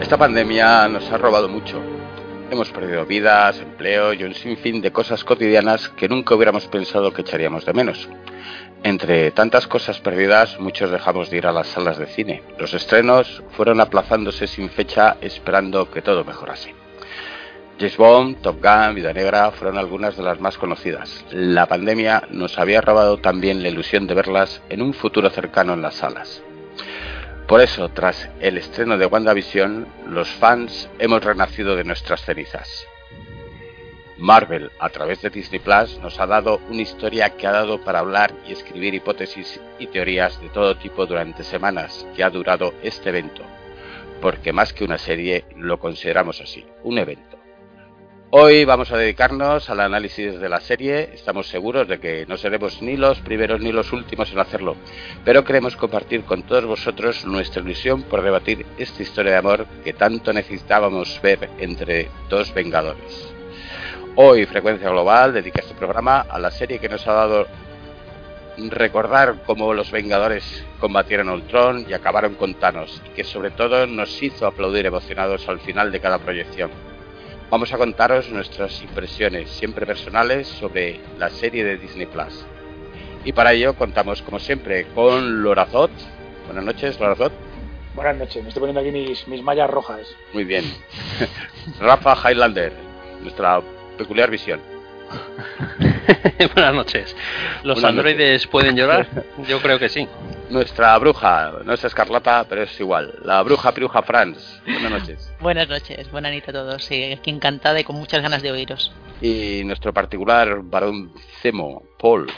Esta pandemia nos ha robado mucho. Hemos perdido vidas, empleo y un sinfín de cosas cotidianas que nunca hubiéramos pensado que echaríamos de menos. Entre tantas cosas perdidas, muchos dejamos de ir a las salas de cine. Los estrenos fueron aplazándose sin fecha, esperando que todo mejorase. James Bond, Top Gun, Viuda Negra fueron algunas de las más conocidas. La pandemia nos había robado también la ilusión de verlas en un futuro cercano en las salas. Por eso, tras el estreno de WandaVision, los fans hemos renacido de nuestras cenizas. Marvel, a través de Disney Plus, nos ha dado una historia que ha dado para hablar y escribir hipótesis y teorías de todo tipo durante semanas que ha durado este evento, porque más que una serie, lo consideramos así, un evento. Hoy vamos a dedicarnos al análisis de la serie. Estamos seguros de que no seremos ni los primeros ni los últimos en hacerlo, pero queremos compartir con todos vosotros nuestra ilusión por debatir esta historia de amor que tanto necesitábamos ver entre dos Vengadores. Hoy Frecuencia Global dedica este programa a la serie que nos ha dado recordar cómo los Vengadores combatieron a Ultron y acabaron con Thanos, y que sobre todo nos hizo aplaudir emocionados al final de cada proyección. Vamos a contaros nuestras impresiones, siempre personales, sobre la serie de Disney Plus. Y para ello contamos, como siempre, con Lorazot. Buenas noches, Lorazot. Buenas noches, me estoy poniendo aquí mis mallas rojas. Muy bien. Rafa Highlander, nuestra peculiar visión. Buenas noches. ¿Los androides pueden llorar? Yo creo que sí. Nuestra bruja, no es Escarlata, pero es igual. La bruja Piruja Franz. Buenas noches. Buenas noches, buenas noches a todos. Sí, aquí encantada y con muchas ganas de oíros. Y nuestro particular varón Zemo, Paul.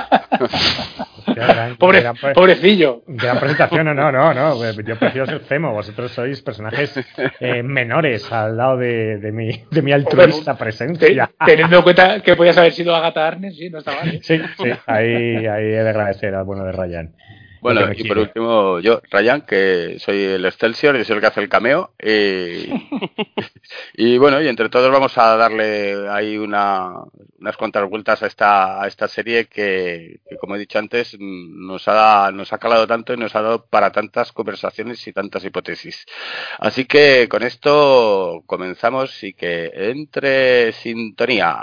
Pobrecillo. Gran presentación, no. Yo prefiero ser Zemo. Vosotros sois personajes menores al lado de mi altruista presencia. Teniendo en cuenta que podías haber sido Agatha Harkness, sí, no está mal. Sí, ahí he de agradecer al bueno de Ryan. Bueno, y por último, yo, Ryan, que soy el Excelsior y soy el que hace el cameo. Y bueno, y entre todos vamos a darle ahí unas cuantas vueltas a esta serie que, como he dicho antes, nos ha calado tanto y nos ha dado para tantas conversaciones y tantas hipótesis. Así que con esto comenzamos y que entre sintonía.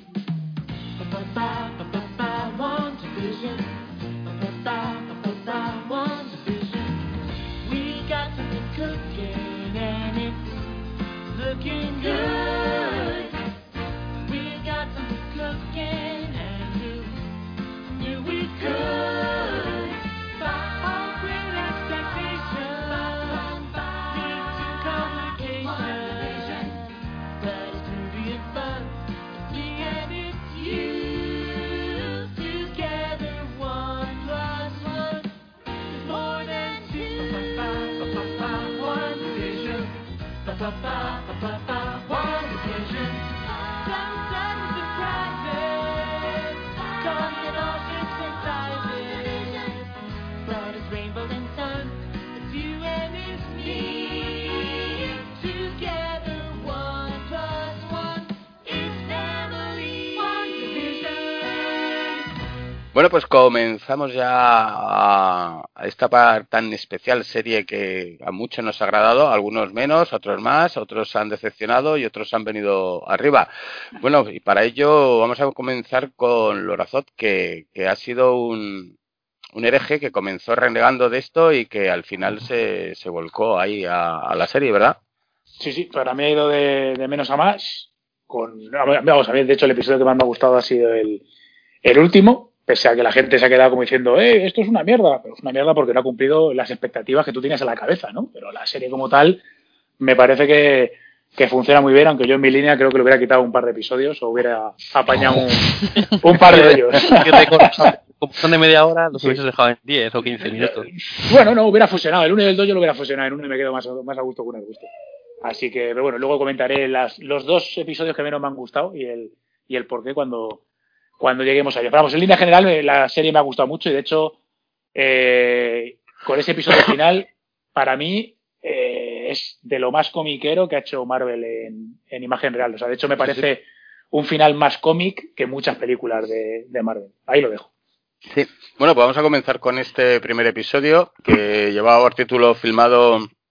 Looking good. We got some cooking and knew we could. Our great expectations lead to complications, but it's beauty and fun. Me and it's you together. 1 + 1 is more than 2. One vision. One decision. Sometimes surprises come in all shapes and sizes, but it's rainbows and sun. It's you and it's me together. 1 + 1 is family. One division. Bueno, pues comenzamos ya a esta tan especial serie que a muchos nos ha agradado, a algunos menos, a otros más, otros han decepcionado y otros han venido arriba. Bueno, y para ello vamos a comenzar con Lorazot, que ha sido un hereje que comenzó renegando de esto y que al final se volcó ahí a la serie, ¿verdad? Sí, para mí ha ido de menos a más. Vamos a ver, de hecho el episodio que más me ha gustado ha sido el último. Pese a que la gente se ha quedado como diciendo, esto es una mierda, pero es una mierda porque no ha cumplido las expectativas que tú tienes en la cabeza, ¿no? Pero la serie como tal me parece que funciona muy bien, aunque yo en mi línea creo que le hubiera quitado un par de episodios o hubiera apañado un par de ellos. Como son de media hora, los hubieses dejado en 10 o 15 minutos. Bueno, no, hubiera fusionado. El 1 y el 2 yo lo hubiera fusionado en uno y me quedo más a gusto con el gusto. Así que, pero bueno, luego comentaré los 2 episodios que menos me han gustado y el por qué cuando lleguemos a ello. Pero vamos, en línea general la serie me ha gustado mucho y de hecho con ese episodio final para mí es de lo más comiquero que ha hecho Marvel en imagen real. O sea, de hecho me parece un final más cómic que muchas películas de Marvel. Ahí lo dejo. Sí. Bueno, pues vamos a comenzar con este primer episodio que llevaba por título filmado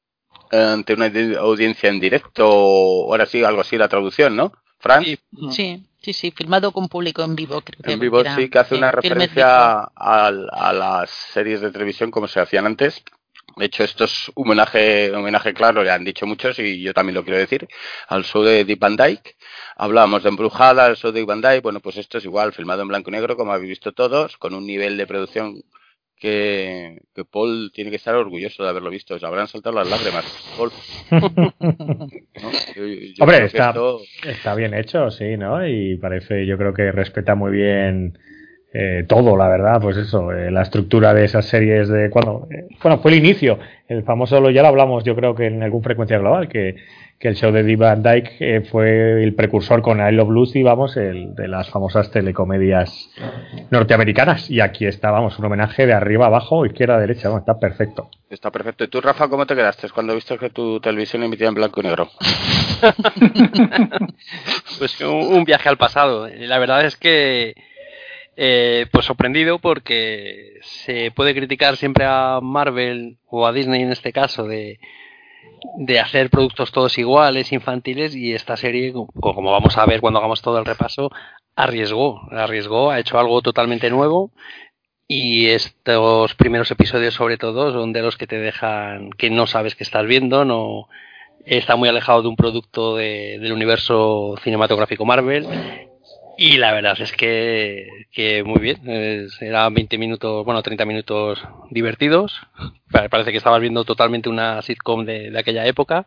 ante una audiencia en directo, o ahora sí, algo así la traducción, ¿no? Fran, Sí, filmado con público en vivo, creo que en vivo era, sí, que hace una Filmes referencia a las series de televisión como se hacían antes. De hecho, esto es un homenaje claro, le han dicho muchos y yo también lo quiero decir, al show de Dick Van Dyke. Hablábamos de Embrujada, el show de Dick Van Dyke. Bueno, pues esto es igual, filmado en blanco y negro, como habéis visto todos, con un nivel de producción que Paul tiene que estar orgulloso de haberlo visto. Se habrán saltado las lágrimas, Paul. ¿No? Yo Hombre, creo que esto... está bien hecho, sí, ¿no? Y parece, yo creo que respeta muy bien todo, la verdad, pues eso, la estructura de esas series de cuando, bueno, fue el inicio, el famoso, ya lo hablamos, yo creo que en algún Frecuencia Global, que el show de Dick Van Dyke fue el precursor con I Love Lucy, vamos, de las famosas telecomedias norteamericanas, y aquí está, vamos, un homenaje de arriba abajo, izquierda a derecha, vamos, está perfecto. Está perfecto. ¿Y tú, Rafa, cómo te quedaste cuando viste que tu televisión emitía en blanco y negro? Pues un viaje al pasado. La verdad es que pues sorprendido, porque se puede criticar siempre a Marvel o a Disney en este caso de hacer productos todos iguales, infantiles, y esta serie, como vamos a ver cuando hagamos todo el repaso, arriesgó, ha hecho algo totalmente nuevo, y estos primeros episodios sobre todo son de los que te dejan que no sabes qué estás viendo, no está muy alejado de un producto del universo cinematográfico Marvel. Y la verdad es que muy bien, eran 20 minutos, bueno, 30 minutos divertidos. Parece que estabas viendo totalmente una sitcom de aquella época.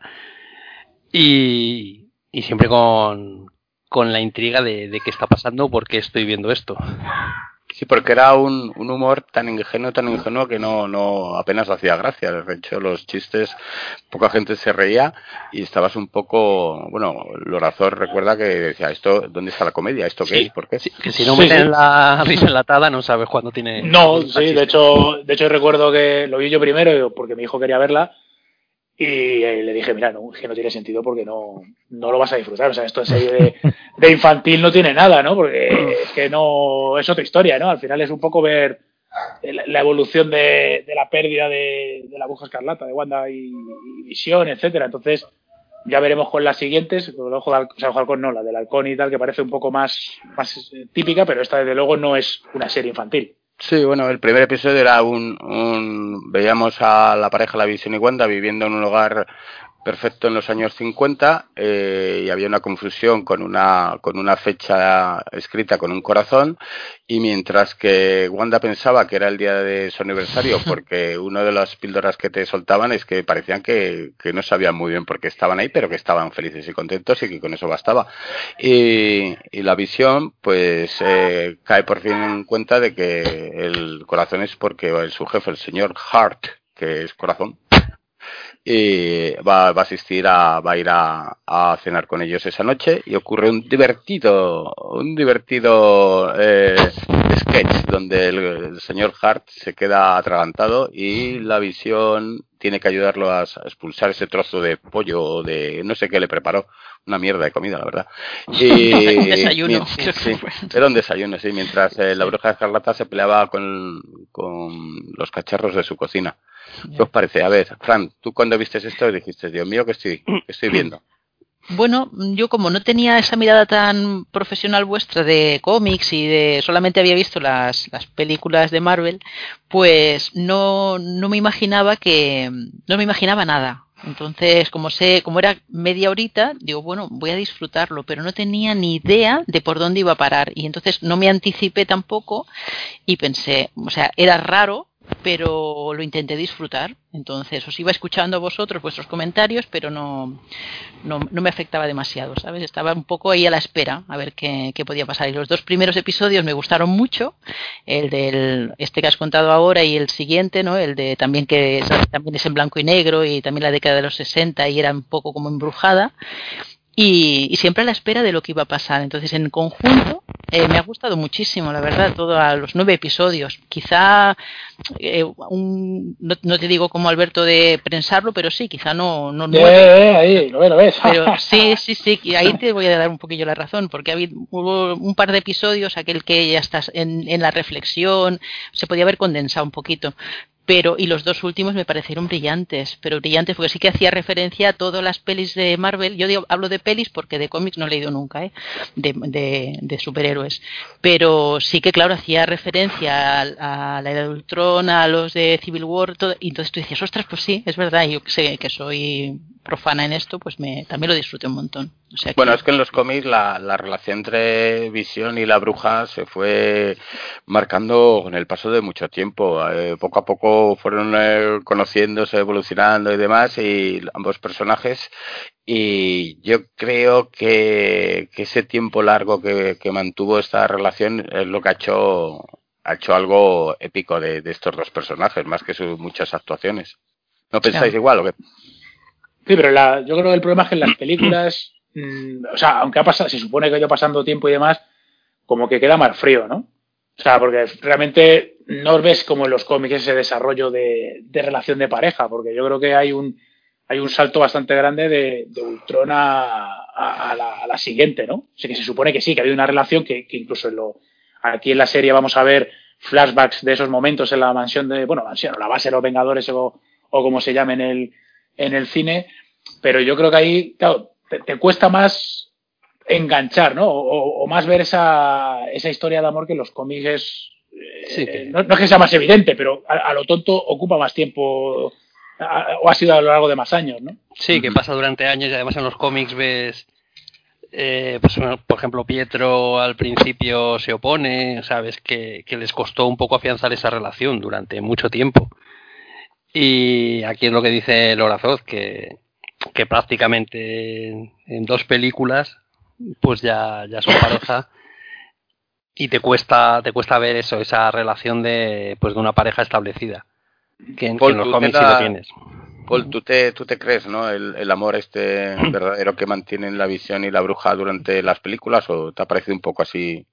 Y siempre con la intriga de qué está pasando, por qué estoy viendo esto. Sí, porque era un humor tan ingenuo que no apenas hacía gracia. De hecho, los chistes, poca gente se reía y estabas un poco... Bueno, Lorazor recuerda que decía, ¿esto dónde está la comedia? ¿Esto qué es? ¿Por qué? Sí, que si no meten la risa enlatada no sabes cuándo tiene... No, sí, de hecho recuerdo que lo vi yo primero porque mi hijo quería verla. Y le dije, mira, no, es que no tiene sentido porque no lo vas a disfrutar. O sea, esto en serie de infantil no tiene nada, ¿no? Porque es que no es otra historia, ¿no? Al final es un poco ver la evolución de la pérdida de la Bruja Escarlata, de Wanda y Visión, etcétera. Entonces, ya veremos con las siguientes, el ojo de halcón no, la del halcón y tal, que parece un poco más típica, pero esta desde luego no es una serie infantil. Sí, bueno, el primer episodio era veíamos a la pareja, la Visión y Wanda, viviendo en un hogar perfecto en los años 50 y había una confusión con una fecha escrita con un corazón, y mientras que Wanda pensaba que era el día de su aniversario, porque una de las píldoras que te soltaban es que parecían que no sabían muy bien por qué estaban ahí, pero que estaban felices y contentos y que con eso bastaba. Y la Visión pues cae por fin en cuenta de que el corazón es porque su jefe, el señor Hart, que es corazón, y va a ir a cenar con ellos esa noche, y ocurre un divertido sketch donde el señor Hart se queda atragantado y la Visión tiene que ayudarlo a expulsar ese trozo de pollo o de no sé qué le preparó, una mierda de comida, la verdad. Y un desayuno. Sí, era un desayuno, sí, mientras la Bruja Escarlata se peleaba con los cacharros de su cocina. ¿Qué os parece? A ver, Fran, tú cuando viste esto dijiste, Dios mío, ¿qué estoy viendo? Bueno, yo como no tenía esa mirada tan profesional vuestra de cómics y solamente había visto las películas de Marvel, pues no me imaginaba nada. Entonces, como era media horita, digo, bueno, voy a disfrutarlo, pero no tenía ni idea de por dónde iba a parar. Y entonces no me anticipé tampoco y pensé, o sea, era raro, pero lo intenté disfrutar. Entonces os iba escuchando a vosotros vuestros comentarios, pero no me afectaba demasiado, ¿sabes? Estaba un poco ahí a la espera a ver qué podía pasar. Y los dos primeros episodios me gustaron mucho, el del que has contado ahora y el siguiente, ¿no? El de también también es en blanco y negro y también la década de los 60 y era un poco como embrujada. Y siempre a la espera de lo que iba a pasar. Entonces, en conjunto, me ha gustado muchísimo, la verdad, todos los 9 episodios. Quizá, no te digo como Alberto de prensarlo, pero sí, quizá no 9. Ahí, lo ves. Pero sí, y ahí te voy a dar un poquillo la razón, porque hubo un par de episodios, aquel que ya estás en la reflexión, se podía haber condensado un poquito. y los dos últimos me parecieron brillantes, pero brillantes porque sí que hacía referencia a todas las pelis de Marvel. Yo hablo de pelis porque de cómics no he leído nunca, de superhéroes, pero sí que claro hacía referencia a la Era de Ultron, a los de Civil War, todo, y entonces tú decías, ostras, pues sí, es verdad, yo que sé que soy profana en esto, pues también lo disfruté un montón. O sea Bueno, es que en los cómics la relación entre Visión y la Bruja se fue marcando con el paso de mucho tiempo. Poco a poco fueron conociéndose, evolucionando y demás, y ambos personajes. Y yo creo que ese tiempo largo que mantuvo esta relación es lo que ha hecho algo épico de estos dos personajes, más que sus muchas actuaciones. ¿No pensáis igual o qué? Sí, pero yo creo que el problema es que en las películas, o sea, aunque se supone que ha ido pasando tiempo y demás, como que queda más frío, ¿no? O sea, porque realmente no ves como en los cómics ese desarrollo de relación de pareja, porque yo creo que hay un salto bastante grande de Ultron a la siguiente, ¿no? O sea, que se supone que sí, que ha habido una relación que incluso aquí en la serie vamos a ver flashbacks de esos momentos en la mansión o la base de los Vengadores o como se llame en el cine, pero yo creo que ahí, claro, te cuesta más enganchar, ¿no? O más ver esa historia de amor que en los cómics es... Sí, no es que sea más evidente, pero a lo tonto ocupa más tiempo o ha sido a lo largo de más años, ¿no? sí, que pasa durante años y además en los cómics ves... pues, por ejemplo, Pietro al principio se opone, sabes que les costó un poco afianzar esa relación durante mucho tiempo. Y aquí es lo que dice Lorazot, que prácticamente en 2 películas pues ya son pareja y te cuesta ver eso, esa relación de una pareja establecida, que en los cómics sí lo tienes. Paul, ¿tú te crees, ¿no? El amor verdadero que mantienen la Visión y la Bruja durante las películas, o te ha parecido un poco así?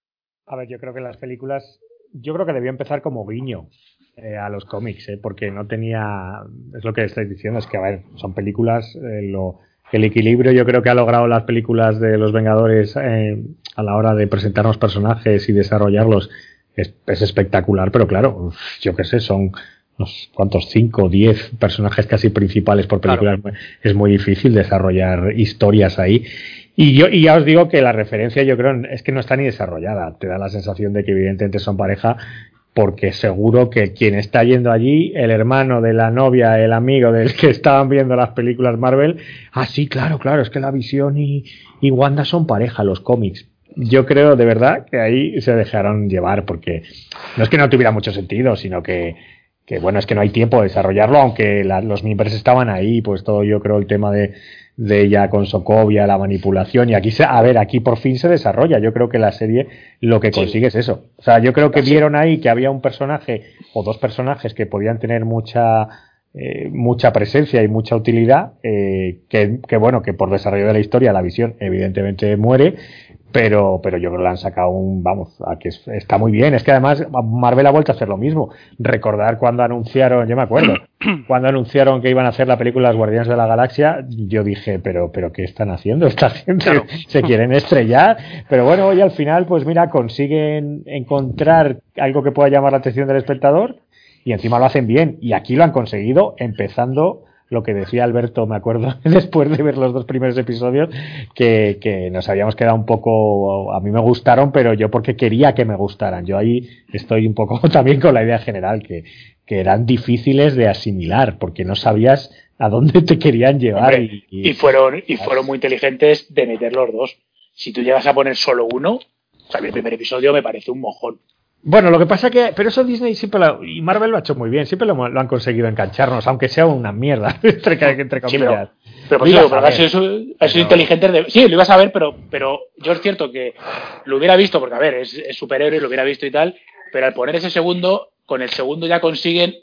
A ver, yo creo que las películas, yo creo que debió empezar como guiño a los cómics, porque no tenía, es lo que estáis diciendo, es que a ver, son películas, el equilibrio yo creo que ha logrado las películas de los Vengadores a la hora de presentarnos personajes y desarrollarlos es espectacular, pero claro, yo qué sé, son ¿cuántos? 5 o 10 personajes casi principales por película. Claro. Es muy difícil desarrollar historias ahí. Y ya os digo que la referencia yo creo es que no está ni desarrollada. Te da la sensación de que evidentemente son pareja, porque seguro que quien está yendo allí, el hermano de la novia, el amigo del que estaban viendo las películas Marvel, sí, claro, es que la Visión y Wanda son pareja, los cómics. Yo creo de verdad que ahí se dejaron llevar, porque no es que no tuviera mucho sentido, sino que bueno, es que no hay tiempo de desarrollarlo, aunque los miembros estaban ahí, pues todo yo creo el tema de ella con Sokovia, la manipulación, y aquí por fin se desarrolla. Yo creo que la serie lo que consigue es eso. O sea, yo creo que vieron ahí que había un personaje o 2 personajes que podían tener mucha presencia y mucha utilidad, que bueno, que por desarrollo de la historia la Visión evidentemente muere, pero yo creo que le han sacado a que está muy bien. Es que además Marvel ha vuelto a hacer lo mismo. Recordar cuando anunciaron, yo me acuerdo, cuando anunciaron que iban a hacer la película Los Guardianes de la Galaxia, yo dije, pero ¿qué están haciendo esta gente? Claro. Se quieren estrellar, pero bueno, hoy al final, pues mira, consiguen encontrar algo que pueda llamar la atención del espectador y encima lo hacen bien, y aquí lo han conseguido, empezando lo que decía Alberto, me acuerdo, después de ver los 2 primeros episodios, que nos habíamos quedado un poco, a mí me gustaron, pero yo porque quería que me gustaran. Yo ahí estoy un poco también con la idea general, que eran difíciles de asimilar, porque no sabías a dónde te querían llevar. Hombre, y fueron muy inteligentes de meter los 2. Si tú llegas a poner solo uno, o sea, el primer episodio me parece un mojón. Bueno, lo que pasa pero eso Disney siempre y Marvel lo ha hecho muy bien, siempre lo han conseguido engancharnos, aunque sea una mierda, entre comillas. Sí, pero eso inteligente. Sí, lo ibas a ver, pero yo es cierto que lo hubiera visto, porque a ver, es superhéroe, lo hubiera visto y tal, pero al poner ese segundo, con el segundo ya consiguen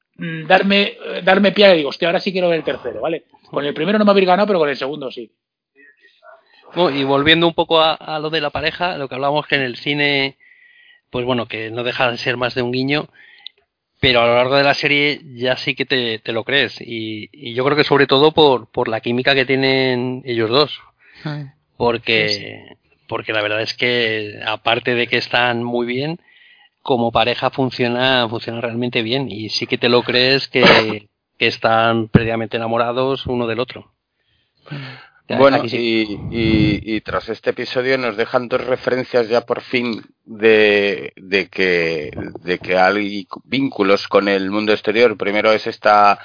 darme pie y digo, hostia, ahora sí quiero ver el tercero, ¿vale? Con el primero no me habéis ganado, pero con el segundo sí. Bueno, y volviendo un poco a lo de la pareja, lo que hablábamos que en el cine, pues bueno, que no deja de ser más de un guiño, pero a lo largo de la serie ya sí que te lo crees, y yo creo que sobre todo por la química que tienen ellos dos, porque la verdad es que aparte de que están muy bien, como pareja funciona realmente bien y sí que te lo crees que están perdidamente enamorados uno del otro. Bueno, Aquí sí. y tras este episodio nos dejan dos referencias ya por fin de que hay vínculos con el mundo exterior. Primero es esta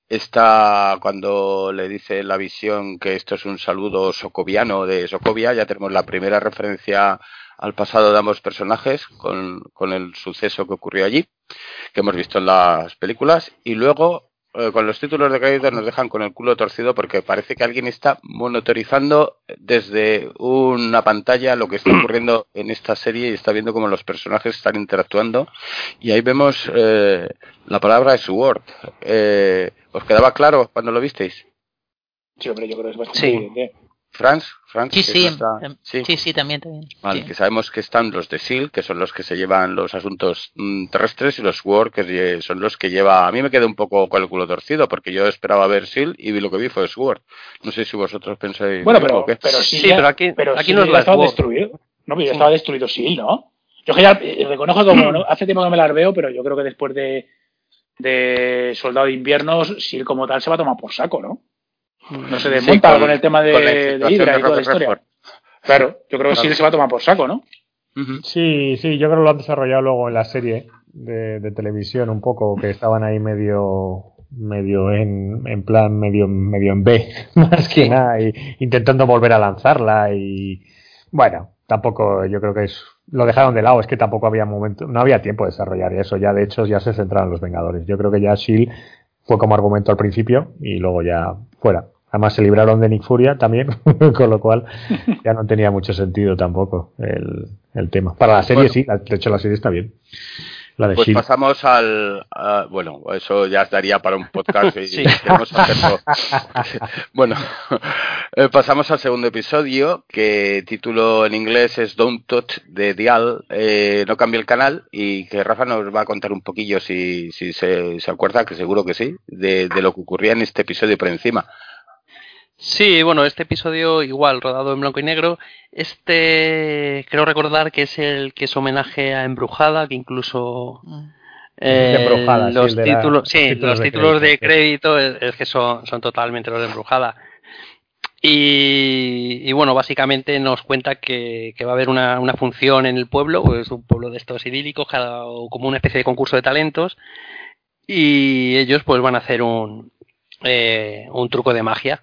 cuando le dice la Visión que esto es un saludo socoviano de Sokovia. Ya tenemos la primera referencia al pasado de ambos personajes con el suceso que ocurrió allí, que hemos visto en las películas. Y luego con los títulos de crédito nos dejan con el culo torcido porque parece que alguien está monitorizando desde una pantalla lo que está ocurriendo en esta serie y está viendo cómo los personajes están interactuando, y ahí vemos la palabra Sword. ¿Os quedaba claro cuando lo visteis? Sí, hombre, yo creo que es bastante Sí. evidente. Franz, Sí, que sí, es nuestra- sí, también. Vale, Sí. que sabemos que están los de SEAL, que son los que se llevan los asuntos terrestres, y los SWORD, que son los que lleva... A mí me quedé un poco con el culo torcido, porque yo esperaba ver SEAL y lo que vi fue SWORD. No sé si vosotros pensáis Bueno, lo mismo o qué. pero Sí, sí, pero aquí no es ya la estaba SWORD. destruido. No, pero ya Sí. estaba destruido sí, ¿no? Yo que ya reconozco como ¿no? hace tiempo que me las veo, pero yo creo que después de Soldado de Invierno, sí como tal se va a tomar por saco, ¿no? No se desmonta con el tema con la de infiltración Hydra de y toda la Robert historia. Redford. Claro, yo creo que Claro. sí se va a tomar por saco, ¿no? Ujú. Sí, yo creo que lo han desarrollado luego en la serie de televisión un poco, que estaban ahí medio en plan medio en B, más que nada, y intentando volver a lanzarla. Y bueno, tampoco, yo creo que lo dejaron de lado, es que tampoco había momento, no había tiempo de desarrollar eso. Ya de hecho ya se centraron en los Vengadores. Yo creo que ya S.H.I.E.L.D. fue como argumento al principio y luego ya fuera. Además se libraron de Nick Furia también, con lo cual ya no tenía mucho sentido tampoco el tema. Para la serie Bueno. sí, de hecho la serie está bien. La de Pues S.H.I.E.L.D. pasamos bueno, eso ya daría para un podcast y Sí. queremos hacerlo. Bueno, pasamos al segundo episodio, que título en inglés es Don't Touch the Dial, no cambie el canal, y que Rafa nos va a contar un poquillo, si se acuerda, que seguro que sí, de lo que ocurría en este episodio por encima. Sí, bueno, este episodio igual, rodado en blanco y negro. Creo recordar que es el que es homenaje a Embrujada, que incluso Es de Embrujada, sí, los el de la- títulos, los sí, títulos los de títulos de crédito, crédito es que son totalmente los de Embrujada. Y bueno, básicamente nos cuenta que va a haber una función en el pueblo, pues un pueblo de estos idílicos, o como una especie de concurso de talentos, y ellos pues van a hacer un truco de magia.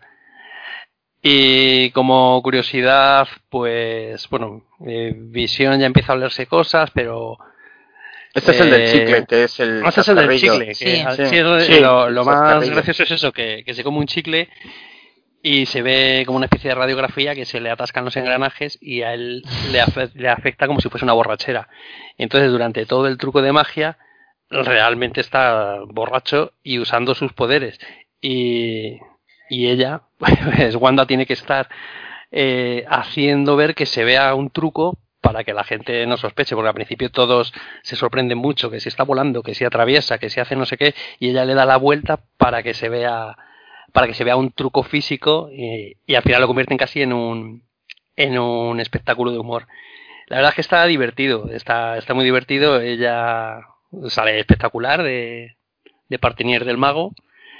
Y como curiosidad, pues bueno, Visión ya empieza a olerse cosas, pero... Este es el del chicle, que es el Este es el del chascarrillo. chicle, que Sí. sí, Sí, lo el más chascarrillo. gracioso es eso, que se come un chicle y se ve como una especie de radiografía que se le atascan los engranajes y a él le afecta como si fuese una borrachera. Entonces, durante todo el truco de magia, realmente está borracho y usando sus poderes. Y ella, pues Wanda tiene que estar haciendo ver que se vea un truco para que la gente no sospeche, porque al principio todos se sorprenden mucho, que si está volando, que si atraviesa, que si hace no sé qué, y ella le da la vuelta para que se vea un truco físico y al final lo convierten casi en un espectáculo de humor. La verdad es que está divertido, está muy divertido. Ella sale espectacular de Partinier del Mago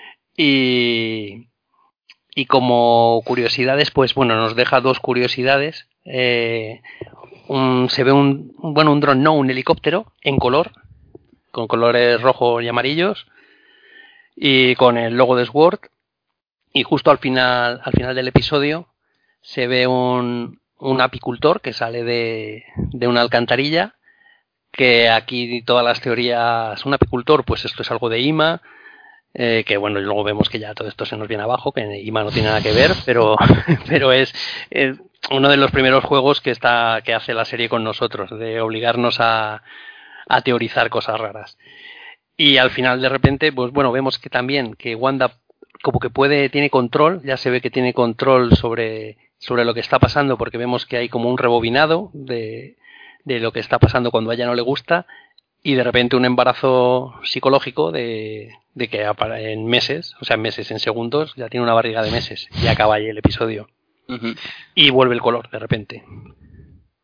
y como curiosidades, pues bueno, nos deja dos curiosidades. Se ve un dron, no, un helicóptero en color, con colores rojos y amarillos y con el logo de SWORD. Y justo al final del episodio se ve un apicultor que sale de una alcantarilla, que aquí todas las teorías, un apicultor, pues esto es algo de IMA, que bueno, y luego vemos que ya todo esto se nos viene abajo, que IMA no tiene nada que ver, pero es uno de los primeros juegos que hace la serie con nosotros, de obligarnos a teorizar cosas raras. Y al final de repente, pues bueno, vemos que también que Wanda como que tiene control, ya se ve que tiene control sobre lo que está pasando, porque vemos que hay como un rebobinado de lo que está pasando cuando a ella no le gusta, y de repente un embarazo psicológico de que en meses, en segundos, ya tiene una barriga de meses, y acaba ahí el episodio. Ujú. Y vuelve el color de repente.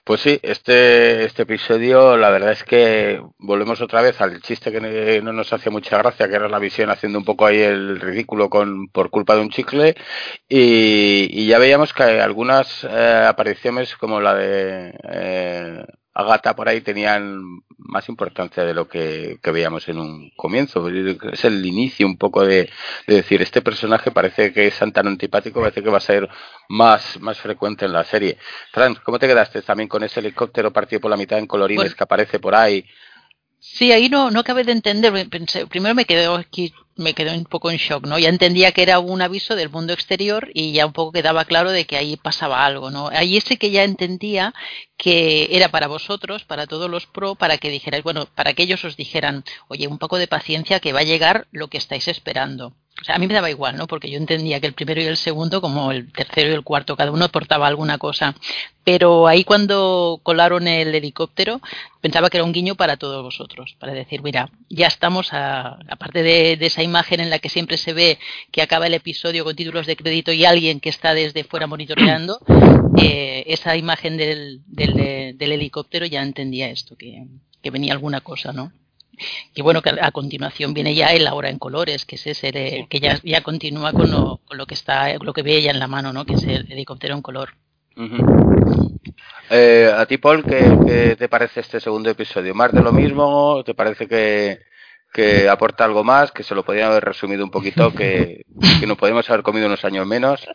Pues sí, este episodio, la verdad es que volvemos otra vez al chiste que no nos hacía mucha gracia, que era la visión haciendo un poco ahí el ridículo por culpa de un chicle, y ya veíamos que algunas apariciones como la de Agatha por ahí tenían más importancia de lo que veíamos en un comienzo. Es el inicio un poco de decir, este personaje parece que es tan antipático, parece que va a ser más frecuente en la serie. Fran, ¿cómo te quedaste también con ese helicóptero partido por la mitad en colorines Bueno, que aparece por ahí? sí, ahí no acabé de entender. Primero me quedé un poco en shock, ¿no? Ya entendía que era un aviso del mundo exterior y ya un poco quedaba claro de que ahí pasaba algo, ¿no? Ahí sí que ya entendía que era para vosotros, para todos los pro, para que dijerais, bueno, para que ellos os dijeran, oye, un poco de paciencia que va a llegar lo que estáis esperando. O sea, a mí me daba igual, ¿no? Porque yo entendía que el primero y el segundo, como el tercero y el cuarto, cada uno aportaba alguna cosa. Pero ahí cuando colaron el helicóptero, pensaba que era un guiño para todos vosotros, para decir, mira, ya estamos, aparte de esa imagen en la que siempre se ve que acaba el episodio con títulos de crédito y alguien que está desde fuera monitoreando, esa imagen del helicóptero ya entendía esto, que venía alguna cosa, ¿no? Y bueno, que a continuación viene ya el Ahora en colores, que es ese que ya continúa con lo que está, lo que ve ella en la mano, ¿no? Que es el helicóptero en color. Uh-huh. A ti, Paul, ¿qué te parece este segundo episodio? ¿Más de lo mismo? ¿Te parece que aporta algo más? ¿Que se lo podrían haber resumido un poquito? ¿Que nos podríamos haber comido unos años menos?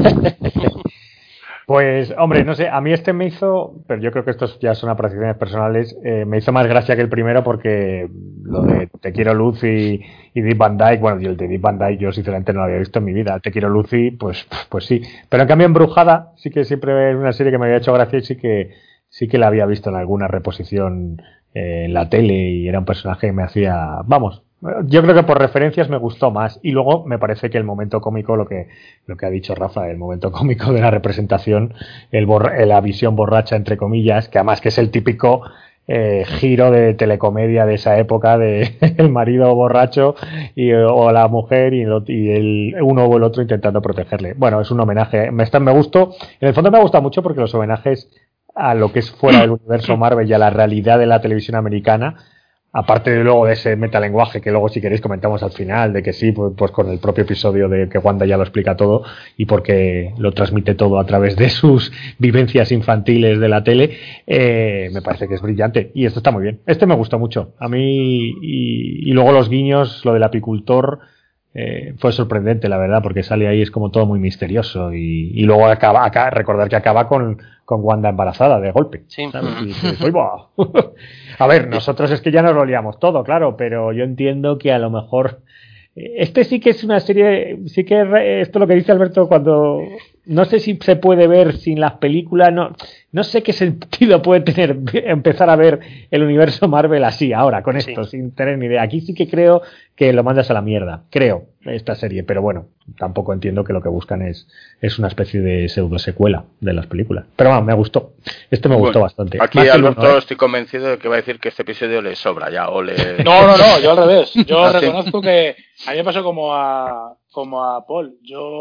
Pues, hombre, no sé, a mí me hizo, pero yo creo que estos ya son apreciaciones personales, me hizo más gracia que el primero porque lo de Te quiero Lucy y Deep Van Dyke, bueno, y el de Deep Van Dyke yo sinceramente no lo había visto en mi vida. Te quiero Lucy, pues sí. Pero en cambio Embrujada sí que siempre es una serie que me había hecho gracia y sí que la había visto en alguna reposición en la tele y era un personaje que me hacía, vamos, yo creo que por referencias me gustó más y luego me parece que el momento cómico, lo que ha dicho Rafa, el momento cómico de la representación, la visión borracha entre comillas, que además que es el típico giro de telecomedia de esa época de el marido borracho o la mujer y el uno o el otro intentando protegerle. Bueno, es un homenaje, me gustó, en el fondo me gusta mucho porque los homenajes a lo que es fuera del universo Marvel y a la realidad de la televisión americana, aparte de luego de ese metalenguaje que luego si queréis comentamos al final, de que sí, pues con el propio episodio de que Wanda ya lo explica todo y porque lo transmite todo a través de sus vivencias infantiles de la tele, me parece que es brillante y esto está muy bien. Este me gustó mucho a mí y luego los guiños, lo del apicultor, fue sorprendente la verdad porque sale ahí, es como todo muy misterioso y luego recordar que acaba con Wanda embarazada de golpe, sí. ¿sabes? Y dices, "Uy, va". A ver, nosotros es que ya nos lo liamos todo, claro, pero yo entiendo que a lo mejor sí que es una serie, sí que esto es lo que dice Alberto cuando no sé si se puede ver sin las películas, no sé qué sentido puede tener empezar a ver el universo Marvel así ahora, con esto, sin tener ni idea. Aquí sí que creo que lo mandas a la mierda, creo, esta serie, pero bueno, tampoco entiendo que lo que buscan es una especie de pseudo secuela de las películas. Pero bueno, me gustó. Esto me gustó bastante. Aquí Alberto estoy convencido de que va a decir que este episodio le sobra ya, o le... No, yo al revés. Yo reconozco que a mí me pasó como a Paul.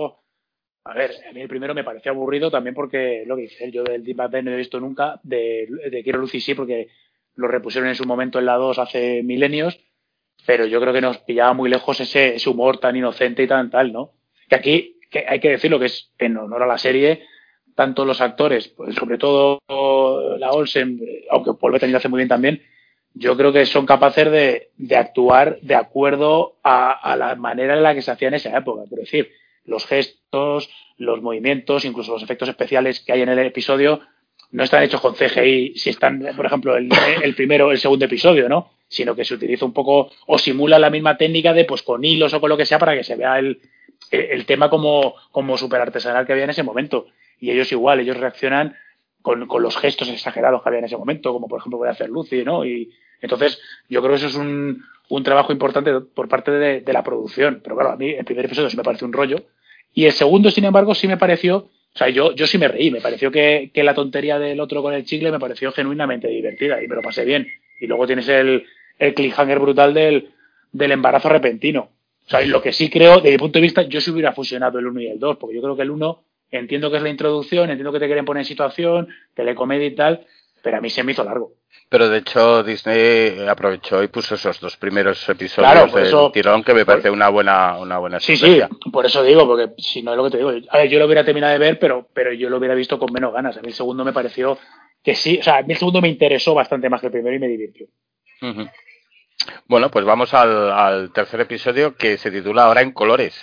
A ver, a mí el primero me parecía aburrido también porque lo que dice él, yo del Deep Bad no he visto nunca, de Quiero Lucy sí, porque lo repusieron en su momento en la 2 hace milenios, pero yo creo que nos pillaba muy lejos ese humor tan inocente y tan tal, ¿no? Que aquí, que hay que decirlo, que es en honor a la serie, tanto los actores, pues sobre todo la Olsen, aunque Paul Bettany lo hace muy bien también, yo creo que son capaces de actuar de acuerdo a la manera en la que se hacía en esa época. Quiero decir, los gestos, los movimientos, incluso los efectos especiales que hay en el episodio, no están hechos con CGI si están, por ejemplo, el primero o el segundo episodio, ¿no? Sino que se utiliza un poco o simula la misma técnica de pues con hilos o con lo que sea para que se vea el tema como súper artesanal que había en ese momento. Y ellos igual, ellos reaccionan con los gestos exagerados que había en ese momento, como por ejemplo puede hacer Lucy, ¿no? Y entonces yo creo que eso es un trabajo importante por parte de la producción. Pero claro, a mí el primer episodio sí me pareció un rollo. Y el segundo, sin embargo, sí me pareció... O sea, yo sí me reí. Me pareció que la tontería del otro con el chicle me pareció genuinamente divertida y me lo pasé bien. Y luego tienes el cliffhanger brutal del embarazo repentino. O sea, lo que sí creo, desde mi punto de vista, yo sí hubiera fusionado el 1 y el 2, porque yo creo que el 1 entiendo que es la introducción, entiendo que te quieren poner en situación, telecomedia y tal, pero a mí se me hizo largo. Pero de hecho Disney aprovechó y puso esos 2 primeros episodios Claro, por del eso- tirón, que me parece una buena Sí, estrategia. por eso digo, porque si no es lo que te digo. A ver, yo lo hubiera terminado de ver, pero yo lo hubiera visto con menos ganas. A mí el segundo me pareció que sí, o sea, a mí el segundo me interesó bastante más que el primero y me divirtió. Ujú. Bueno, pues vamos al tercer episodio, que se titula ahora en colores,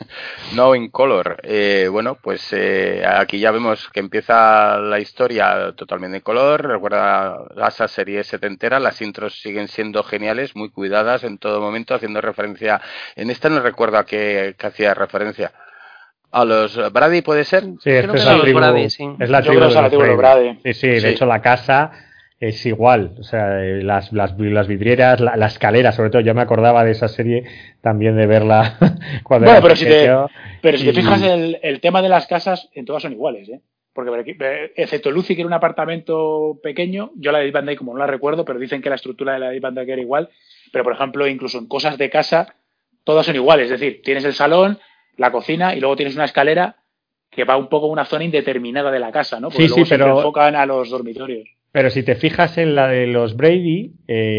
no in color. Bueno, pues aquí ya vemos que empieza la historia totalmente en color. Recuerda a esa serie setentera, las intros siguen siendo geniales, muy cuidadas en todo momento, haciendo referencia. En esta no recuerdo a qué hacía referencia. ¿A los Brady puede ser? Sí, Creo esto que es son la los tribu, Brady, sí. es la Yo tribu creo que de es la los tribu de los Brady. Brady. Sí, sí, de Sí. hecho la casa es igual, o sea, las vidrieras, la escalera, sobre todo, yo me acordaba de esa serie también de verla cuando Bueno, era pero si te pequeño. fijas, el tema de las casas, en todas son iguales, ¿eh? Porque, excepto Lucy, que era un apartamento pequeño, yo la de Deep Van Dyke como no la recuerdo, pero dicen que la estructura de la de Deep Van Dyke era igual. Pero, por ejemplo, incluso en cosas de casa, todas son iguales. Es decir, tienes el salón, la cocina y luego tienes una escalera que va un poco a una zona indeterminada de la casa, ¿no? Porque Sí, luego sí, siempre pero- enfocan a los dormitorios. Pero si te fijas en la de los Brady,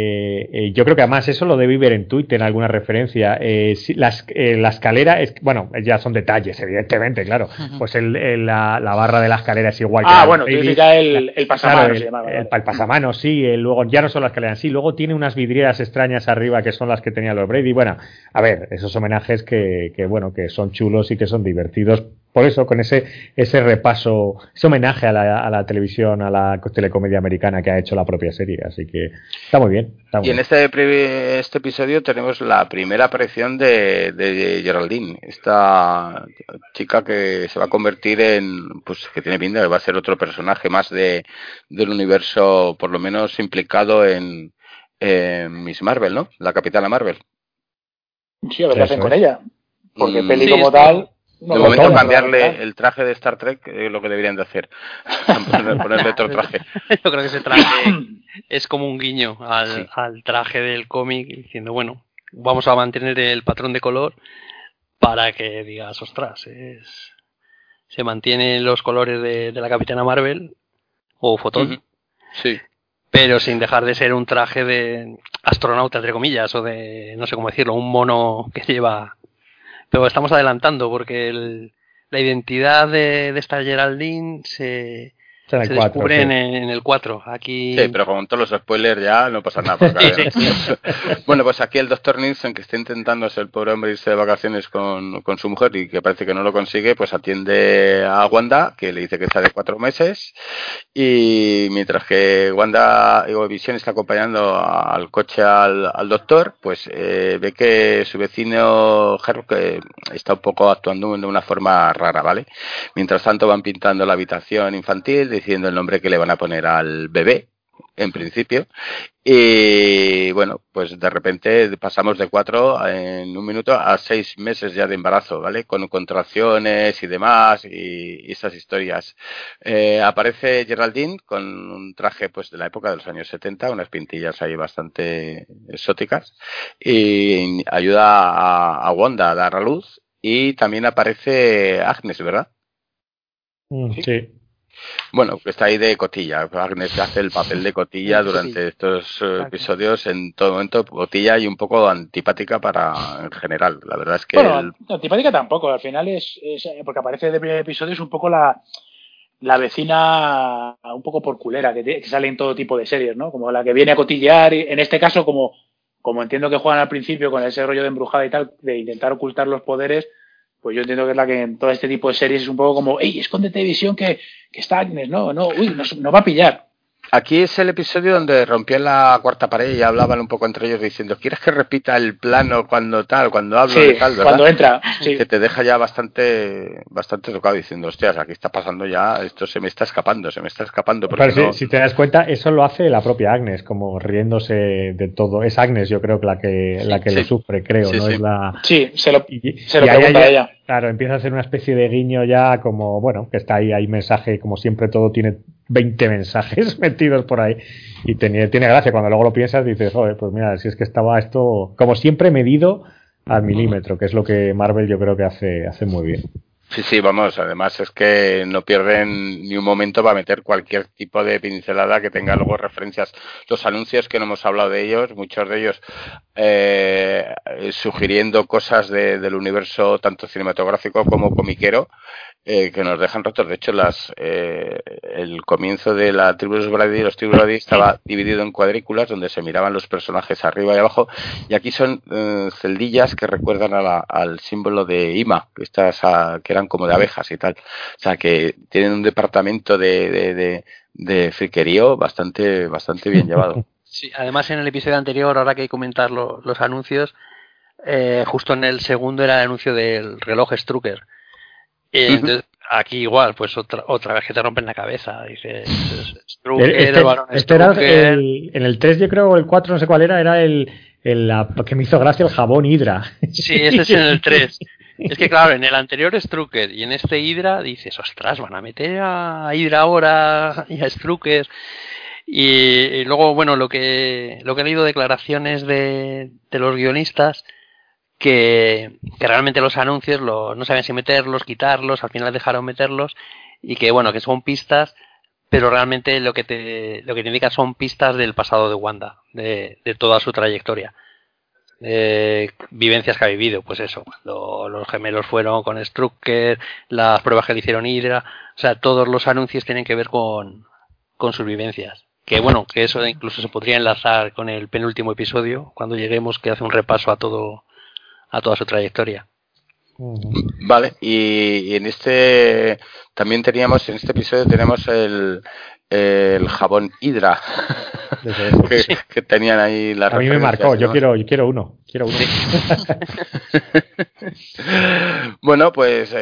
yo creo que además eso lo debí ver en Twitter en alguna referencia. Sí, la escalera, bueno, ya son detalles, evidentemente, claro. Ujú. Pues la barra de la escalera es igual que la Ah, de bueno, Brady. tú dices ya el pasamanos Claro, se llamaba. el Vale. pasamanos, sí, luego ya no son las escaleras, sí, luego tiene unas vidrieras extrañas arriba que son las que tenían los Brady. Bueno, a ver, esos homenajes que bueno, que son chulos y que son divertidos. Por eso, con ese repaso, ese homenaje a la televisión, a la telecomedia americana que ha hecho la propia serie. Así que está muy bien. Está muy Y en bien. este episodio tenemos la primera aparición de Geraldine, esta chica que se va a convertir en, pues que tiene pinta que va a ser otro personaje más del universo, por lo menos implicado en Miss Marvel, ¿no? La Capitana Marvel. Sí, a ver qué hacen Eso con es. ella. Porque Mm, peli sí, como es que- tal... no De lo momento tocan, cambiarle probablemente. el traje de Star Trek es lo que deberían de hacer. Ponerle otro traje. Yo creo que ese traje es como un guiño Sí. al traje del cómic, diciendo, bueno, vamos a mantener el patrón de color para que digas, ostras, se mantienen los colores de la Capitana Marvel o Fotón, Ujú. Sí. pero sin dejar de ser un traje de astronauta, entre comillas, o de, no sé cómo decirlo, un mono que lleva... Pero estamos adelantando porque la identidad de esta Geraldine se Está en el 4, descubre sí. en el 4. Aquí... Sí, pero con todos los spoilers ya no pasa nada. Porque, bueno, pues aquí el Dr. Nielsen, que está intentando ser el pobre hombre irse de vacaciones con su mujer y que parece que no lo consigue, pues atiende a Wanda, que le dice que está de 4 meses, y mientras que Wanda o Visión está acompañando al coche al doctor, pues ve que su vecino Herb que está un poco actuando de una forma rara, ¿vale? Mientras tanto van pintando la habitación infantil, diciendo el nombre que le van a poner al bebé, en principio. Y bueno, pues de repente pasamos de 4 en un minuto a 6 meses ya de embarazo, ¿vale? Con contracciones y demás y esas historias. Aparece Geraldine con un traje pues de la época de los años 70, unas pintillas ahí bastante exóticas, y ayuda a Wanda a dar a luz, y también aparece Agnes, ¿verdad? Sí. Bueno, que está ahí de cotilla. Agnes hace el papel de cotilla durante estos episodios, en todo momento cotilla y un poco antipática en general. La verdad es que Bueno, antipática tampoco. Al final porque aparece de primer episodio, es un poco la vecina un poco por culera que sale en todo tipo de series, ¿no? Como la que viene a cotillear, y en este caso como entiendo que juegan al principio con ese rollo de embrujada y tal, de intentar ocultar los poderes, pues yo entiendo que es la que en todo este tipo de series es un poco como, ¡ey, escóndete, Visión, que está Agnes! No, uy, nos va a pillar. aquí es el episodio donde rompían la cuarta pared y hablaban un poco entre ellos diciendo, ¿quieres que repita el plano cuando hablo Sí, de tal, verdad? cuando entra, sí. Que te deja ya bastante tocado diciendo, hostias, aquí está pasando ya, esto se me está escapando. Porque Pero no... si te das cuenta, eso lo hace la propia Agnes, como riéndose de todo. Es Agnes, yo creo, la que lo sufre, creo, Sí, no sí. es la... Sí, se lo Y pregunta a ella. Claro, empieza a hacer una especie de guiño ya como, bueno, que está ahí, hay mensaje, como siempre todo tiene 20 mensajes metidos por ahí y tiene gracia. Cuando luego lo piensas dices, joder, pues mira, si es que estaba esto, como siempre, medido al milímetro, que es lo que Marvel yo creo que hace muy bien. Sí, sí, vamos, además es que no pierden ni un momento para meter cualquier tipo de pincelada que tenga luego referencias. Los anuncios que no hemos hablado de ellos, muchos de ellos sugiriendo cosas del universo tanto cinematográfico como comiquero, que nos dejan rotos. De hecho, el comienzo de la tribu de los Brady, los tribus Brady, estaba dividido en cuadrículas donde se miraban los personajes arriba y abajo, y aquí son celdillas que recuerdan al símbolo de IMA, que eran como de abejas y tal. O sea, que tienen un departamento de friquerío bastante bien llevado. Sí, además en el episodio anterior, ahora que hay que comentar los anuncios, justo en el segundo era el anuncio del reloj Strucker. Entonces, aquí igual, pues otra vez que te rompen la cabeza. Dices, Strucker, el varón Este era Strucker. en el 3 yo creo, o el 4 no sé cuál era que me hizo gracia el jabón Hydra. Sí, ese es en el 3. Es que claro, en el anterior Strucker y en este Hydra dices, ostras, van a meter a Hydra ahora y a Strucker. Y luego, bueno, lo que he leído declaraciones de los guionistas, que realmente los anuncios no sabían si meterlos, quitarlos, al final dejaron meterlos, y que bueno, que son pistas, pero realmente lo que te indica son pistas del pasado de Wanda, de toda su trayectoria, vivencias que ha vivido, pues eso, cuando los gemelos fueron con Strucker, las pruebas que le hicieron Hydra, o sea, todos los anuncios tienen que ver con sus vivencias. Que bueno, que eso incluso se podría enlazar con el penúltimo episodio, cuando lleguemos, que hace un repaso a toda su trayectoria. Vale, y en este también en este episodio tenemos el jabón Hydra que tenían ahí las A mí me referencias, marcó, ¿no? yo quiero uno. Bueno, pues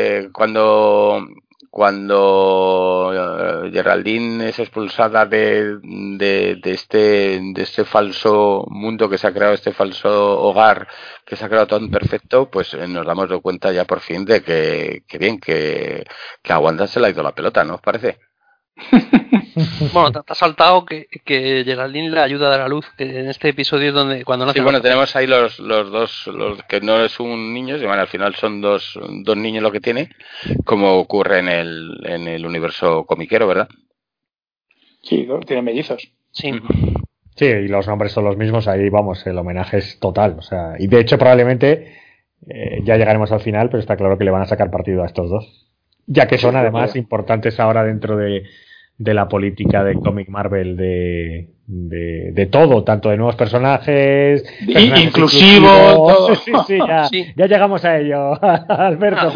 cuando Geraldine es expulsada de este falso mundo que se ha creado, este falso hogar que se ha creado tan perfecto, pues nos damos de cuenta ya por fin de que a Wanda se le ha ido la pelota, ¿no os parece? Bueno, te ha saltado que Geraldine le ayuda a dar a luz, que en este episodio es donde cuando nace. Sí, bueno, tenemos ahí los dos, los que no es un niño, y bueno, al final son dos niños lo que tiene, como ocurre en el universo comiquero, ¿verdad? Sí, tienen mellizos. Sí. Sí, y los nombres son los mismos, ahí vamos, el homenaje es total, o sea, y de hecho probablemente ya llegaremos al final, pero está claro que le van a sacar partido a estos dos, ya que son además importantes ahora dentro de la política de cómic Marvel de todo, tanto de nuevos personajes inclusivos, todo. Sí, ya llegamos a ello, Alberto.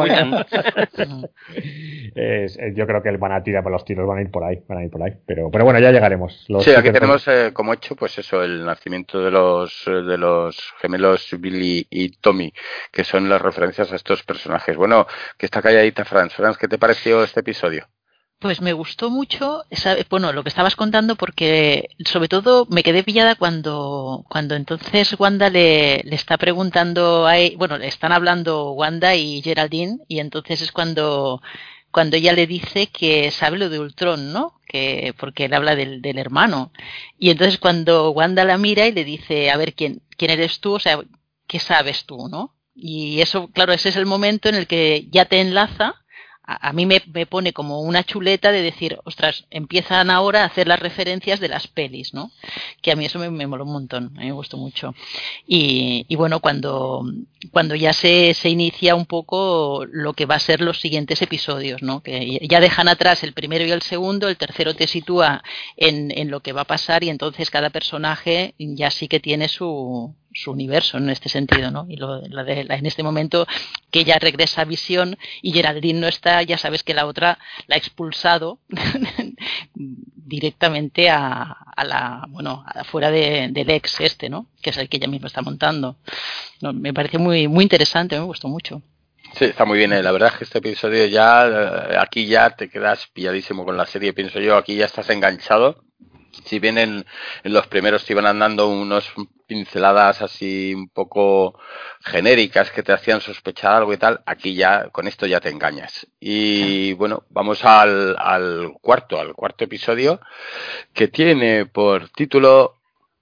Yo creo que van a tirar por los tiros, van a ir por ahí, pero bueno, ya llegaremos. Sí, aquí tenemos como hecho, pues eso, el nacimiento de los gemelos Billy y Tommy, que son las referencias a estos personajes. Bueno, que está calladita Franz, ¿qué te pareció este episodio? Pues me gustó mucho, bueno, lo que estabas contando, porque sobre todo me quedé pillada cuando entonces Wanda le está preguntando bueno, le están hablando Wanda y Geraldine, y entonces es cuando ella le dice que sabe lo de Ultron, ¿no? Porque él habla del hermano. Y entonces cuando Wanda la mira y le dice, a ver, ¿quién eres tú? O sea, ¿qué sabes tú, no? Y eso, claro, ese es el momento en el que ya te enlaza. A mí me pone como una chuleta de decir, ostras, empiezan ahora a hacer las referencias de las pelis, ¿no? Que a mí eso me moló un montón, a mí me gustó mucho. Y bueno, cuando ya se inicia un poco lo que va a ser los siguientes episodios, ¿no? Que ya dejan atrás el primero y el segundo, el tercero te sitúa en lo que va a pasar, y entonces cada personaje ya sí que tiene su universo en este sentido, ¿no? Y en este momento que ya regresa a Visión y Geraldine no está, ya sabes que la otra la ha expulsado directamente fuera del ex ¿no? Que es el que ella misma está montando. No, me parece muy, muy interesante, me gustó mucho. Sí, está muy bien. La verdad es que este episodio ya, aquí ya te quedas pilladísimo con la serie, pienso yo, aquí ya estás enganchado. Si bien en los primeros te iban dando unos pinceladas así un poco genéricas que te hacían sospechar algo y tal, aquí ya con esto ya te engañas. Y bueno, vamos al cuarto episodio, que tiene por título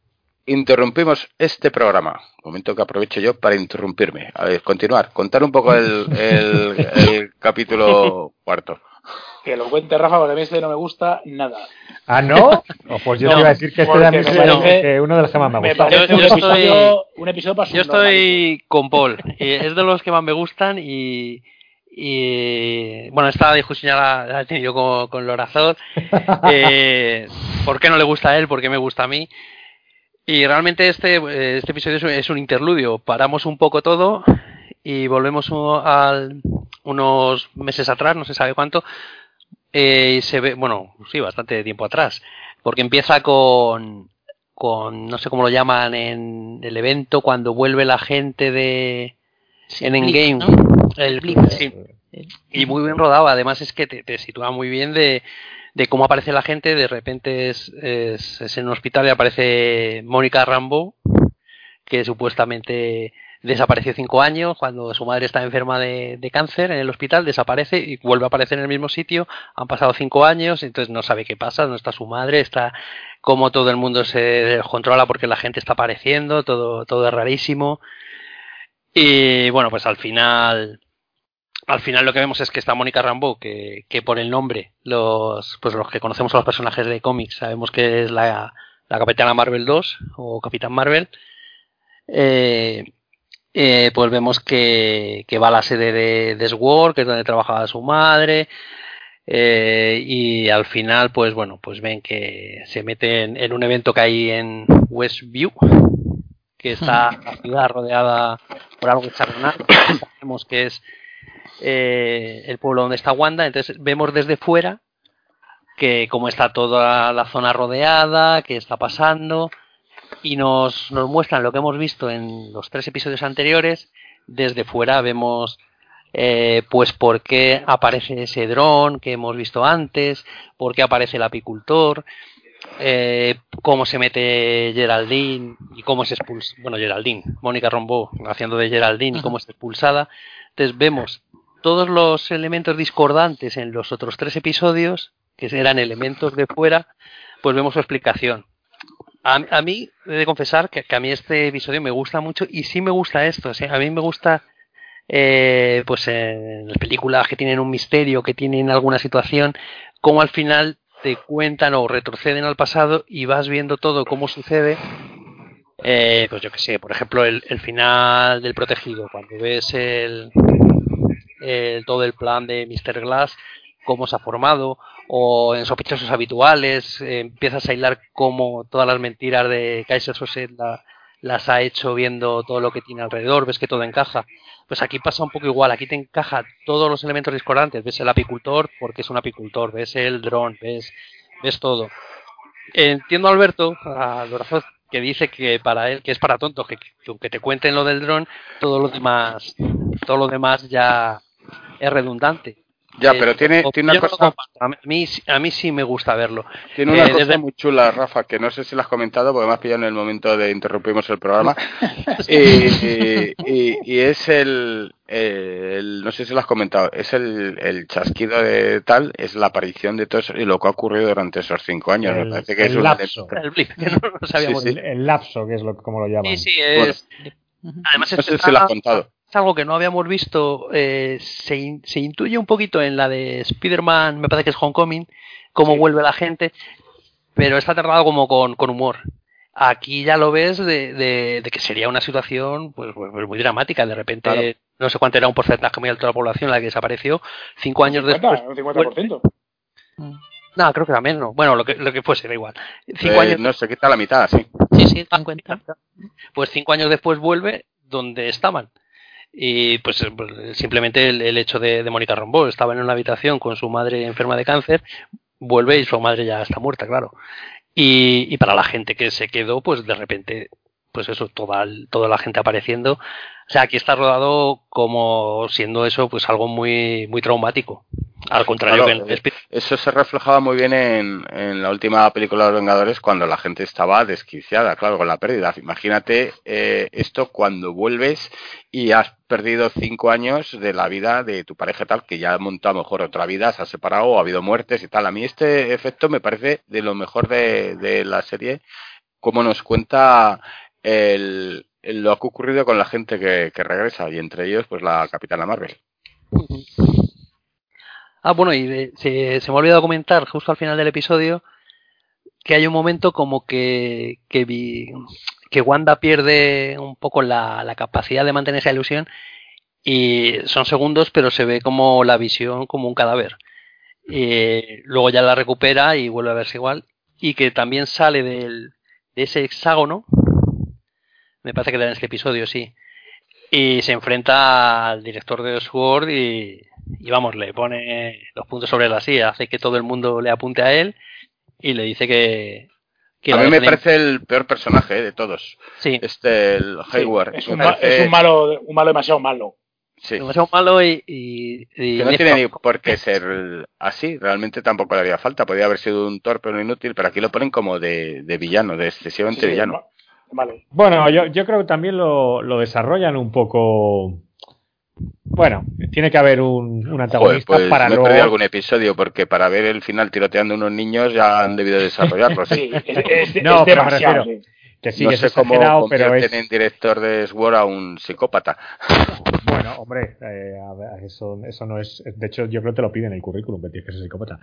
interrumpimos este programa. Momento que aprovecho yo para interrumpirme. A ver, continuar. Contar un poco el capítulo cuarto. Que lo cuente Rafa, porque a mí este no me gusta nada. ¿Ah, no? O pues yo No, te iba a decir que este porque de a mí me es parece- uno de los que más me Me gusta. parece Yo estoy- un episodio para Yo estoy con Paul. Es de los que más me gustan y bueno, esta discusión ya la he tenido con Lorazor. ¿Por qué no le gusta a él? ¿Por qué me gusta a mí? Y realmente este episodio es un interludio. Paramos un poco todo y volvemos unos meses atrás, no se sabe cuánto. Y se ve, bueno, sí, bastante tiempo atrás. Porque empieza con no sé cómo lo llaman en el evento, cuando vuelve la gente Sí, en Blip, Endgame. ¿no? El Blip. sí. Y muy bien rodado, además es que te sitúa muy bien de cómo aparece la gente. De repente es en un hospital y aparece Mónica Rambeau, que supuestamente desapareció 5 años cuando su madre está enferma de cáncer en el hospital, desaparece y vuelve a aparecer en el mismo sitio. Han pasado 5 años, entonces no sabe qué pasa, no está su madre, está como todo el mundo se descontrola porque la gente está apareciendo, todo es rarísimo. Y bueno, pues al final lo que vemos es que está Mónica Rambeau, que por el nombre, los que conocemos a los personajes de cómics, sabemos que es la Capitana Marvel 2 o Capitán Marvel. Pues vemos que va a la sede de SWORD, que es donde trabajaba su madre, y al final pues bueno, pues ven que se meten en un evento que hay en Westview, que está la ciudad rodeada por algo hexagonal, sabemos que es el pueblo donde está Wanda. Entonces vemos desde fuera que como está toda la zona rodeada, que está pasando, y nos muestran lo que hemos visto en los 3 episodios anteriores. Desde fuera vemos pues por qué aparece ese dron que hemos visto antes, por qué aparece el apicultor, cómo se mete Geraldine y cómo es expulsada, bueno, Geraldine, Mónica Rambeau haciendo de Geraldine, y cómo es expulsada. Entonces vemos todos los elementos discordantes en los otros 3 episodios, que eran elementos de fuera, pues vemos su explicación. A mí, he de confesar que a mí este episodio me gusta mucho, y sí me gusta esto. O sea, a mí me gusta, pues en las películas que tienen un misterio, que tienen alguna situación, cómo al final te cuentan o retroceden al pasado y vas viendo todo cómo sucede. Pues yo que sé, por ejemplo, el final del Protegido, cuando ves todo el plan de Mr. Glass, cómo se ha formado, o en Sospechosos Habituales, empiezas a hilar cómo todas las mentiras de Kaiser Soze las ha hecho viendo todo lo que tiene alrededor, ves que todo encaja. Pues aquí pasa un poco igual, aquí te encaja todos los elementos discordantes, ves el apicultor porque es un apicultor, ves el dron, ves todo. Entiendo a Alberto, a Lorazón, que dice que para él, que es para tontos, que aunque te cuenten lo del dron, todo lo demás ya es redundante. Ya, pero tiene yo una no lo cosa... comparto. A mí sí me gusta verlo. Tiene una cosa desde- muy chula, Rafa, que no sé si la has comentado, porque me has pillado en el momento de interrumpimos el programa. Y es no sé si lo has comentado, es el chasquido de tal, es la aparición de todo eso y lo que ha ocurrido durante esos 5 años. Me parece que es un lapso. el blip, que no lo sabíamos. Sí, sí. El lapso, que es como lo llaman. Sí, es... Además, No sé si lo has contado. es algo que no habíamos visto. Se intuye un poquito en la de Spider-Man, me parece que es Homecoming, cómo vuelve la gente, pero está tratado como con humor. Aquí ya lo ves de que sería una situación pues muy dramática. De repente, Claro. no sé cuánto era, un porcentaje muy alto de la población la que desapareció. 5 años después. Un 50%. No, creo que era menos. Bueno, lo que fuese, da igual. 5 años. No, se quita la mitad, sí. Sí, 50. Pues 5 años después vuelve donde estaban. Y pues simplemente el hecho de Mónica Rambeau, estaba en una habitación con su madre enferma de cáncer, vuelve y su madre ya está muerta, claro. Y para la gente que se quedó, pues de repente, pues eso, toda la gente apareciendo. O sea, aquí está rodado como siendo eso, pues algo muy, muy traumático. Al contrario Claro, que en eso se reflejaba muy bien en la última película de los Vengadores, cuando la gente estaba desquiciada, claro, con la pérdida. Imagínate esto cuando vuelves y has perdido 5 años de la vida de tu pareja tal, que ya ha montado mejor otra vida, se ha separado, ha habido muertes y tal. A mí este efecto me parece de lo mejor de la serie, cómo nos cuenta lo que ha ocurrido con la gente que regresa, y entre ellos pues la Capitana Marvel. Bueno, y se me ha olvidado comentar justo al final del episodio que hay un momento como que Wanda pierde un poco la capacidad de mantener esa ilusión, y son segundos, pero se ve como la visión como un cadáver. Luego ya la recupera y vuelve a verse igual, y que también sale de ese hexágono, me parece que era en este episodio, sí, y se enfrenta al director de Sword y vamos, le pone los puntos sobre la silla, hace que todo el mundo le apunte a él y le dice que a mí me parece el peor personaje de todos. Sí. El Hayward. Sí, es un malo demasiado malo. Sí. Demasiado malo y que no tiene ni por qué ser así. Realmente tampoco le haría falta. Podría haber sido un torpe o un inútil, pero aquí lo ponen como de villano, de excesivamente villano. Vale. Bueno, yo creo que también lo desarrollan un poco. Bueno, tiene que haber un antagonista. Pues para me luego... he perdido algún episodio, porque para ver el final tiroteando a unos niños ya han debido desarrollarlo. Sí, es pero me demasiado. refiero que sí, no que sé es cómo exagerado, pero convierten en director de Sword a un psicópata. Bueno, hombre, a ver, eso no es. De hecho, yo creo que te lo piden en el currículum, que tienes que ser psicópata.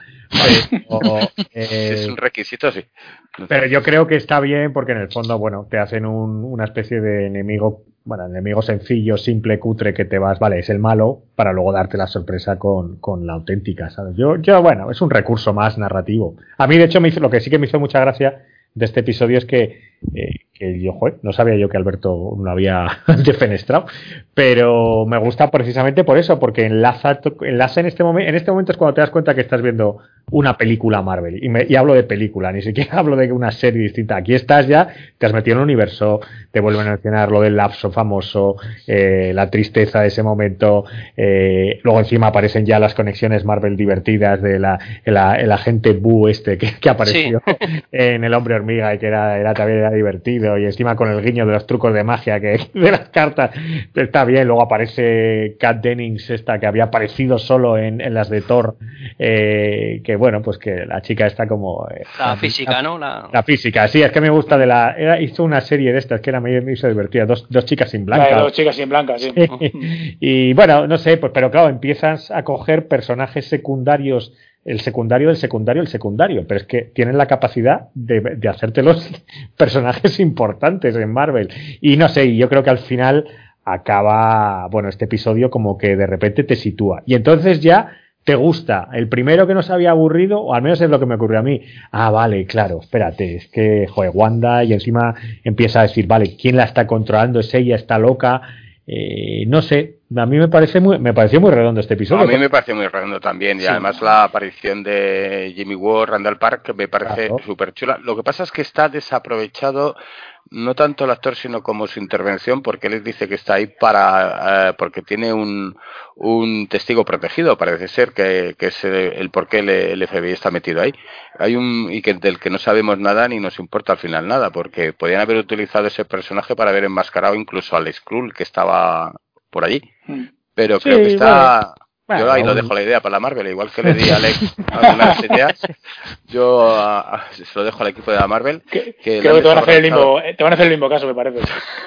Es un requisito, sí. Pero yo creo que está bien, porque en el fondo, bueno, te hacen una especie de enemigo sencillo, simple, cutre, que te vas, vale, es el malo, para luego darte la sorpresa con la auténtica, ¿sabes? Yo, bueno, es un recurso más narrativo. A mí, de hecho, lo que sí que me hizo mucha gracia de este episodio es que yo, no sabía yo que Alberto no había defenestrado, pero me gusta precisamente por eso, porque enlaza en este momento es cuando te das cuenta que estás viendo una película Marvel, y hablo de película, ni siquiera hablo de una serie distinta. Aquí estás ya, te has metido en el universo, te vuelven a mencionar lo del lapso famoso, la tristeza de ese momento, luego encima aparecen ya las conexiones Marvel divertidas de el agente Boo que apareció en El Hombre Hormiga, y que también era divertido, y encima con el guiño de los trucos de magia de las cartas, está bien. Luego aparece Kat Dennings, que había aparecido solo en las de Thor, que bueno, pues que la chica está como la física, ¿no? La física, sí, es que me gusta hizo una serie de estas que era me hizo divertida, dos chicas sin blanca. Dos chicas sin blanca, sí. Y bueno, no sé, pues, pero claro, empiezas a coger personajes secundarios, el secundario del secundario, pero es que tienen la capacidad de hacerte los personajes importantes en Marvel. Y no sé, yo creo que al final acaba, bueno, este episodio como que de repente te sitúa. Y entonces ya te gusta. El primero que nos había aburrido, o al menos es lo que me ocurrió a mí. Vale, claro, espérate, es que, Wanda, y encima empieza a decir, vale, ¿quién la está controlando? ¿Es ella? ¿Está loca? No sé, a mí me pareció muy redondo este episodio. A mí me pareció muy redondo también, y además la aparición de Jimmy Ward, Randall Park, me parece súper chula. Lo que pasa es que está desaprovechado, no tanto el actor, sino como su intervención, porque él dice que está ahí porque tiene un testigo protegido, parece ser, que es el por qué el FBI está metido ahí. Del que no sabemos nada ni nos importa al final nada, porque podían haber utilizado ese personaje para haber enmascarado incluso al Skrull que estaba por allí. Pero creo que está... Bueno, yo ahí lo dejo la idea para la Marvel, igual que le di a Alex algunas ideas, yo se lo dejo al equipo de la Marvel. Creo que te van a hacer el mismo caso, me parece.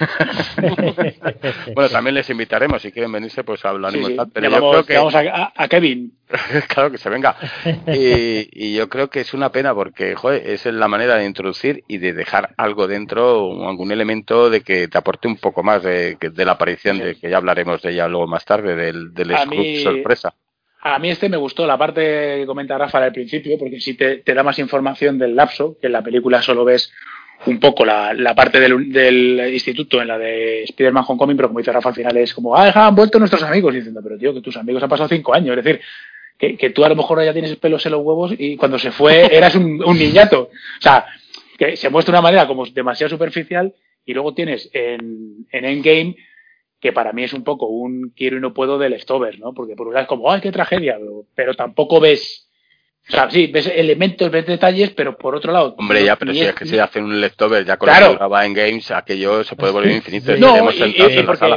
Bueno, también les invitaremos, si quieren venirse, pues hablaremos. Sí. Pero yo creo que vamos a Kevin. Claro, que se venga. Y yo creo que es una pena, porque es la manera de introducir y de dejar algo dentro, o algún elemento de que te aporte un poco más de la aparición, de que ya hablaremos de ella luego más tarde, del Skrull sorpresa. A mí me gustó la parte que comenta Rafa al principio, porque sí te da más información del lapso, que en la película solo ves un poco la parte del instituto en la de Spider-Man Homecoming, pero como dice Rafa al final es como, han vuelto nuestros amigos, diciendo, pero tío, que tus amigos han pasado 5 años, es decir, que tú a lo mejor ya tienes pelos en los huevos y cuando se fue eras un niñato. O sea, que se muestra de una manera como demasiado superficial, y luego tienes en Endgame, que para mí es un poco un quiero y no puedo de leftover, ¿no? Porque por un lado es como, ¡ay, qué tragedia! Pero tampoco ves... O sea, sí, ves elementos, ves detalles, pero por otro lado... Hombre, ya, pero si es que si hacen un leftover ya con lo que graba en Games, aquello se puede volver infinito. No,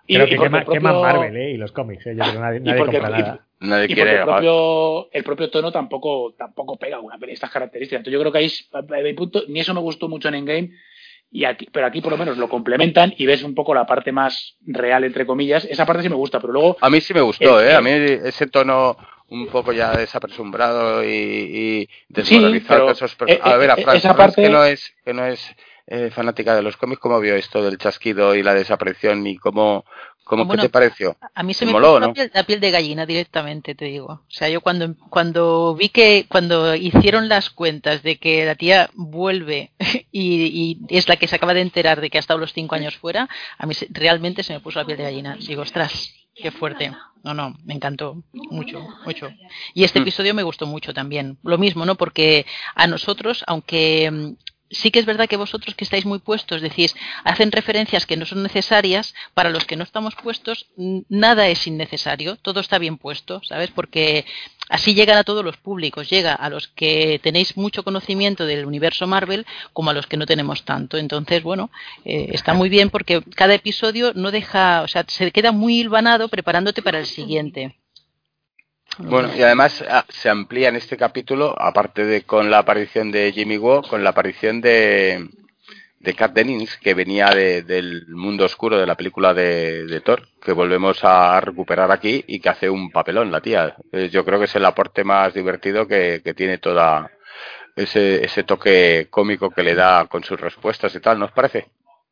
Creo que porque el queman propio- Marvel, y los cómics, yo creo que nadie porque- compra nada. Nadie Y porque quiere. el propio tono tampoco pega una peli de estas características. Entonces yo creo que ahí, a mi punto, ni eso me gustó mucho en Endgame, pero aquí por lo menos lo complementan y ves un poco la parte más real, entre comillas. Esa parte sí me gusta, pero luego... A mí sí me gustó, El que- A mí ese tono un poco ya desapresumbrado y desmoralizado. Sí, pero, A ver, a Fran, esa Fran parte... que no es fanática de los cómics, ¿cómo vio esto del chasquido y la desaparición y qué Bueno, te pareció? a mí se ¿Te me moló, puso no? la piel de gallina directamente, te digo. O sea, yo cuando vi que cuando hicieron las cuentas de que la tía vuelve y es la que se acaba de enterar de que ha estado los 5 años fuera, a mí realmente se me puso la piel de gallina. Digo, ostras, qué fuerte. No, me encantó mucho, mucho. Y este episodio me gustó mucho también. Lo mismo, ¿no? Porque a nosotros, aunque sí que es verdad que vosotros que estáis muy puestos decís, hacen referencias que no son necesarias, para los que no estamos puestos nada es innecesario, todo está bien puesto, ¿sabes? Porque así llegan a todos los públicos, llega a los que tenéis mucho conocimiento del universo Marvel como a los que no tenemos tanto. Entonces, bueno, está muy bien porque cada episodio no deja, o sea, se queda muy hilvanado preparándote para el siguiente. Bueno, y además se amplía en este capítulo, aparte de con la aparición de Jimmy Woo, con la aparición de Kat Dennings, que venía del mundo oscuro de la película de Thor, que volvemos a recuperar aquí y que hace un papelón la tía. Yo creo que es el aporte más divertido que tiene toda ese toque cómico que le da con sus respuestas y tal, ¿no os parece?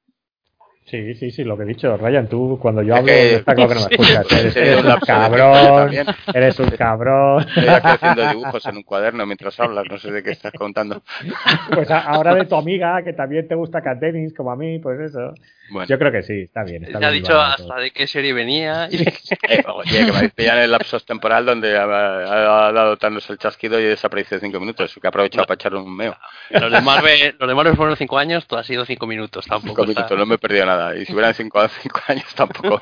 Sí, lo que he dicho. Ryan, tú cuando yo Es hablo que- está claro que no me escuchas. Eres Sería un un lapso de tiempo cabrón, también. eres un cabrón. Estoy aquí haciendo dibujos en un cuaderno mientras hablas, no sé de qué estás contando. Pues ahora de tu amiga, que también te gusta Kat Dennings, como a mí, pues eso. Bueno, Yo creo que sí, está bien. Se ha dicho hasta de qué serie venía. oye, que me habéis pillado en el lapsos temporal donde ha dado Thanos el chasquido y desaparece 5 minutos, que he aprovechado para echar un meo. Los de Marvel fueron 5 años, tú has sido 5 minutos, tampoco. 5 minutos, no me he perdido nada. Y si hubieran 5 años tampoco.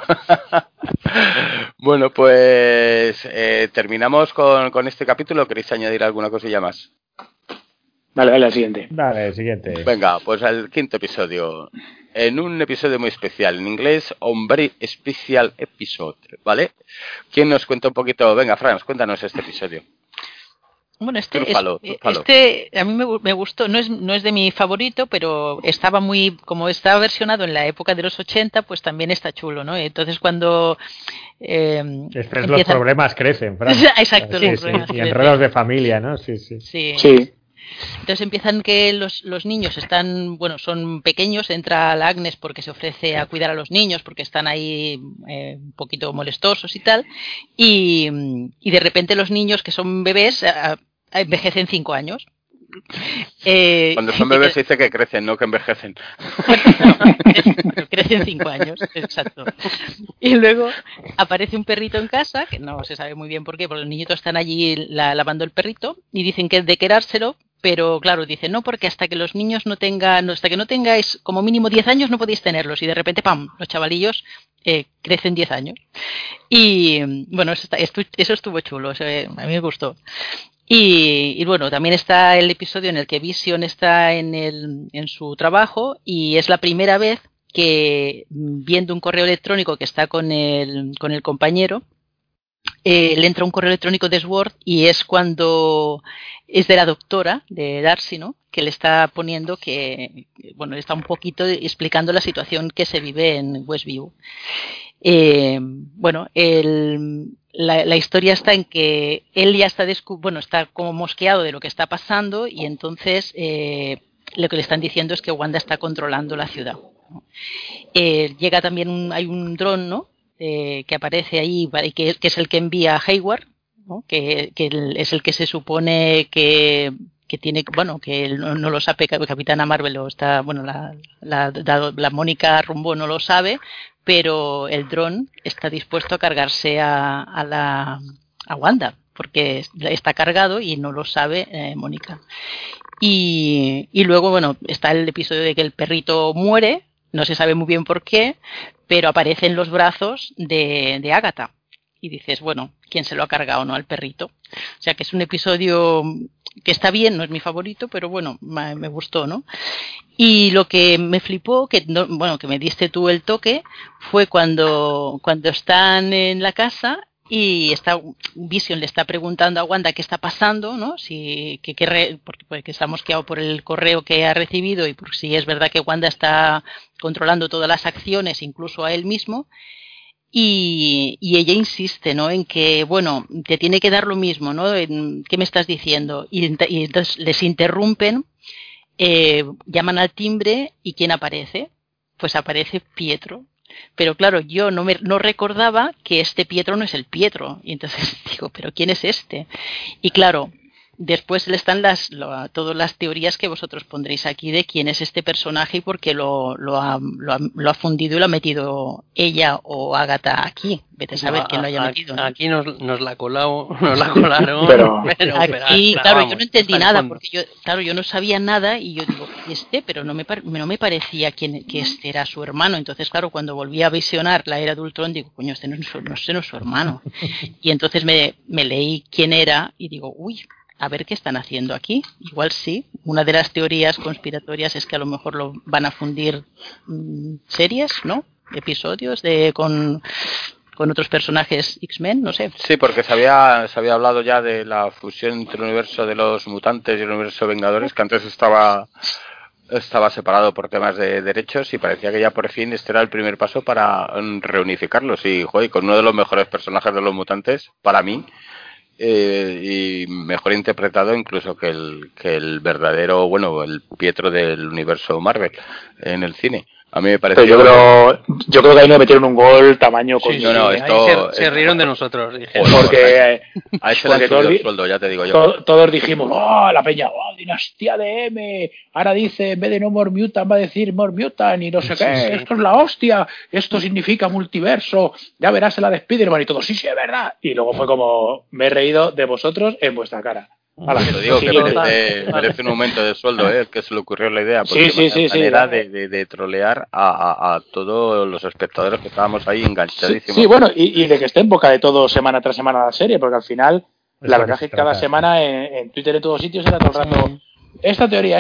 Bueno, pues terminamos con este capítulo. ¿Queréis añadir alguna cosilla más? Dale, al siguiente. Dale, siguiente. Venga, pues al quinto episodio. En un episodio muy especial, en inglés, un very special episode, ¿vale? ¿Quién nos cuenta un poquito? Venga, Franz, cuéntanos este episodio. Bueno, Trúfalo. a mí me gustó, no es de mi favorito, pero estaba como estaba versionado en la época de los 80, pues también está chulo, ¿no? Entonces cuando Los problemas crecen, Fran. Exacto, Sí, los problemas y crecen. enredos de familia, ¿no? Sí. Sí. Entonces empiezan que los niños son pequeños, entra la Agnes porque se ofrece a cuidar a los niños porque están ahí un poquito molestosos y tal, y de repente los niños que son bebés envejecen 5 años. Cuando son bebés se dice que crecen, no que envejecen. Crecen 5 años, exacto. Y luego aparece un perrito en casa, que no se sabe muy bien por qué, porque los niñitos están allí lavando el perrito y dicen que es de quedárselo, pero claro, dicen no, porque hasta que los niños hasta que no tengáis como mínimo 10 años no podéis tenerlos. Y de repente, ¡pam!, los chavalillos crecen 10 años. Y bueno, eso estuvo chulo, a mí me gustó. Y bueno, también está el episodio en el que Vision está en su trabajo y es la primera vez que, viendo un correo electrónico que está con el compañero, le entra un correo electrónico de Sword y es cuando es de la doctora de Darcy, ¿no?, que le está poniendo que, bueno, está un poquito explicando la situación que se vive en Westview. Bueno, la historia está en que él ya está como mosqueado de lo que está pasando y entonces lo que le están diciendo es que Wanda está controlando la ciudad, ¿no? Llega también hay un dron, ¿no?, que aparece ahí y que es el que envía a Hayward, ¿no?, que es el que se supone que tiene, bueno, que él no lo sabe, Capitana Marvel la Mónica Rambeau no lo sabe, pero el dron está dispuesto a cargarse a Wanda, porque está cargado y no lo sabe Mónica. Y luego, bueno, está el episodio de que el perrito muere, no se sabe muy bien por qué, pero aparece en los brazos de Agatha. Y dices, bueno, ¿quién se lo ha cargado, no, al perrito? O sea que es un episodio que está bien, no es mi favorito, pero bueno, me gustó, ¿no? Y lo que me flipó, que me diste tú el toque, fue cuando están en la casa y Vision le está preguntando a Wanda qué está pasando, ¿no? Porque está mosqueado por el correo que ha recibido y por si es verdad que Wanda está controlando todas las acciones, incluso a él mismo. Y ella insiste, ¿no? En que, bueno, te tiene que dar lo mismo, ¿no? ¿Qué me estás diciendo? Y entonces les interrumpen, llaman al timbre y ¿quién aparece? Pues aparece Pietro. Pero claro, yo no recordaba que este Pietro no es el Pietro. Y entonces digo, ¿pero quién es este? Y claro, después le están todas las teorías que vosotros pondréis aquí de quién es este personaje y por qué lo ha fundido y lo ha metido ella o Agatha aquí. Vete a saber quién lo haya metido, ¿no? Aquí nos la colaron. Pero pero aquí, claro, vamos, yo no entendí hasta el nada fondo. porque yo no sabía nada y yo digo, pero no me parecía que este era su hermano. Entonces, claro, cuando volví a visionar la era de Ultron, digo, coño, este no es su hermano. Y entonces me leí quién era y digo, uy, a ver qué están haciendo aquí. Igual sí. Una de las teorías conspiratorias es que a lo mejor lo van a fundir series, ¿no? Episodios con otros personajes X-Men, no sé. Sí, porque se había hablado ya de la fusión entre el universo de los mutantes y el universo de Vengadores, que antes estaba separado por temas de derechos y parecía que ya por fin este era el primer paso para reunificarlos. Y, joder, con uno de los mejores personajes de los mutantes, para mí, y mejor interpretado incluso que el verdadero, bueno, el Pietro del universo Marvel en el cine. A mí me pareció... Pero yo creo que ahí no metieron un gol tamaño con... Sí, no, esto... Se rieron de nosotros. Porque... A ese le han subido el sueldo, ya te digo yo. Todos dijimos, la peña, dinastía de M, ahora dice, en vez de no More Mutant va a decir More Mutant y no sé qué, esto es la hostia, esto significa multiverso, ya verás en la de Spider-Man y todo, sí, es verdad. Y luego fue como, me he reído de vosotros en vuestra cara. Te digo que merece un aumento de sueldo, el que se le ocurrió la idea, porque es manera de trolear a todos los espectadores que estábamos ahí enganchadísimos. Sí, bueno, y de que esté en boca de todo semana tras semana la serie, porque al final, la verdad es que cada semana en Twitter en todos sitios era todo el rato esta teoría,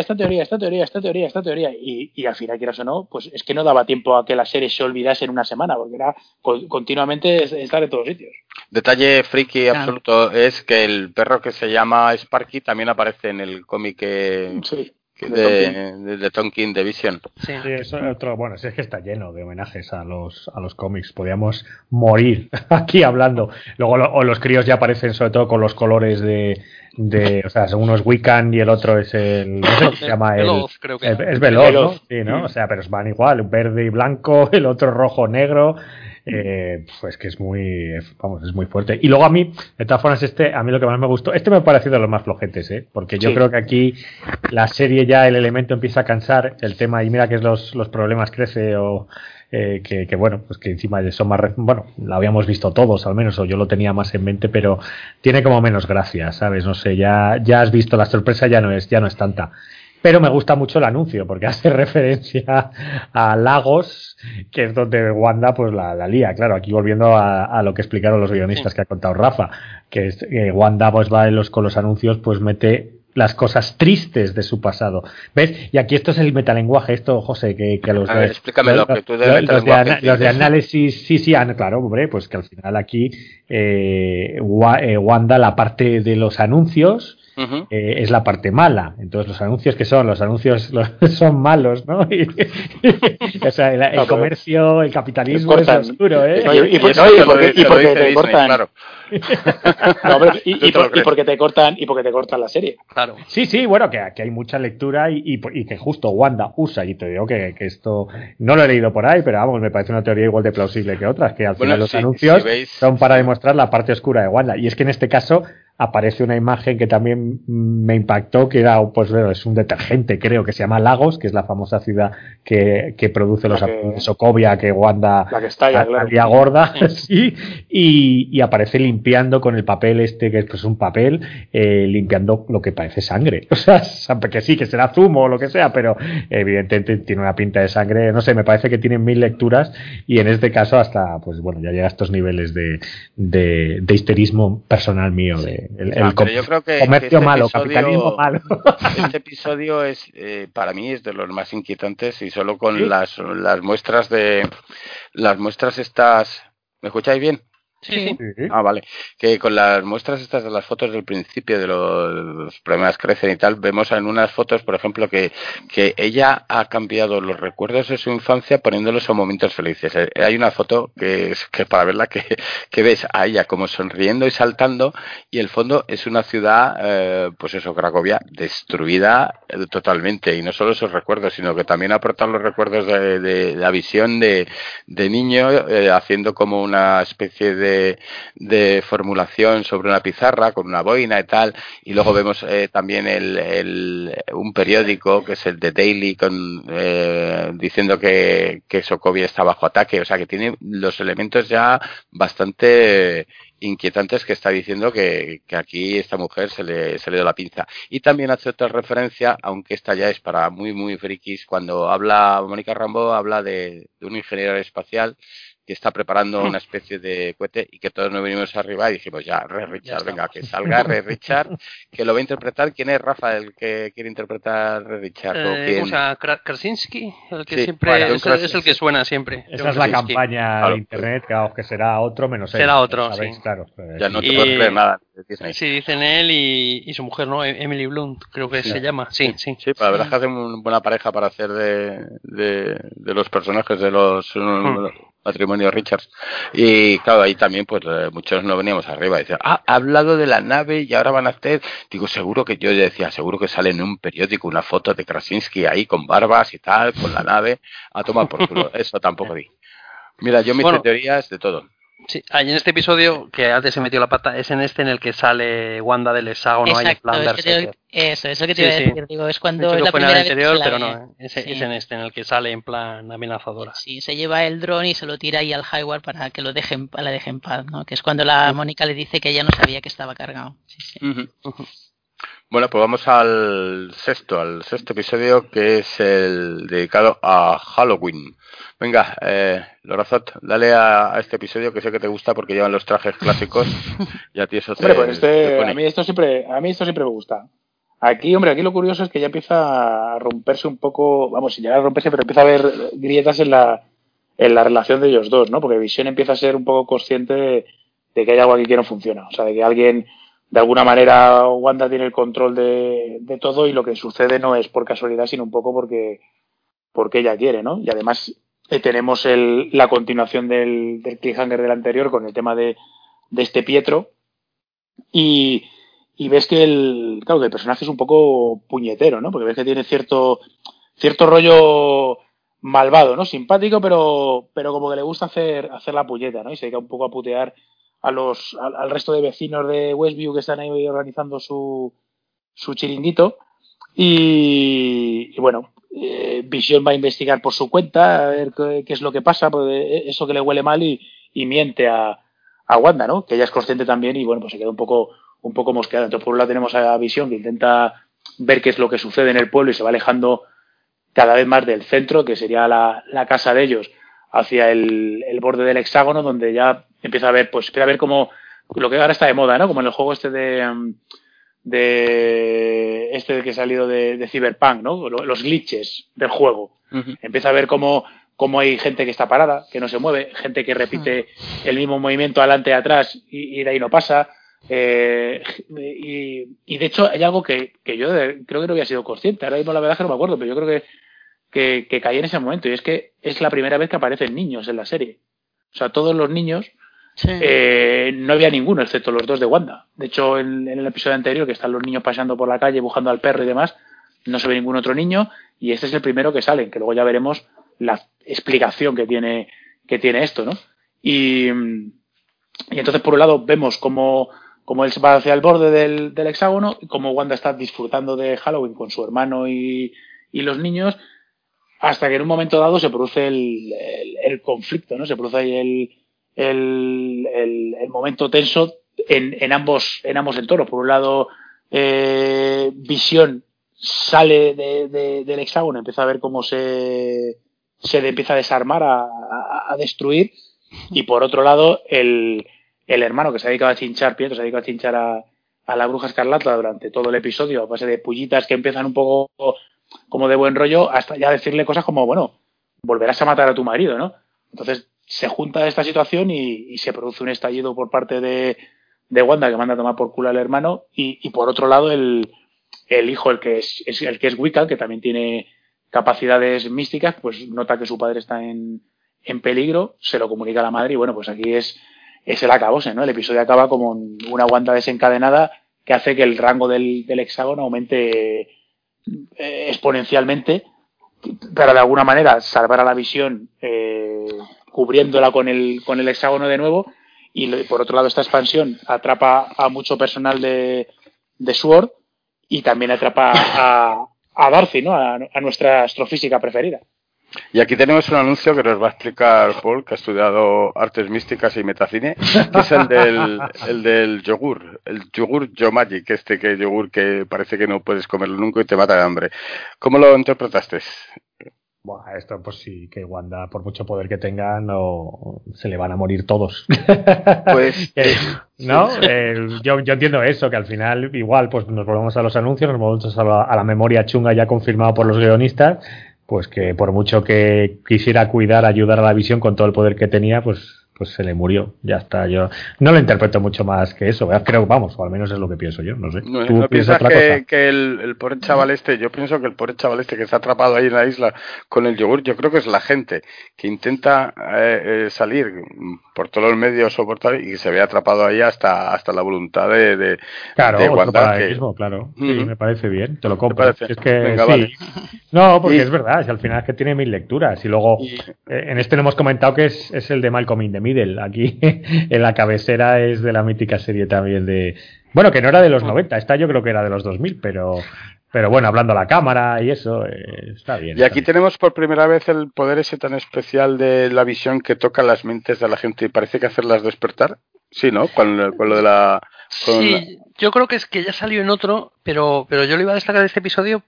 y al final, quieras o no, pues es que no daba tiempo a que la serie se olvidase en una semana, porque era continuamente estar en todos sitios. Detalle friki absoluto es que el perro que se llama Sparky también aparece en el cómic de Tom King de Vision. Sí, eso es otro, bueno, es que está lleno de homenajes a los cómics. Podíamos morir aquí hablando. Luego los críos ya aparecen sobre todo con los colores de o sea, uno es Wiccan y el otro es no sé cómo se llama, Veloz, creo que es Veloz, ¿no? Sí, ¿no? O sea, pero van igual, verde y blanco, el otro rojo negro. Pues que es muy fuerte. Y luego a mí, de todas formas, a mí lo que más me gustó, me ha parecido de los más flojetes, porque yo creo que aquí la serie ya el elemento empieza a cansar el tema, y mira que es los problemas crece o que bueno, pues que encima de son más, bueno, lo habíamos visto todos al menos, o yo lo tenía más en mente, pero tiene como menos gracia, ¿sabes? No sé, ya has visto, la sorpresa ya no es tanta. Pero me gusta mucho el anuncio porque hace referencia a Lagos, que es donde Wanda pues la lía. Claro, aquí volviendo a lo que explicaron los guionistas que ha contado Rafa, que es Wanda pues va con los anuncios, pues mete las cosas tristes de su pasado. ¿Ves? Y aquí esto es el metalenguaje, esto, José, que los a ver, explícamelo, que tú de los de análisis, sí, claro, hombre, pues que al final aquí Wanda, la parte de los anuncios, es la parte mala. Entonces los anuncios son malos, ¿no? O sea, el comercio, el capitalismo es oscuro, ¿eh? Y porque te cortan. Claro. Y porque te cortan la serie. Claro. Sí, bueno, que aquí hay mucha lectura y que justo Wanda usa, y te digo que esto no lo he leído por ahí, pero vamos, me parece una teoría igual de plausible que otras, que al final los anuncios son para demostrar la parte oscura de Wanda. Y es que en este caso aparece una imagen que también me impactó, que era, pues bueno, es un detergente, creo, que se llama Lagos, que es la famosa ciudad que produce los de Sokovia, que Wanda la gorda, sí, y aparece limpiando con el papel que es pues un papel, limpiando lo que parece sangre. O sea, que sí, que será zumo o lo que sea, pero evidentemente tiene una pinta de sangre. No sé, me parece que tiene 1000 lecturas, y en este caso hasta, pues bueno, ya llega a estos niveles de histerismo personal mío de Pero yo creo que comercio este malo, episodio, capitalismo malo. Este episodio es, para mí, es de los más inquietantes, y solo con ¿Sí? las muestras estas. ¿Me escucháis bien? Sí. Sí. Ah, vale. Que con las muestras estas de las fotos del principio de los problemas crecen y tal, vemos en unas fotos, por ejemplo, que ella ha cambiado los recuerdos de su infancia poniéndolos en momentos felices. Hay una foto que es para verla que ves a ella como sonriendo y saltando, y el fondo es una ciudad, pues eso, Cracovia, destruida totalmente. Y no solo esos recuerdos, sino que también aportan los recuerdos de la visión de niño, haciendo como una especie de formulación sobre una pizarra con una boina y tal, y luego vemos también un periódico que es el The Daily diciendo que Sokovia está bajo ataque, o sea que tiene los elementos ya bastante inquietantes, que está diciendo que aquí esta mujer se le dio la pinza. Y también hace otra referencia, aunque esta ya es para muy muy frikis, cuando habla Mónica Rambeau, habla de un ingeniero espacial que está preparando una especie de cohete, y que todos nos venimos arriba y dijimos, ya, Ray Richard, venga, que salga Ray Richard, que lo va a interpretar. ¿Quién es, Rafa, el que quiere interpretar Ray Richard? ¿O quién? ¿Cómo se llama? Krasinski, el que Sí, siempre bueno, es el que suena siempre. Esa es la Krasinski. campaña Claro. de internet, que será otro menos él. Será otro, ¿Sabéis? sí. Claro. Ya no te Y- puedes creer nada de Disney. Sí, dicen él y su mujer, ¿no? Emily Blunt, creo que se llama. Sí, sí. Sí, la verdad es que hacen una buena pareja para hacer de los personajes de los matrimonios Richards. Y claro, ahí también pues muchos no veníamos arriba y decían, ha hablado de la nave y ahora van a hacer, digo, seguro que yo decía, seguro que sale en un periódico una foto de Krasinski ahí con barbas y tal, con la nave, a tomar por culo. Eso tampoco di. Mira, yo me hice Bueno. teorías de todo. Sí, ahí en este episodio, que antes se metió la pata, es en este en el que sale Wanda del hexágono ahí en Exacto, plan es que Berserker. eso es lo que te Sí, iba a sí. decir. Digo, es cuando Pensé es que la fue en el primera vez que anterior, se la pero ve. no, es Sí. en este en el que sale en plan amenazadora. Sí, se lleva el dron y se lo tira ahí al Hayward para que la deje en paz, ¿no? Que es cuando la Mónica le dice que ella no sabía que estaba cargado. Sí, sí. Ujú. Bueno, pues vamos al sexto episodio, que es el dedicado a Halloween. Venga, Lorazot, dale a este episodio, que sé que te gusta porque llevan los trajes clásicos y a ti eso Hombre, pues te pone. a mí esto siempre me gusta. Aquí, hombre, aquí lo curioso es que ya empieza a romperse un poco, vamos, sin llegar a romperse, pero empieza a haber grietas en la relación de ellos dos, ¿no? Porque Visión empieza a ser un poco consciente de que hay algo aquí que no funciona. O sea, de que alguien, de alguna manera, Wanda tiene el control de todo, y lo que sucede no es por casualidad, sino un poco porque ella quiere, ¿no? Y además tenemos la continuación del cliffhanger del anterior con el tema de este Pietro, y ves que claro, que el personaje es un poco puñetero, ¿no? Porque ves que tiene cierto rollo malvado, ¿no? Simpático, pero como que le gusta hacer la puñeta, ¿no? Y se dedica un poco a putear al resto de vecinos de Westview que están ahí organizando su chiringuito. Y bueno, Visión va a investigar por su cuenta, a ver qué es lo que pasa, pues, eso que le huele mal, y miente a Wanda, ¿no? Que ella es consciente también, y bueno, pues se queda un poco mosqueada. Entonces, por un lado tenemos a Visión, que intenta ver qué es lo que sucede en el pueblo y se va alejando cada vez más del centro, que sería la casa de ellos, hacia el borde del hexágono, donde ya empieza a ver, como lo que ahora está de moda, ¿no? Como en el juego este de que ha salido de Cyberpunk, ¿no? Los glitches del juego. Uh-huh. Empieza a ver cómo hay gente que está parada, que no se mueve, gente que repite el mismo movimiento adelante y atrás, y de ahí no pasa. Y de hecho hay algo que yo creo que no había sido consciente. Ahora mismo la verdad es que no me acuerdo, pero yo creo que caí en ese momento, y es que es la primera vez que aparecen niños en la serie. O sea, todos los niños, Sí. no había ninguno excepto los dos de Wanda. De hecho, en el episodio anterior, que están los niños paseando por la calle buscando al perro y demás, no se ve ningún otro niño, y este es el primero que sale, que luego ya veremos la explicación que tiene esto, ¿no? Y entonces, por un lado, vemos cómo él va hacia el borde del hexágono, y cómo Wanda está disfrutando de Halloween con su hermano y los niños, hasta que en un momento dado se produce el conflicto, ¿no? Se produce ahí el momento tenso en ambos entornos. Por un lado, Visión sale del hexágono, empieza a ver cómo se empieza a desarmar, a destruir, y por otro lado el hermano, que se ha dedicado a chinchar Pietro, se ha dedicado a chinchar a la Bruja Escarlata durante todo el episodio, a base de pullitas que empiezan un poco como de buen rollo, hasta ya decirle cosas como, bueno, volverás a matar a tu marido, ¿no? Entonces se junta esta situación y se produce un estallido por parte de Wanda, que manda a tomar por culo al hermano, y por otro lado el hijo, el que es Wiccan, que también tiene capacidades místicas, pues nota que su padre está en peligro, se lo comunica a la madre y bueno, pues aquí es el acabose, ¿no? El episodio acaba como una Wanda desencadenada que hace que el rango del hexágono aumente exponencialmente, pero de alguna manera salvar a la Visión cubriéndola con el hexágono de nuevo, y por otro lado esta expansión atrapa a mucho personal de SWORD y también atrapa a Darcy, ¿no? A nuestra astrofísica preferida. Y aquí tenemos un anuncio que nos va a explicar Paul, que ha estudiado artes místicas y metacine, que es el del yogur, el yogur Yomagic, que yogur que parece que no puedes comerlo nunca y te mata de hambre. ¿Cómo lo interpretaste? Buah, esto pues sí, que Wanda, por mucho poder que tenga, no se le van a morir todos. Pues ¿no? Yo entiendo eso, que al final igual pues nos volvemos a los anuncios, nos volvemos a la memoria chunga ya confirmada por los guionistas, pues que por mucho que quisiera cuidar, ayudar a la Visión con todo el poder que tenía, pues se le murió, ya está. Yo no lo interpreto mucho más que eso, creo, vamos, o al menos es lo que pienso yo, no sé. ¿No piensas que el pobre chaval yo pienso que el pobre chaval que está atrapado ahí en la isla con el yogur, yo creo que es la gente que intenta salir por todos los medios soportar y que se ve atrapado ahí hasta la voluntad de Wanda. Claro, sí, me parece bien, te lo compro. Es que venga, sí. Vale. No, porque es verdad, si al final es que tiene 1000 lecturas y luego en este no hemos comentado que es el de Malcolm in the Middle. Aquí en la cabecera es de la mítica serie también de... Bueno, que no era de los 90, esta yo creo que era de los 2000, pero bueno, hablando a la cámara y eso, está bien. Y aquí tenemos por primera vez el poder ese tan especial de la Visión que toca las mentes de la gente y parece que hacerlas despertar. Sí, ¿no? Con lo de la... Sí, yo creo que es que ya salió en otro, pero yo lo iba a destacar de este episodio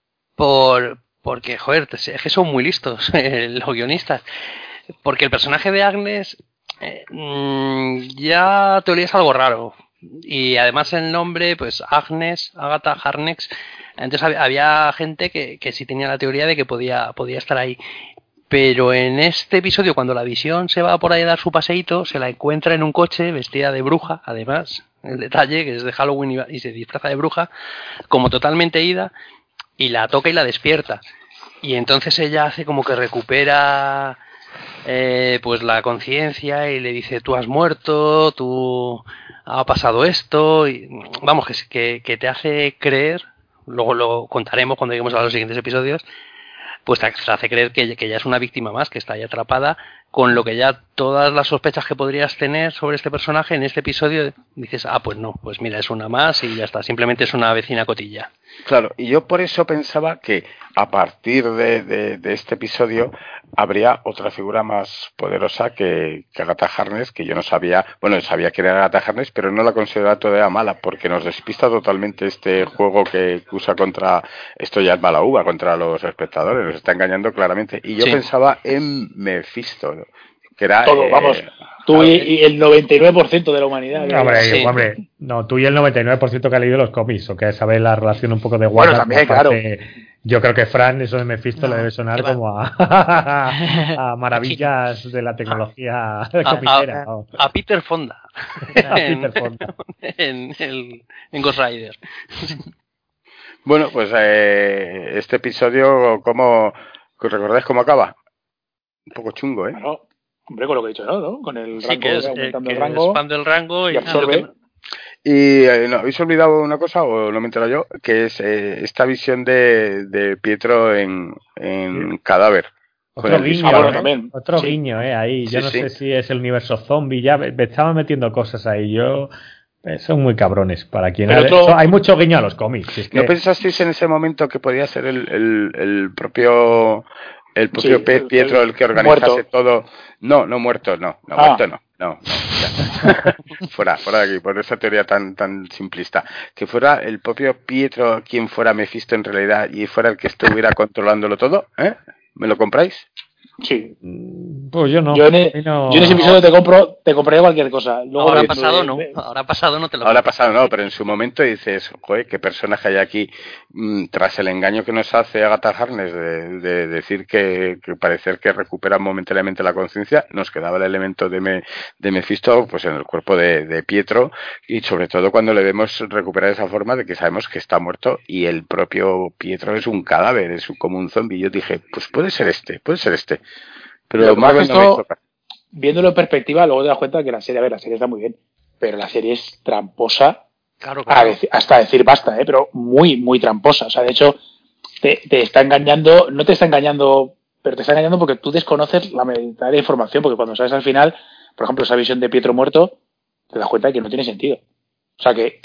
porque, joder, es que son muy listos los guionistas. Porque el personaje de Agnes ya te olías algo raro. Y además el nombre, pues Agnes, Agatha Harkness. Entonces había gente que sí tenía la teoría de que podía estar ahí. Pero en este episodio, cuando la Visión se va por ahí a dar su paseíto, se la encuentra en un coche vestida de bruja, además, el detalle que es de Halloween y se disfraza de bruja, como totalmente ida, y la toca y la despierta. Y entonces ella hace como que recupera pues la conciencia y le dice, tú has muerto, tú ha pasado esto, y vamos, que te hace creer, luego lo contaremos cuando lleguemos a los siguientes episodios, pues te hace creer que ya es una víctima más, que está ahí atrapada, con lo que ya todas las sospechas que podrías tener sobre este personaje en este episodio dices, pues no, pues mira, es una más y ya está, simplemente es una vecina cotilla. Claro, y yo por eso pensaba que a partir de este episodio habría otra figura más poderosa que Agatha Harkness, que yo no sabía, bueno, sabía que era Agatha Harkness, pero no la consideraba todavía mala, porque nos despista totalmente este juego que usa contra, esto ya es mala uva, contra los espectadores, nos está engañando claramente, y yo pensaba en Mephisto, que era... Todo, vamos... Tú y el 99% de la humanidad. Hombre, no, tú y el 99% que ha leído los cómics, o que sabe la relación un poco de Wanda. Bueno, también, claro. Yo creo que Fran, eso de Mephisto, le debe sonar como a maravillas de la tecnología comiquera. A Peter Fonda. Peter Fonda. en Ghost Rider. Bueno, pues este episodio, ¿recordáis cómo acaba? Un poco chungo, ¿eh? Bueno, hombre, con lo que he dicho, ¿no? Con el rango, que aumentando el que rango. expande el rango y absorbe. Y ¿no habéis olvidado una cosa, o no me entero yo? Que es esta visión de Pietro en Cadáver. Otro guiño, también. Otro guiño, ahí. Yo no sé si es el universo zombie, ya me estaban metiendo cosas ahí. Son muy cabrones para quien hay mucho guiño a los cómics. Es que... ¿No pensasteis en ese momento que podía ser el propio Pietro el que organizase muerto. Todo? No muerto, muerto no. fuera de aquí, por esa teoría tan simplista. Que fuera el propio Pietro quien fuera Mephisto en realidad y fuera el que estuviera controlándolo todo, ¿eh? ¿Me lo compráis? Sí. Pues yo no. Yo en, A mí no- yo en ese episodio te compraría cualquier cosa. Luego Ahora me- pasado no. me- Ahora pasado no te lo Ahora ha compro. pasado, no, pero en su momento dices, joder, qué personaje hay aquí, tras el engaño que nos hace Agatha Harkness de decir que parecer que recupera momentáneamente la conciencia, nos quedaba el elemento de Mephisto pues en el cuerpo de Pietro, y sobre todo cuando le vemos recuperar esa forma de que sabemos que está muerto y el propio Pietro es un cadáver, como un zombie. Yo dije, pues puede ser este. Pero Lo que pasa es Marvel que no me esto, hizo caso. viéndolo en perspectiva, luego te das cuenta que la serie, a ver, la serie está muy bien, pero la serie es tramposa Claro, claro. hasta decir basta, pero muy, muy tramposa. O sea, de hecho, te está engañando, no te está engañando, pero te está engañando porque tú desconoces la mitad de la información, porque cuando sabes al final, por ejemplo, esa visión de Pietro muerto, te das cuenta de que no tiene sentido. O sea, que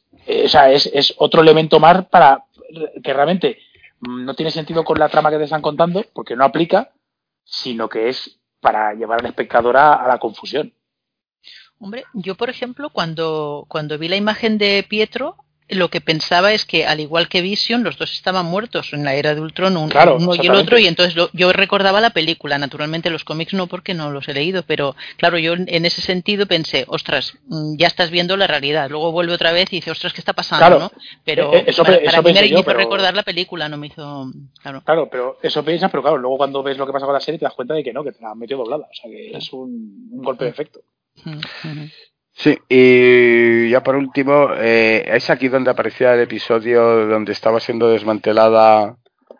es otro elemento más para que realmente no tiene sentido con la trama que te están contando, porque no aplica, sino que es para llevar al espectador a la confusión. Hombre, yo por ejemplo, cuando vi la imagen de Pietro, lo que pensaba es que al igual que Vision, los dos estaban muertos en la era de Ultron, Claro, uno y el exactamente. otro, y entonces yo recordaba la película, naturalmente los cómics no porque no los he leído, pero claro, yo en ese sentido pensé, ostras, ya estás viendo la realidad, luego vuelve otra vez y dice, ostras, ¿qué está pasando? Claro, ¿no? Pero eso para pensé mí me yo, hizo pero recordar la película, no me hizo... Claro. claro, pero eso piensas, pero claro, luego cuando ves lo que pasa con la serie te das cuenta de que no, que te la han metido doblada, o sea que es un golpe de efecto. Sí, y ya por último, ¿es aquí donde aparecía el episodio donde estaba siendo desmantelada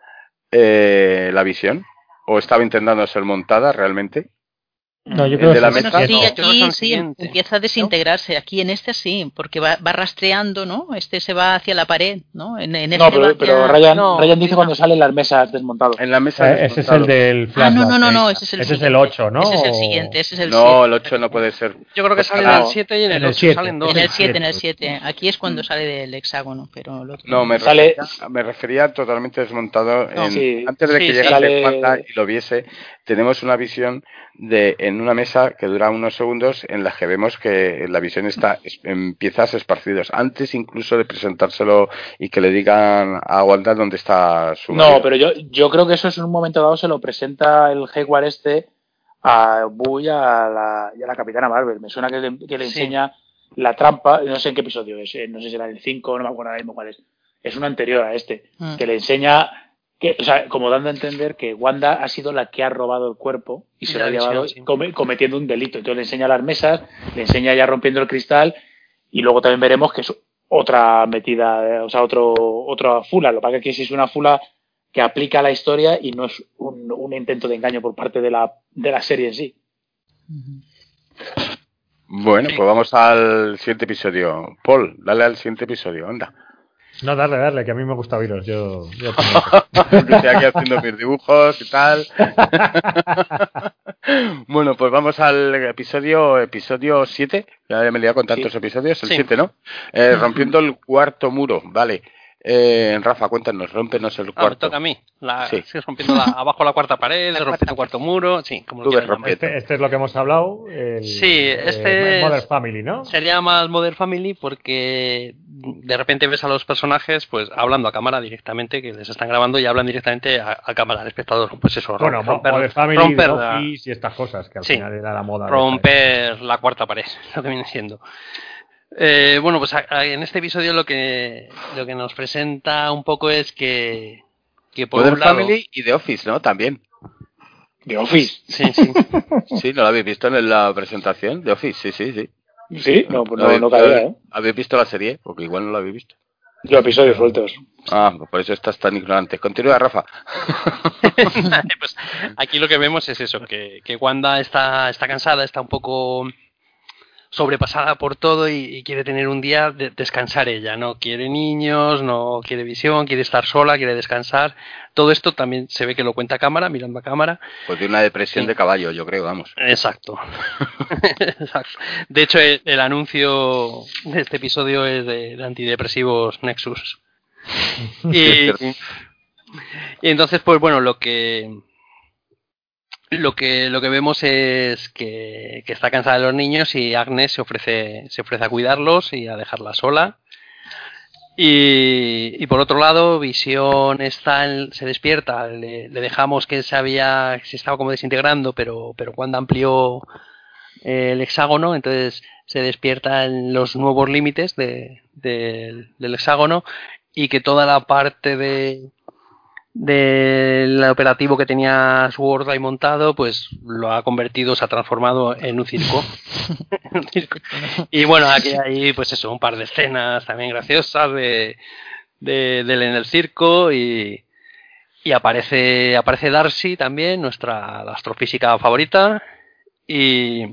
la visión? ¿O estaba intentando ser montada realmente? No, yo ¿El creo de la que mesa? Sí, No, aquí yo son sí siguiente, empieza a desintegrarse. Aquí en este sí, porque va rastreando, ¿no? Este se va hacia la pared, ¿no? En No, este va pero hacia... Ryan dice cuando salen las mesas desmontadas. En la mesa ese es el desmontado. del Ah, no, flashback. no, ese es el Ese es siguiente. el 8, ¿no? Ese es el O- siguiente, ese es el No, 7. el 8 no puede ser. Yo creo que Pues sale en cada- el 7 y en En el el 8 7. salen En dos. el 7, en el siete. 7. Aquí es cuando sale del hexágono, pero el otro No, Sale- me refería totalmente desmontado. No, sí, Antes de que sí, llegase sale- Wanda y lo viese, tenemos una visión en una mesa que dura unos segundos en la que vemos que la visión está en piezas esparcidos, antes incluso de presentárselo y que le digan a Wanda dónde está su No, marido. pero yo creo que eso es en un momento dado se lo presenta el Hayward a Boo y a la Capitana Marvel. Me suena que le Sí. enseña la trampa, no sé en qué episodio es, no sé si será el 5, no me acuerdo ahora mismo cuál es. Es uno anterior a este, que le enseña, o sea, como dando a entender que Wanda ha sido la que ha robado el cuerpo y se De lo ha la llevado visión, sí. cometiendo un delito. Entonces le enseña las mesas, le enseña ya rompiendo el cristal y luego también veremos que es otra metida, o sea, otra fula. Lo que pasa es que sí es una fula que aplica a la historia y no es un intento de engaño por parte de la serie en sí. Bueno, pues vamos al siguiente episodio. Paul, dale al siguiente episodio, anda. No, darle, que a mí me gusta oíros. Yo Estoy aquí haciendo mis dibujos y tal. Bueno, pues vamos al episodio 7. Ya me he liado con tantos episodios. El Sí. 7, ¿no? Rompiendo el cuarto muro. Vale. Rafa, cuéntanos, rómpenos el Ah, me cuarto. toca a mí. Sí. Sigues rompiendo abajo la cuarta pared, rompiendo el cuarto muro. Sí, como lo Tú ves quieras llamar. rompiendo. este es lo que hemos hablado. Sí, este Modern es- Family, ¿no? Sería más Modern Family porque de repente ves a los personajes pues hablando a cámara directamente, que les están grabando y hablan directamente a cámara al espectador. Pues eso, Bueno, romper, Modern Family, romper The la- Office y estas cosas, que al Sí. final era la moda. de romper la cuarta pared, lo que viene siendo. Bueno, pues en este episodio lo que nos presenta un poco es que por Modern un lado... Family y The Office, ¿no? También. The Office. Sí, sí. Sí, ¿no lo habéis visto en la presentación? The Office, sí. Sí, no, pues ¿Lo no cabía, ¿eh? ¿Habéis visto la serie? Porque igual no la habéis visto. Los episodios sueltos. Ah, pues por eso estás tan ignorante. Continúa, Rafa. Vale, pues aquí lo que vemos es eso, que Wanda está cansada, está un poco sobrepasada por todo y quiere tener un día de descansar ella. No quiere niños, no quiere visión, quiere estar sola, quiere descansar. Todo esto también se ve que lo cuenta a cámara, mirando a cámara. Pues de una depresión Sí. de caballo, yo creo, vamos. Exacto. Exacto. De hecho, el anuncio de este episodio es de antidepresivos Nexus. Y entonces, pues bueno, lo que vemos es que está cansada de los niños y Agnes se ofrece a cuidarlos y a dejarla sola. Y por otro lado, Visión se despierta, le dejamos que se estaba como desintegrando, pero Wanda amplió el hexágono, entonces se despierta en los nuevos límites del hexágono, y que toda la parte del operativo que tenía Sword ahí montado, pues lo ha convertido, se ha transformado en un circo. Y bueno, aquí hay pues eso, un par de escenas también graciosas de él en el circo, y aparece Darcy también, la astrofísica favorita, y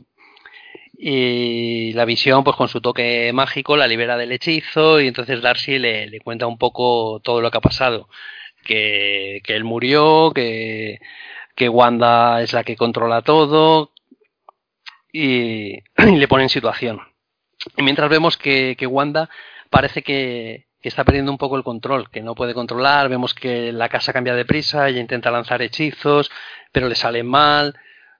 la Visión, pues con su toque mágico, la libera del hechizo, y entonces Darcy le cuenta un poco todo lo que ha pasado, que él murió, que Wanda es la que controla todo, y le pone en situación. Y mientras vemos que Wanda parece que está perdiendo un poco el control, que no puede controlar, vemos que la casa cambia de prisa, ella intenta lanzar hechizos, pero le salen mal,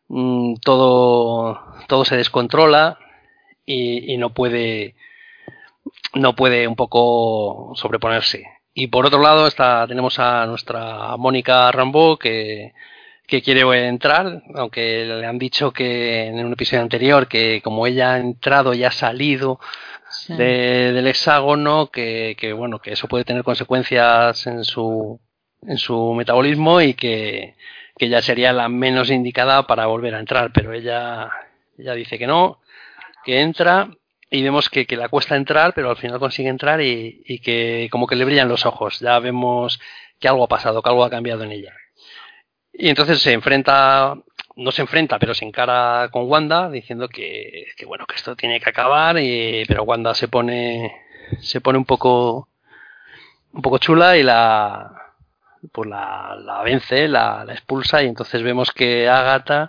todo se descontrola, y no puede un poco sobreponerse. Y por otro lado tenemos a nuestra Mónica Rambeau, que quiere entrar, aunque le han dicho que en un episodio anterior que como ella ha entrado y ha salido del hexágono, que bueno, que eso puede tener consecuencias en su metabolismo, y que ya sería la menos indicada para volver a entrar, pero ella dice que no, que entra, y vemos que le cuesta entrar, pero al final consigue entrar, y que como que le brillan los ojos, ya vemos que algo ha pasado, que algo ha cambiado en ella. Y entonces no se enfrenta, pero se encara con Wanda, diciendo que bueno, que esto tiene que acabar, pero Wanda se pone un poco chula, y la vence, la expulsa, y entonces vemos que Agnes,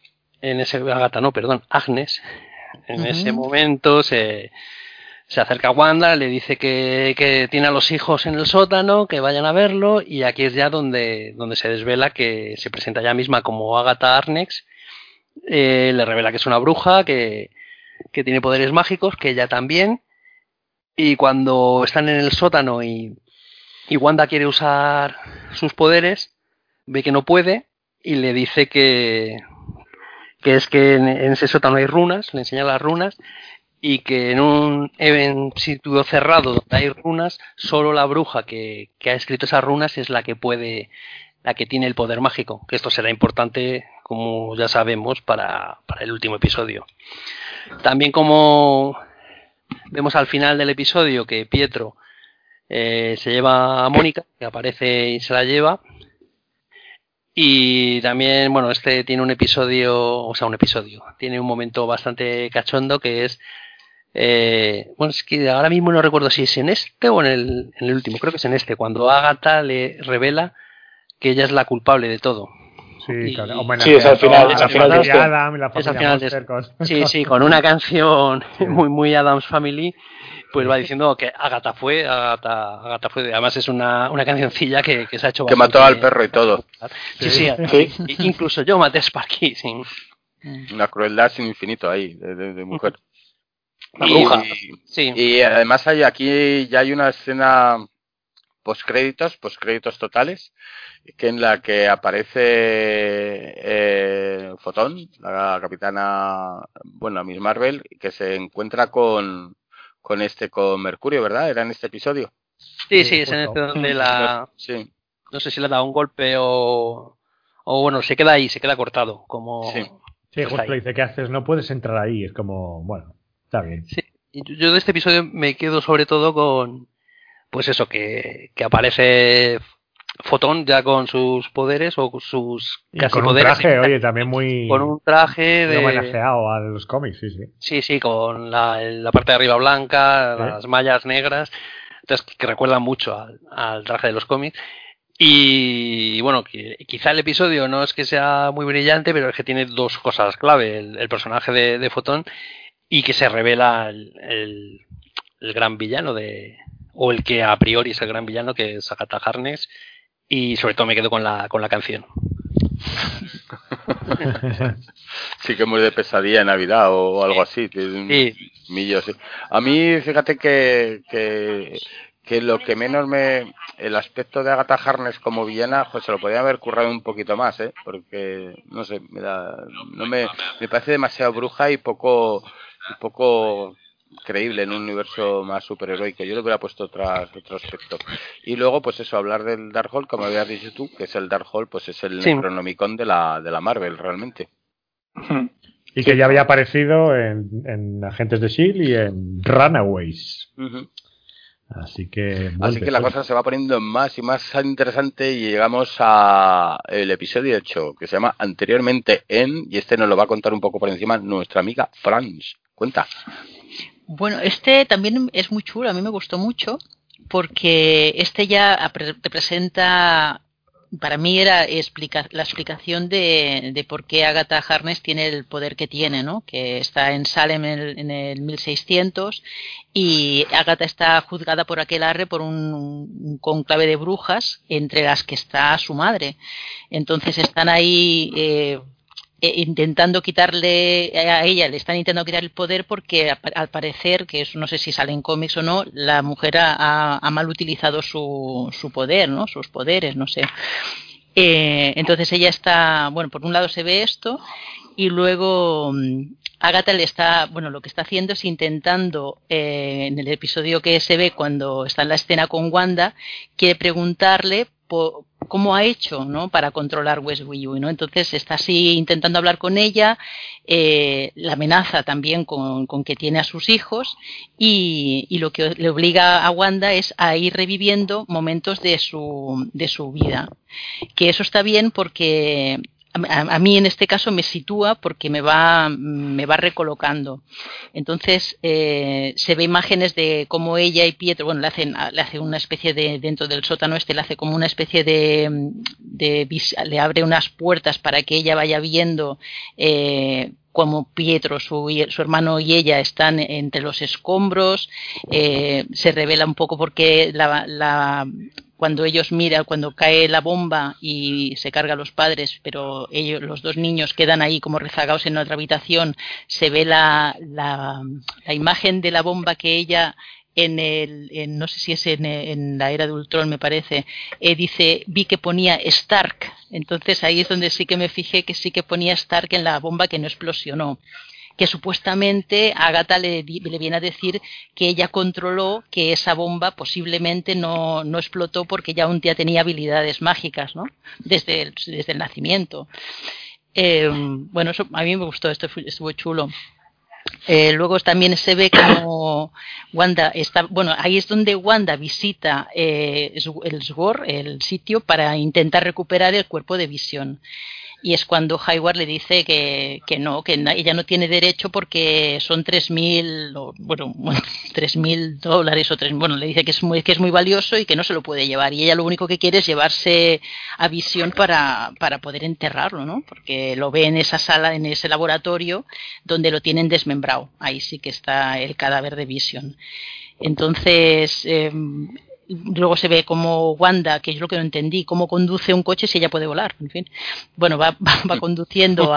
en ese momento se acerca a Wanda, le dice que tiene a los hijos en el sótano, que vayan a verlo, y aquí es ya donde se desvela que se presenta ella misma como Agatha Harkness. Le revela que es una bruja, que tiene poderes mágicos, que ella también, y cuando están en el sótano y Wanda quiere usar sus poderes, ve que no puede, y le dice que es que en ese sótano hay runas, le enseña las runas, y que en un sitio cerrado donde hay runas, solo la bruja que ha escrito esas runas es la que tiene el poder mágico, que esto será importante, como ya sabemos, para el último episodio. También, como vemos al final del episodio, que Pietro se lleva a Mónica, que aparece y se la lleva. Y también, bueno, tiene tiene un momento bastante cachondo, que es bueno, es que ahora mismo no recuerdo si es en este o en el último, creo que es en este, cuando Agatha le revela que ella es la culpable de todo. Sí, claro. Sí, es al final de este. Adam y la familia Monster, Sí, con una canción muy muy Addams Family, pues va diciendo que Agatha fue, además es una cancioncilla que se ha hecho que mató al perro y todo. Sí. Incluso yo maté a Sparky, sí. Una crueldad sin infinito ahí, de mujer. La bruja. Y además aquí ya hay una escena postcréditos totales, que en la que aparece Fotón, la capitana, bueno, Miss Marvel, que se encuentra con Mercurio, ¿verdad? ¿Era en este episodio? Sí, es en este donde no sé si le ha dado un golpe o bueno, se queda ahí, se queda cortado, como... Sí, justo dice, ¿qué haces? No puedes entrar ahí, es como, bueno, está bien. Sí, yo de este episodio me quedo sobre todo con, pues eso, que aparece Fotón ya con sus poderes, o sus casi con poderes. Un traje, oye, también muy... Con un traje muy homenajeado a los cómics, sí. Sí, con la parte de arriba blanca, las mallas negras, entonces que recuerdan mucho al traje de los cómics. Y bueno, quizá el episodio no es que sea muy brillante, pero es que tiene dos cosas clave: el personaje de Fotón, y que se revela el gran villano o el que a priori es el gran villano, que es Agatha Harkness. Y sobre todo me quedo con la canción. Sí, que muy de pesadilla en Navidad o algo así. Sí. Millo, sí. A mí, fíjate que que lo que menos el aspecto de Agatha Harkness como villana, pues se lo podía haber currado un poquito más, porque no sé, me parece demasiado bruja y poco creíble en un universo más superheroico. Yo le hubiera puesto otro aspecto. Y luego, pues eso, hablar del Darkhold, como habías dicho tú, que es el Darkhold, pues es el Necronomicon de la Marvel, realmente. Y que ya había aparecido en Agentes de S.H.I.E.L.D. y en Runaways. Uh-huh. Así que la cosa se va poniendo más y más interesante y llegamos a el episodio 8, que se llama Anteriormente en, y este nos lo va a contar un poco por encima nuestra amiga Franz. Cuenta. Bueno, este también es muy chulo, a mí me gustó mucho, porque este ya te presenta, para mí era la explicación de por qué Agatha Harkness tiene el poder que tiene, ¿no? Que está en Salem en el 1600 y Agatha está juzgada por aquelarre por un cónclave de brujas, entre las que está su madre. Entonces están ahí intentando quitarle a ella, le están intentando quitar el poder porque al parecer, que eso no sé si sale en cómics o no, la mujer ha mal utilizado su poder, ¿no? Sus poderes, no sé. Entonces ella está, bueno, por un lado se ve esto y luego Agatha lo que está haciendo es intentando, en el episodio que se ve cuando está en la escena con Wanda, quiere preguntarle cómo ha hecho, ¿no? Para controlar Westview, ¿no? Entonces está así intentando hablar con ella, la amenaza también con que tiene a sus hijos y lo que le obliga a Wanda es a ir reviviendo momentos de su vida. Que eso está bien porque a mí en este caso me sitúa porque me va recolocando. Entonces se ve imágenes de cómo ella y Pietro, bueno, le hace una especie de, dentro del sótano le hace como una especie le abre unas puertas para que ella vaya viendo como Pietro, su hermano y ella están entre los escombros. Se revela un poco porque cuando ellos miran, cuando cae la bomba y se carga a los padres, pero los dos niños quedan ahí como rezagados en otra habitación, se ve la imagen de la bomba que ella no sé si es en la era de Ultron, me parece, vi que ponía Stark. Entonces ahí es donde sí que me fijé que sí que ponía Stark en la bomba que no explosionó. Que supuestamente Agatha le viene a decir que ella controló que esa bomba posiblemente no explotó porque ya un día tenía habilidades mágicas, ¿no? Desde el nacimiento. Bueno, eso a mí me gustó, estuvo chulo. Luego también se ve como Wanda está, bueno, ahí es donde Wanda visita el Sword, el sitio, para intentar recuperar el cuerpo de Visión. Y es cuando Hayward le dice que ella no tiene derecho porque son $3,000, bueno, $3,000 o le dice que es muy valioso y que no se lo puede llevar. Y ella lo único que quiere es llevarse a Visión para poder enterrarlo, ¿no? Porque lo ve en esa sala, en ese laboratorio donde lo tienen desmembrado. Ahí sí que está el cadáver de Visión. Entonces, luego se ve como Wanda, que es lo que no entendí, cómo conduce un coche si ella puede volar, en fin. Bueno, va conduciendo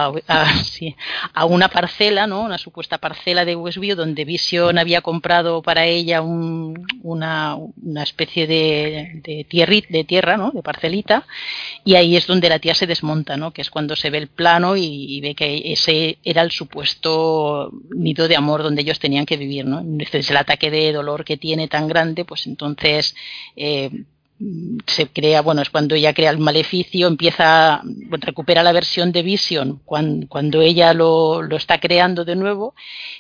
a una parcela, ¿no? Una supuesta parcela de Westview donde Vision había comprado para ella una especie de tierra, ¿no? De parcelita, y ahí es donde la tía se desmonta, ¿no? Que es cuando se ve el plano y ve que ese era el supuesto nido de amor donde ellos tenían que vivir, ¿no? Entonces el ataque de dolor que tiene tan grande, pues entonces se crea, bueno, es cuando ella crea el maleficio, recupera la versión de Vision cuando ella lo está creando de nuevo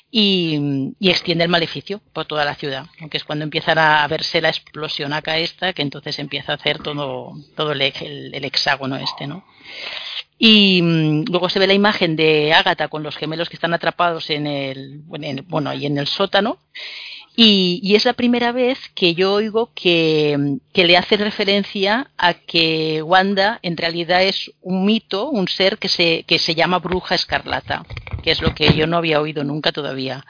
y extiende el maleficio por toda la ciudad, aunque es cuando empieza a verse la explosión acá que entonces empieza a hacer todo el hexágono ¿no? Y luego se ve la imagen de Agatha con los gemelos que están atrapados ahí en el sótano. Y es la primera vez que yo oigo que le hace referencia a que Wanda en realidad es un mito, un ser que se llama Bruja Escarlata, que es lo que yo no había oído nunca todavía.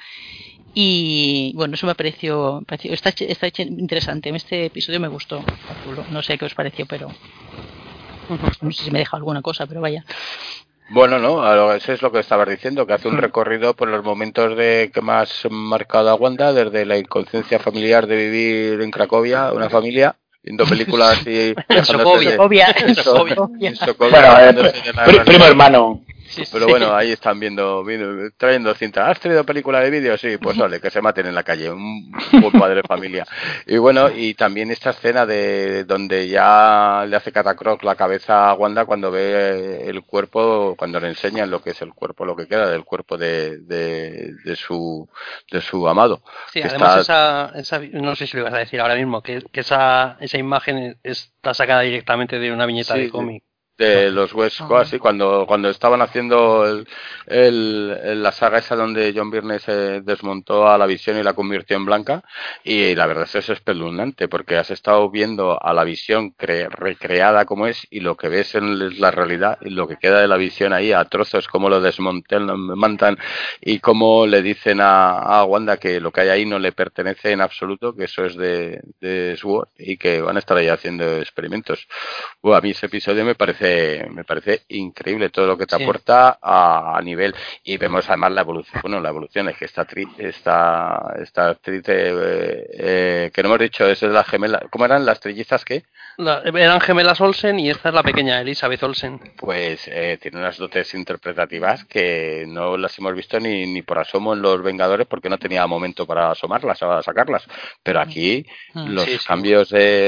Y bueno, eso me pareció está interesante. Este episodio me gustó. No sé qué os pareció, pero no sé si me he dejado alguna cosa, pero vaya. Bueno, no, eso es lo que estabas diciendo, que hace un recorrido por los momentos de que más han marcado a Wanda, desde la inconsciencia familiar de vivir en Cracovia, una familia, viendo películas y En Sokovia. en Sokovia, Bueno, alejándose de la primo realidad. hermano. Pero bueno, ahí están viendo, trayendo cinta. ¿Has traído película de vídeo? Sí, pues vale, que se maten en la calle. Un buen padre de familia. Y bueno, y también esta escena de donde ya le hace catacroc la cabeza a Wanda cuando ve el cuerpo, cuando le enseñan lo que es el cuerpo, lo que queda del cuerpo de su amado. Sí, Que además está- no sé si lo ibas a decir ahora mismo, que esa imagen está sacada directamente de una viñeta Sí, de cómic. de los West Coast, así cuando estaban haciendo la saga esa donde John Byrne se desmontó a la Visión y la convirtió en blanca, y la verdad es espeluznante porque has estado viendo a la Visión recreada como es, y lo que ves en la realidad y lo que queda de la Visión ahí a trozos, cómo lo desmontan y cómo le dicen a Wanda que lo que hay ahí no le pertenece en absoluto, que eso es de Sword y que van a estar ahí haciendo experimentos. A mí ese episodio me parece increíble todo lo que te Sí. aporta a nivel, y vemos además la evolución es que esta actriz que no hemos dicho, esa es la gemela, ¿cómo eran las trillizas que? Eran gemelas Olsen y esta es la pequeña Elizabeth Olsen. Pues tiene unas dotes interpretativas que no las hemos visto ni por asomo en Los Vengadores, porque no tenía momento para asomarlas, a sacarlas, pero aquí los Sí, sí. cambios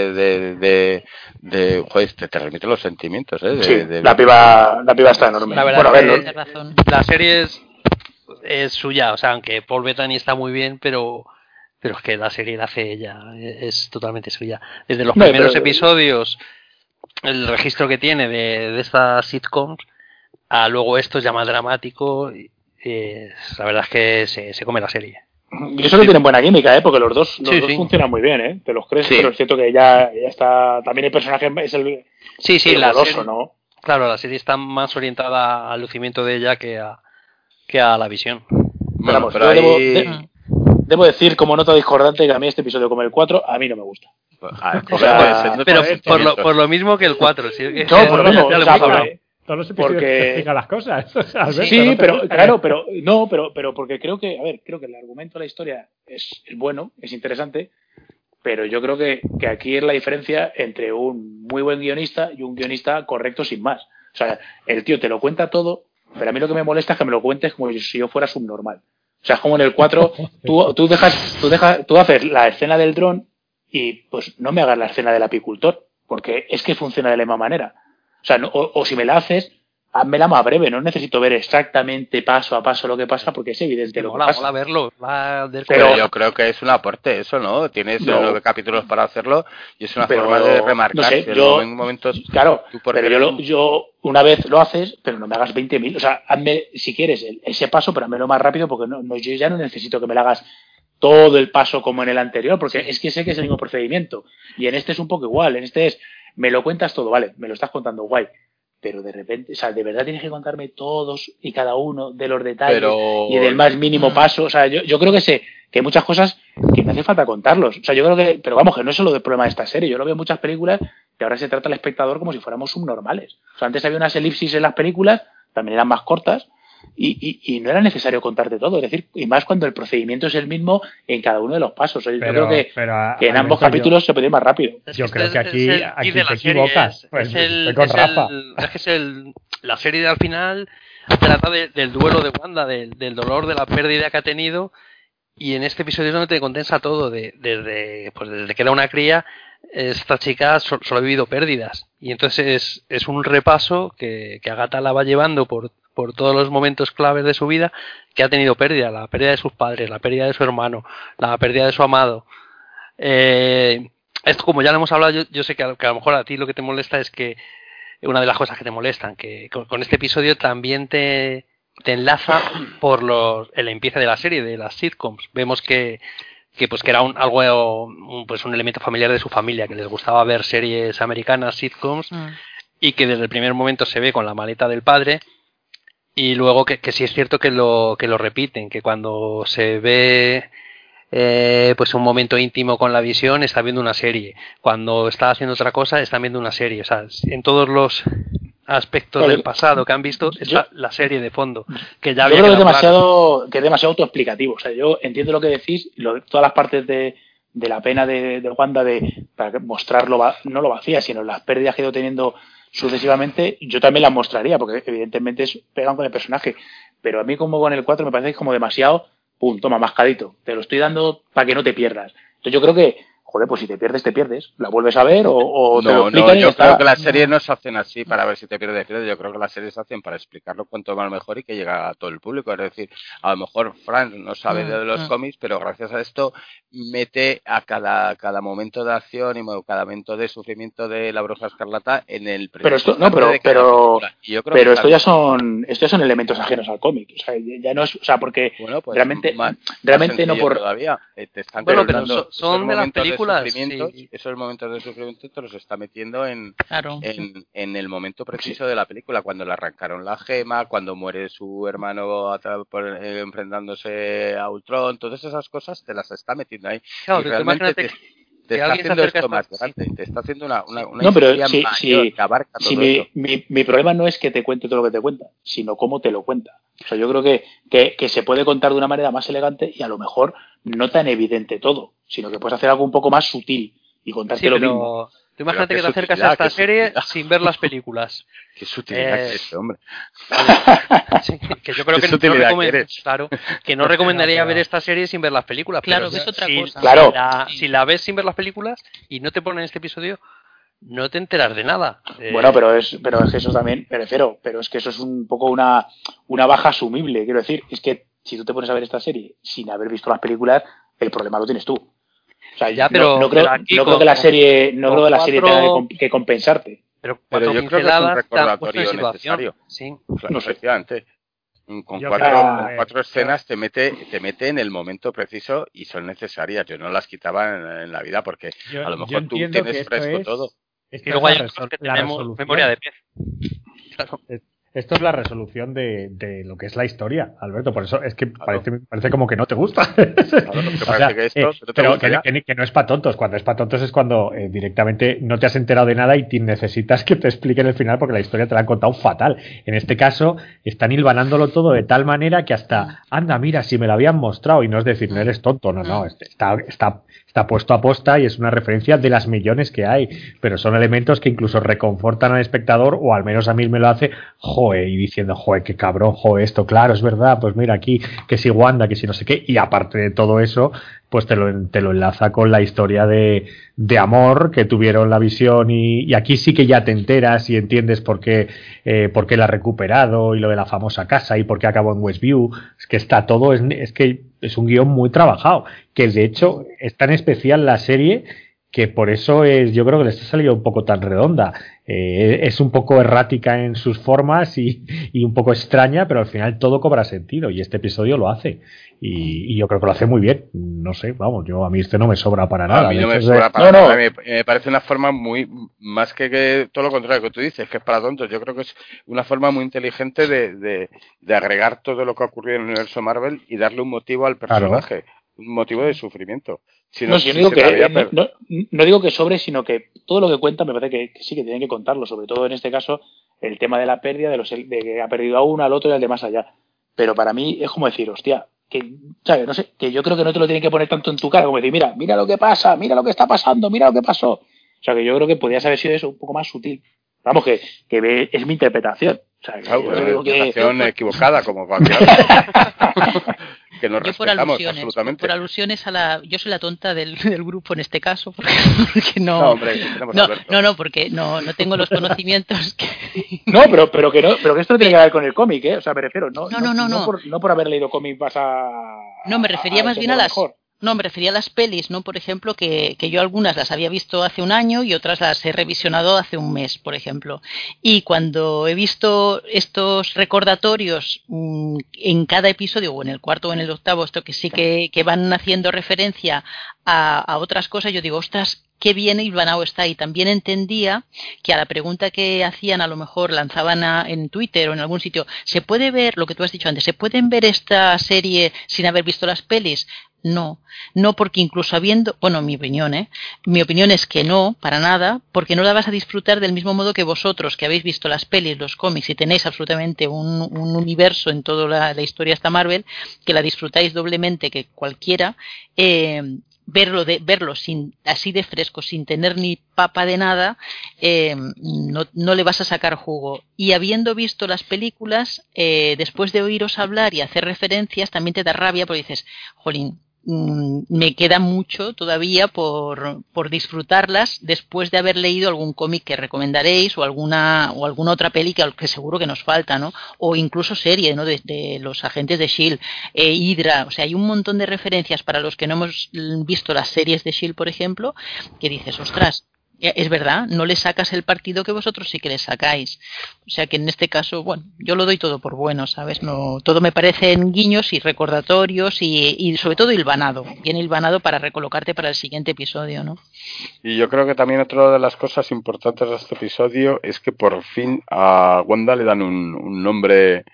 joder, te transmiten los sentimientos, Sí, la piba está enorme. La verdad Bueno, a ver, es que Tienes razón. la serie es suya, o sea, aunque Paul Bettany está muy bien, pero es que la serie la hace ella, es totalmente suya. Desde los No, primeros pero- episodios, el registro que tiene de estas sitcoms, a luego esto ya más dramático, la verdad es que se come la serie. Y eso que tienen buena química, porque los dos Sí. funcionan muy bien, te los crees, Sí. pero es cierto que ella está. También el personaje es el Sí, la goloso, serie, ¿no? claro, la serie está más orientada al lucimiento de ella que a la visión. Bueno, Vamos, pero yo ahí debo decir, como nota discordante, que a mí este episodio, como el 4, a mí no me gusta. joder, sea, puede ser, no Pero tiene por sentimientos. lo mismo que el 4. ¿Sí? No, por lo mismo, Ya lo o sea, hemos hablado. Todos los episodios Porque- te explican las cosas. O sea, Alberto, Sí, ¿no te pero gusta? claro, pero porque creo que el argumento de la historia es bueno, es interesante, pero yo creo que aquí es la diferencia entre un muy buen guionista y un guionista correcto sin más. O sea, el tío te lo cuenta todo, pero a mí lo que me molesta es que me lo cuentes como si yo fuera subnormal. O sea, es como en el 4, tú haces la escena del dron y pues no me hagas la escena del apicultor, porque es que funciona de la misma manera. O sea, o si me la haces, házmela más breve, no necesito ver exactamente paso a paso lo que pasa, porque es evidente lo que Mola pasa. verlo. Va del Pero Pero- yo creo que es un aporte eso, ¿no? Tienes No. 9 capítulos para hacerlo y es una Pero, forma de remarcar no sé, si en yo- momentos Claro, tú por pero querer- yo una vez lo haces, pero no me hagas 20.000. O sea, hazme, si quieres, ese paso, pero házmelo más rápido, porque yo ya no necesito que me lo hagas todo el paso como en el anterior, porque es que sé que es el mismo procedimiento. Y en este es un poco igual. En este es, me lo cuentas todo, vale, me lo estás contando, guay. Pero de repente, o sea, de verdad tienes que contarme todos y cada uno de los detalles Pero- y del más mínimo paso. O sea, yo creo que que hay muchas cosas que me hace falta contarlos. O sea, yo creo que, pero vamos, que no es solo el problema de esta serie. Yo lo veo en muchas películas que ahora se trata al espectador como si fuéramos subnormales. O sea, antes había unas elipsis en las películas, también eran más cortas, y no era necesario contarte todo. Es decir, y más cuando el procedimiento es el mismo en cada uno de los pasos. Yo creo que en Alberto, ambos capítulos se puede ir más rápido. Yo creo que aquí- el aquí kit de te la serie, equivocas. Pues estoy con Rafa. La serie de al final trata del duelo de Wanda, del dolor, de la pérdida que ha tenido, y en este episodio es donde te condensa todo, desde que era una cría, esta chica solo ha vivido pérdidas, y entonces es un repaso que Agatha la va llevando por todos los momentos claves de su vida, que ha tenido pérdida, la pérdida de sus padres, la pérdida de su hermano, la pérdida de su amado. Esto, como ya lo hemos hablado, yo sé que a lo mejor a ti lo que te molesta es que una de las cosas que te molestan, que con este episodio también te enlaza por el empiece de la serie, de las sitcoms. Vemos que era un elemento familiar de su familia, que les gustaba ver series americanas, sitcoms, y que desde el primer momento se ve con la maleta del padre. Y luego que sí es cierto que lo repiten, que cuando se ve pues un momento íntimo con la Visión, está viendo una serie. Cuando está haciendo otra cosa, está viendo una serie. O sea, en todos aspectos Claro, del pasado que han visto está la serie de fondo, que ya Yo había creo que es quedado claro. demasiado autoexplicativo. O sea, yo entiendo lo que decís, todas las partes de la pena de Wanda para mostrarlo, no lo vacía, sino las pérdidas que ha ido teniendo sucesivamente, yo también las mostraría, porque evidentemente pegan con el personaje. Pero a mí como con el 4 me parece como demasiado, pum, toma, mascadito. Te lo estoy dando para que no te pierdas. Entonces yo creo que, joder, pues si te pierdes. La vuelves a ver o te lo No, explican y ya yo creo está. que las series no se hacen así para ver si te pierdes. Yo creo que las series se hacen para explicarlo cuanto más mejor y que llega a todo el público. Es decir, a lo mejor Frank no sabe de los cómics, pero gracias a esto mete a cada momento de acción y cada momento de sufrimiento de la Bruja Escarlata en el Pero esto, no, instante de cada película. Y yo creo que esto ya son elementos ajenos al cómic. O sea, ya no es, o sea, porque bueno, pues realmente más no sencillo por. todavía. Te están Bueno, pero contando son esos de las momentos películas. Sí. esos momentos de sufrimiento te los está metiendo en el momento preciso de la película, cuando le arrancaron la gema, cuando muere su hermano enfrentándose a Ultron, todas esas cosas te las está metiendo ahí. Claro, Y realmente te está haciendo esto más grande, te está haciendo una No, pero historia mayor que abarca todo eso. Mi problema no es que te cuente todo lo que te cuenta, sino cómo te lo cuenta. O sea, yo creo que se puede contar de una manera más elegante y a lo mejor no tan evidente todo, sino que puedes hacer algo un poco más sutil y contarte lo mismo. Tú imagínate que te acercas a esta serie sin ver las películas. Qué sutilidad que es, hombre. Sí, que yo creo que no recomendaría ver esta serie sin ver las películas. Claro, pero que es otra cosa. Claro. Si la ves sin ver las películas y no te ponen este episodio, no te enteras de nada. Bueno, pero es que eso también, me refiero, pero es que eso es un poco una baja asumible. Quiero decir, es que si tú te pones a ver esta serie sin haber visto las películas, el problema lo tienes tú. O sea, ya, pero, no creo que la serie tenga que compensarte. Pero yo creo que es un recordatorio necesario. Sí. No sé. Efectivamente. Con cuatro escenas te mete en el momento preciso y son necesarias. Yo no las quitaba en la vida porque a lo mejor tú tienes fresco todo. Y luego hay otros que tenemos memoria de pez. Claro. Esto es la resolución de lo que es la historia, Alberto. Por eso es que parece como que no te gusta. Pero que no es para tontos. Cuando es para tontos es cuando directamente no te has enterado de nada y necesitas que te expliquen el final porque la historia te la han contado fatal. En este caso, están hilvanándolo todo de tal manera que hasta, anda, mira, si me lo habían mostrado. Y no es decir, no eres tonto, no. Está puesto a posta y es una referencia de las millones que hay. Pero son elementos que incluso reconfortan al espectador, o al menos a mí me lo hace, y diciendo, qué cabrón, esto, claro, es verdad, pues mira aquí, que si Wanda, que si no sé qué, y aparte de todo eso, pues te lo enlaza con la historia de amor que tuvieron la Visión y aquí sí que ya te enteras y entiendes por qué la ha recuperado y lo de la famosa casa y por qué acabó en Westview. Es que está todo, es que es un guión muy trabajado, que de hecho es tan especial la serie que por eso yo creo que les ha salido un poco tan redonda. Es un poco errática en sus formas y un poco extraña, pero al final todo cobra sentido y este episodio lo hace. Y yo creo que lo hace muy bien. No sé, vamos, a mí no me sobra para nada. A mí no me sobra para nada. Me parece una forma muy, más que todo lo contrario que tú dices, que es para tontos. Yo creo que es una forma muy inteligente de agregar todo lo que ha ocurrido en el universo Marvel y darle un motivo al personaje. Claro. Un motivo de sufrimiento. No digo que sobre, sino que todo lo que cuenta me parece que sí que tienen que contarlo, sobre todo en este caso el tema de la pérdida, de que ha perdido a uno, al otro y al de más allá. Pero para mí es como decir, hostia, ¿sabes? No sé, que yo creo que no te lo tienen que poner tanto en tu cara como decir, mira lo que pasa, mira lo que está pasando, mira lo que pasó. O sea, que yo creo que podrías haber sido eso un poco más sutil. Vamos, que es mi interpretación. O sea, claro, una interpretación equivocada, como cualquier que nos respetamos absolutamente. Por alusiones yo soy la tonta del grupo en este caso, porque no, porque no tengo los conocimientos No, pero que esto no tiene que ver con el cómic, o sea, me refiero, no por haber leído cómic vas a... No, me refería más bien a las... No, me refería a las pelis, ¿no? Por ejemplo, que yo algunas las había visto hace un año y otras las he revisionado hace un mes, por ejemplo. Y cuando he visto estos recordatorios en cada episodio, o en el cuarto o en el octavo, esto que sí que van haciendo referencia a otras cosas, yo digo, ostras, qué bien hilvanado está. Y también entendía que a la pregunta que hacían, a lo mejor lanzaban en Twitter o en algún sitio, ¿se puede ver, lo que tú has dicho antes, se pueden ver esta serie sin haber visto las pelis? No, porque incluso habiendo, bueno, mi opinión es que no, para nada, porque no la vas a disfrutar del mismo modo que vosotros, que habéis visto las pelis, los cómics y tenéis absolutamente un universo en toda la historia esta Marvel, que la disfrutáis doblemente que cualquiera. Verlo así de fresco, sin tener ni papa de nada, no le vas a sacar jugo. Y habiendo visto las películas, después de oíros hablar y hacer referencias, también te da rabia porque dices, jolín, me queda mucho todavía por disfrutarlas después de haber leído algún cómic que recomendaréis o alguna otra peli que seguro que nos falta, ¿no? O incluso serie, ¿no? De los agentes de S.H.I.E.L.D., Hydra, o sea, hay un montón de referencias para los que no hemos visto las series de S.H.I.E.L.D., por ejemplo, que dices, ostras, es verdad, no le sacas el partido que vosotros sí que le sacáis. O sea que en este caso, bueno, yo lo doy todo por bueno, ¿sabes? No, todo me parecen guiños y recordatorios y sobre todo hilvanado. Bien hilvanado para recolocarte para el siguiente episodio, ¿no? Y yo creo que también otra de las cosas importantes de este episodio es que por fin a Wanda le dan un nombre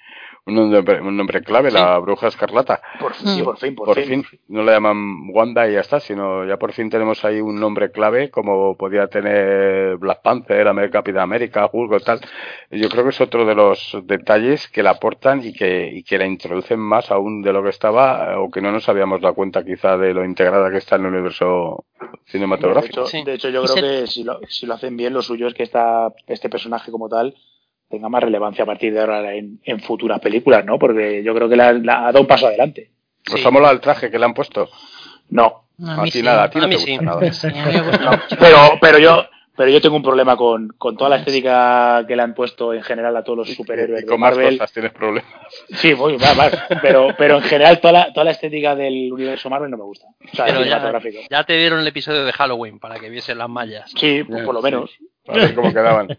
clave, la Bruja Escarlata. Por fin. Por fin. No le llaman Wanda y ya está, sino ya por fin tenemos ahí un nombre clave como podía tener Black Panther, Capitán América, Hulk o tal. Yo creo que es otro de los detalles que la aportan y que la introducen más aún de lo que estaba o que no nos habíamos dado cuenta quizá de lo integrada que está en el universo cinematográfico. De hecho yo creo que si lo hacen bien, lo suyo es que este personaje como tal tenga más relevancia a partir de ahora en futuras películas, ¿no? Porque yo creo que la ha dado un paso adelante. ¿Os ha molado el traje que le han puesto? No. A ti nada, a ti no te gusta nada. Sí, a mí me gusta mucho. Pero yo tengo un problema con toda la estética que le han puesto en general a todos los superhéroes y con de Marvel. más cosas tienes problemas. Sí, voy, más. Pero en general toda la estética del universo Marvel no me gusta. O sea, Pero cinematográfico. ya te dieron el episodio de Halloween para que viesen las mallas. Sí, pues por lo menos. A ver cómo quedaban.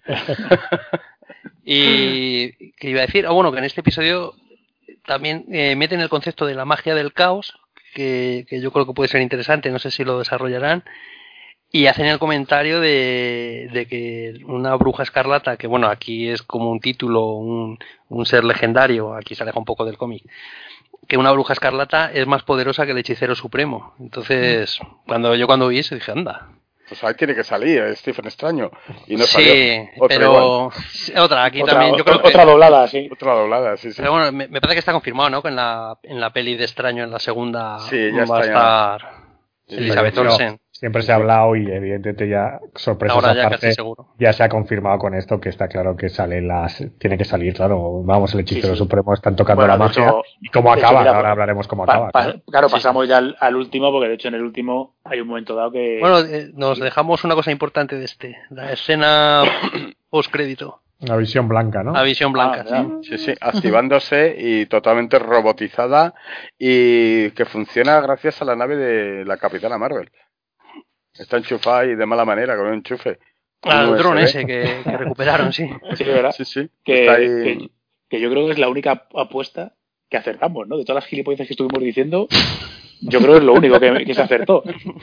Y que iba a decir, bueno, que en este episodio también meten el concepto de la magia del caos, que yo creo que puede ser interesante, no sé si lo desarrollarán, y hacen el comentario de que una bruja escarlata, que bueno, aquí es como un título, un ser legendario, aquí se aleja un poco del cómic, que una bruja escarlata es más poderosa que el hechicero supremo. Entonces, cuando vi eso dije, anda. Pues ahí tiene que salir, es Stephen Extraño. Y no Sí, salió. pero otra, aquí también. Yo creo que otra doblada, sí. Otra doblada, sí. Pero bueno, me parece que está confirmado, ¿no? Que en la peli de Extraño, en la segunda, sí, ya va a estar Elizabeth Olsen. Siempre se ha hablado y evidentemente ya, sorpresas Ahora ya aparte, casi seguro. ya se ha confirmado con esto que está claro que tiene que salir, claro, vamos, el hechicero supremo están tocando la magia. Hecho, y cómo acaba, mira, ahora hablaremos cómo acaba. Claro, pasamos ya al último, porque de hecho en el último hay un momento dado que... Bueno, nos dejamos una cosa importante de la escena post-crédito. La visión blanca, ¿no? La visión blanca, Sí, activándose y totalmente robotizada y que funciona gracias a la nave de la Capitana Marvel. Está enchufada y de mala manera, con un enchufe. El dron ese que recuperaron, sí. Sí, ¿verdad? Sí. Que yo creo que es la única apuesta que acertamos, ¿no? De todas las gilipolleces que estuvimos diciendo, yo creo que es lo único que se acertó.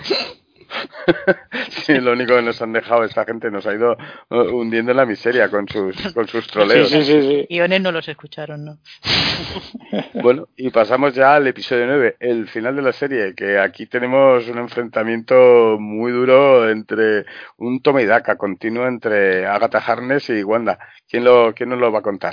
Sí, lo único que nos han dejado esta gente nos ha ido hundiendo en la miseria con sus troleos. Sí. Guiones no los escucharon, ¿no? Bueno, y pasamos ya al episodio 9, el final de la serie, que aquí tenemos un enfrentamiento muy duro entre un toma y daca continuo entre Agatha Harkness y Wanda. ¿Quién nos lo va a contar?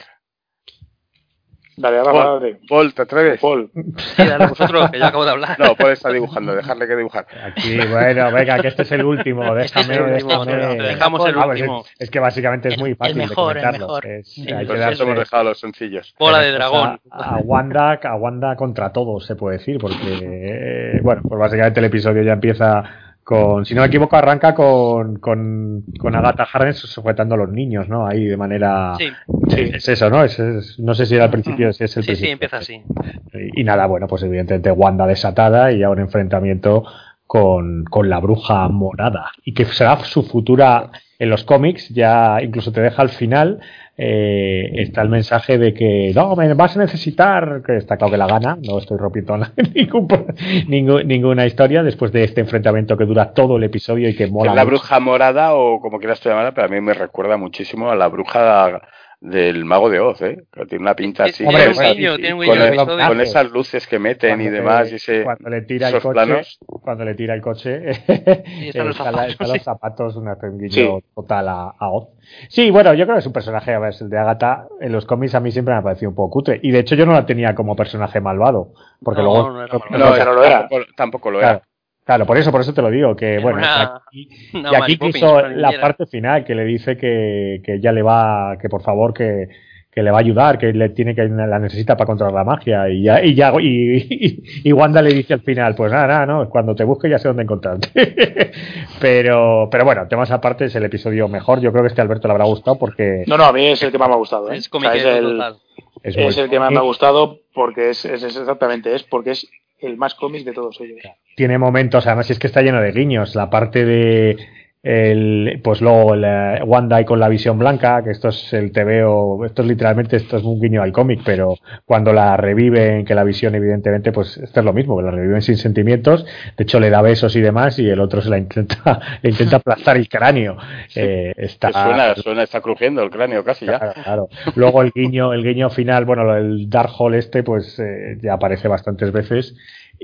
Dale, Paul, ¿te atreves? Paul. Sí, dale vosotros, que yo acabo de hablar. No, Paul está dibujando, dejarle que dibujar. Aquí, bueno, venga, que este es el último, déjame. Dejamos el último. Es que básicamente es muy fácil el mejor, de comentarlo. Nosotros hemos dejado los sencillos. Bola de dragón. A Wanda contra todos, se puede decir, porque, bueno, pues básicamente el episodio ya empieza si no me equivoco, arranca con Agatha Harkness sujetando a los niños, ¿no? Ahí de manera... Sí. Es eso, ¿no? No sé si era al principio, si es el principio. Sí, empieza así. Y nada, bueno, pues evidentemente Wanda desatada y ya un enfrentamiento con la bruja morada. Y que será su futura en los cómics, ya incluso te deja al final... está el mensaje de que no, me vas a necesitar, que está claro que la gana, no estoy rompiendo ninguna historia después de este enfrentamiento que dura todo el episodio y que mola. Es la bruja morada o como quieras tú llamarla, pero a mí me recuerda muchísimo a la bruja del Mago de Oz, ¿eh? Que tiene una pinta así. Hombre, con, bueno, esas, tiene un con, guiño el- episodio. con esas luces que meten y demás, y Cuando le tira el esos coche, planos. cuando le tira el coche, Y están los están zapatos, los sí. zapatos, un guiño Sí. total a Oz. Sí, bueno, yo creo que es un personaje, a ver, el de Agatha, en los cómics a mí siempre me ha parecido un poco cutre. Y de hecho yo no la tenía como personaje malvado, porque No, luego... no era malvado. No, que no lo era. Tampoco lo Claro, era. claro, por eso te lo digo, que Era bueno, una y Mary aquí Poppins, incluso una la niñera. parte final que le dice que ya le va, que por favor que le va a ayudar, que le tiene que la necesita para controlar la magia y Wanda le dice al final, pues nada, no, cuando te busque ya sé dónde encontrarte. pero bueno, temas aparte es el episodio mejor, yo creo que Alberto le habrá gustado porque No, a mí es el que más me ha gustado. ¿eh? Es O sea, comiquero total. es es muy el que más me ha gustado porque es exactamente, es porque es el más cómic de todos ellos. tiene momentos, además es que está lleno de guiños, la parte de pues luego Wanda y con la visión blanca, que esto es el TVO, esto es un guiño al cómic, pero cuando la reviven, que la visión evidentemente, pues esto es lo mismo, que la reviven sin sentimientos, de hecho le da besos y demás, y el otro le intenta aplastar el cráneo. Está Está crujiendo el cráneo casi ya. Claro. Luego el guiño final, bueno, el Darkhold pues ya aparece bastantes veces.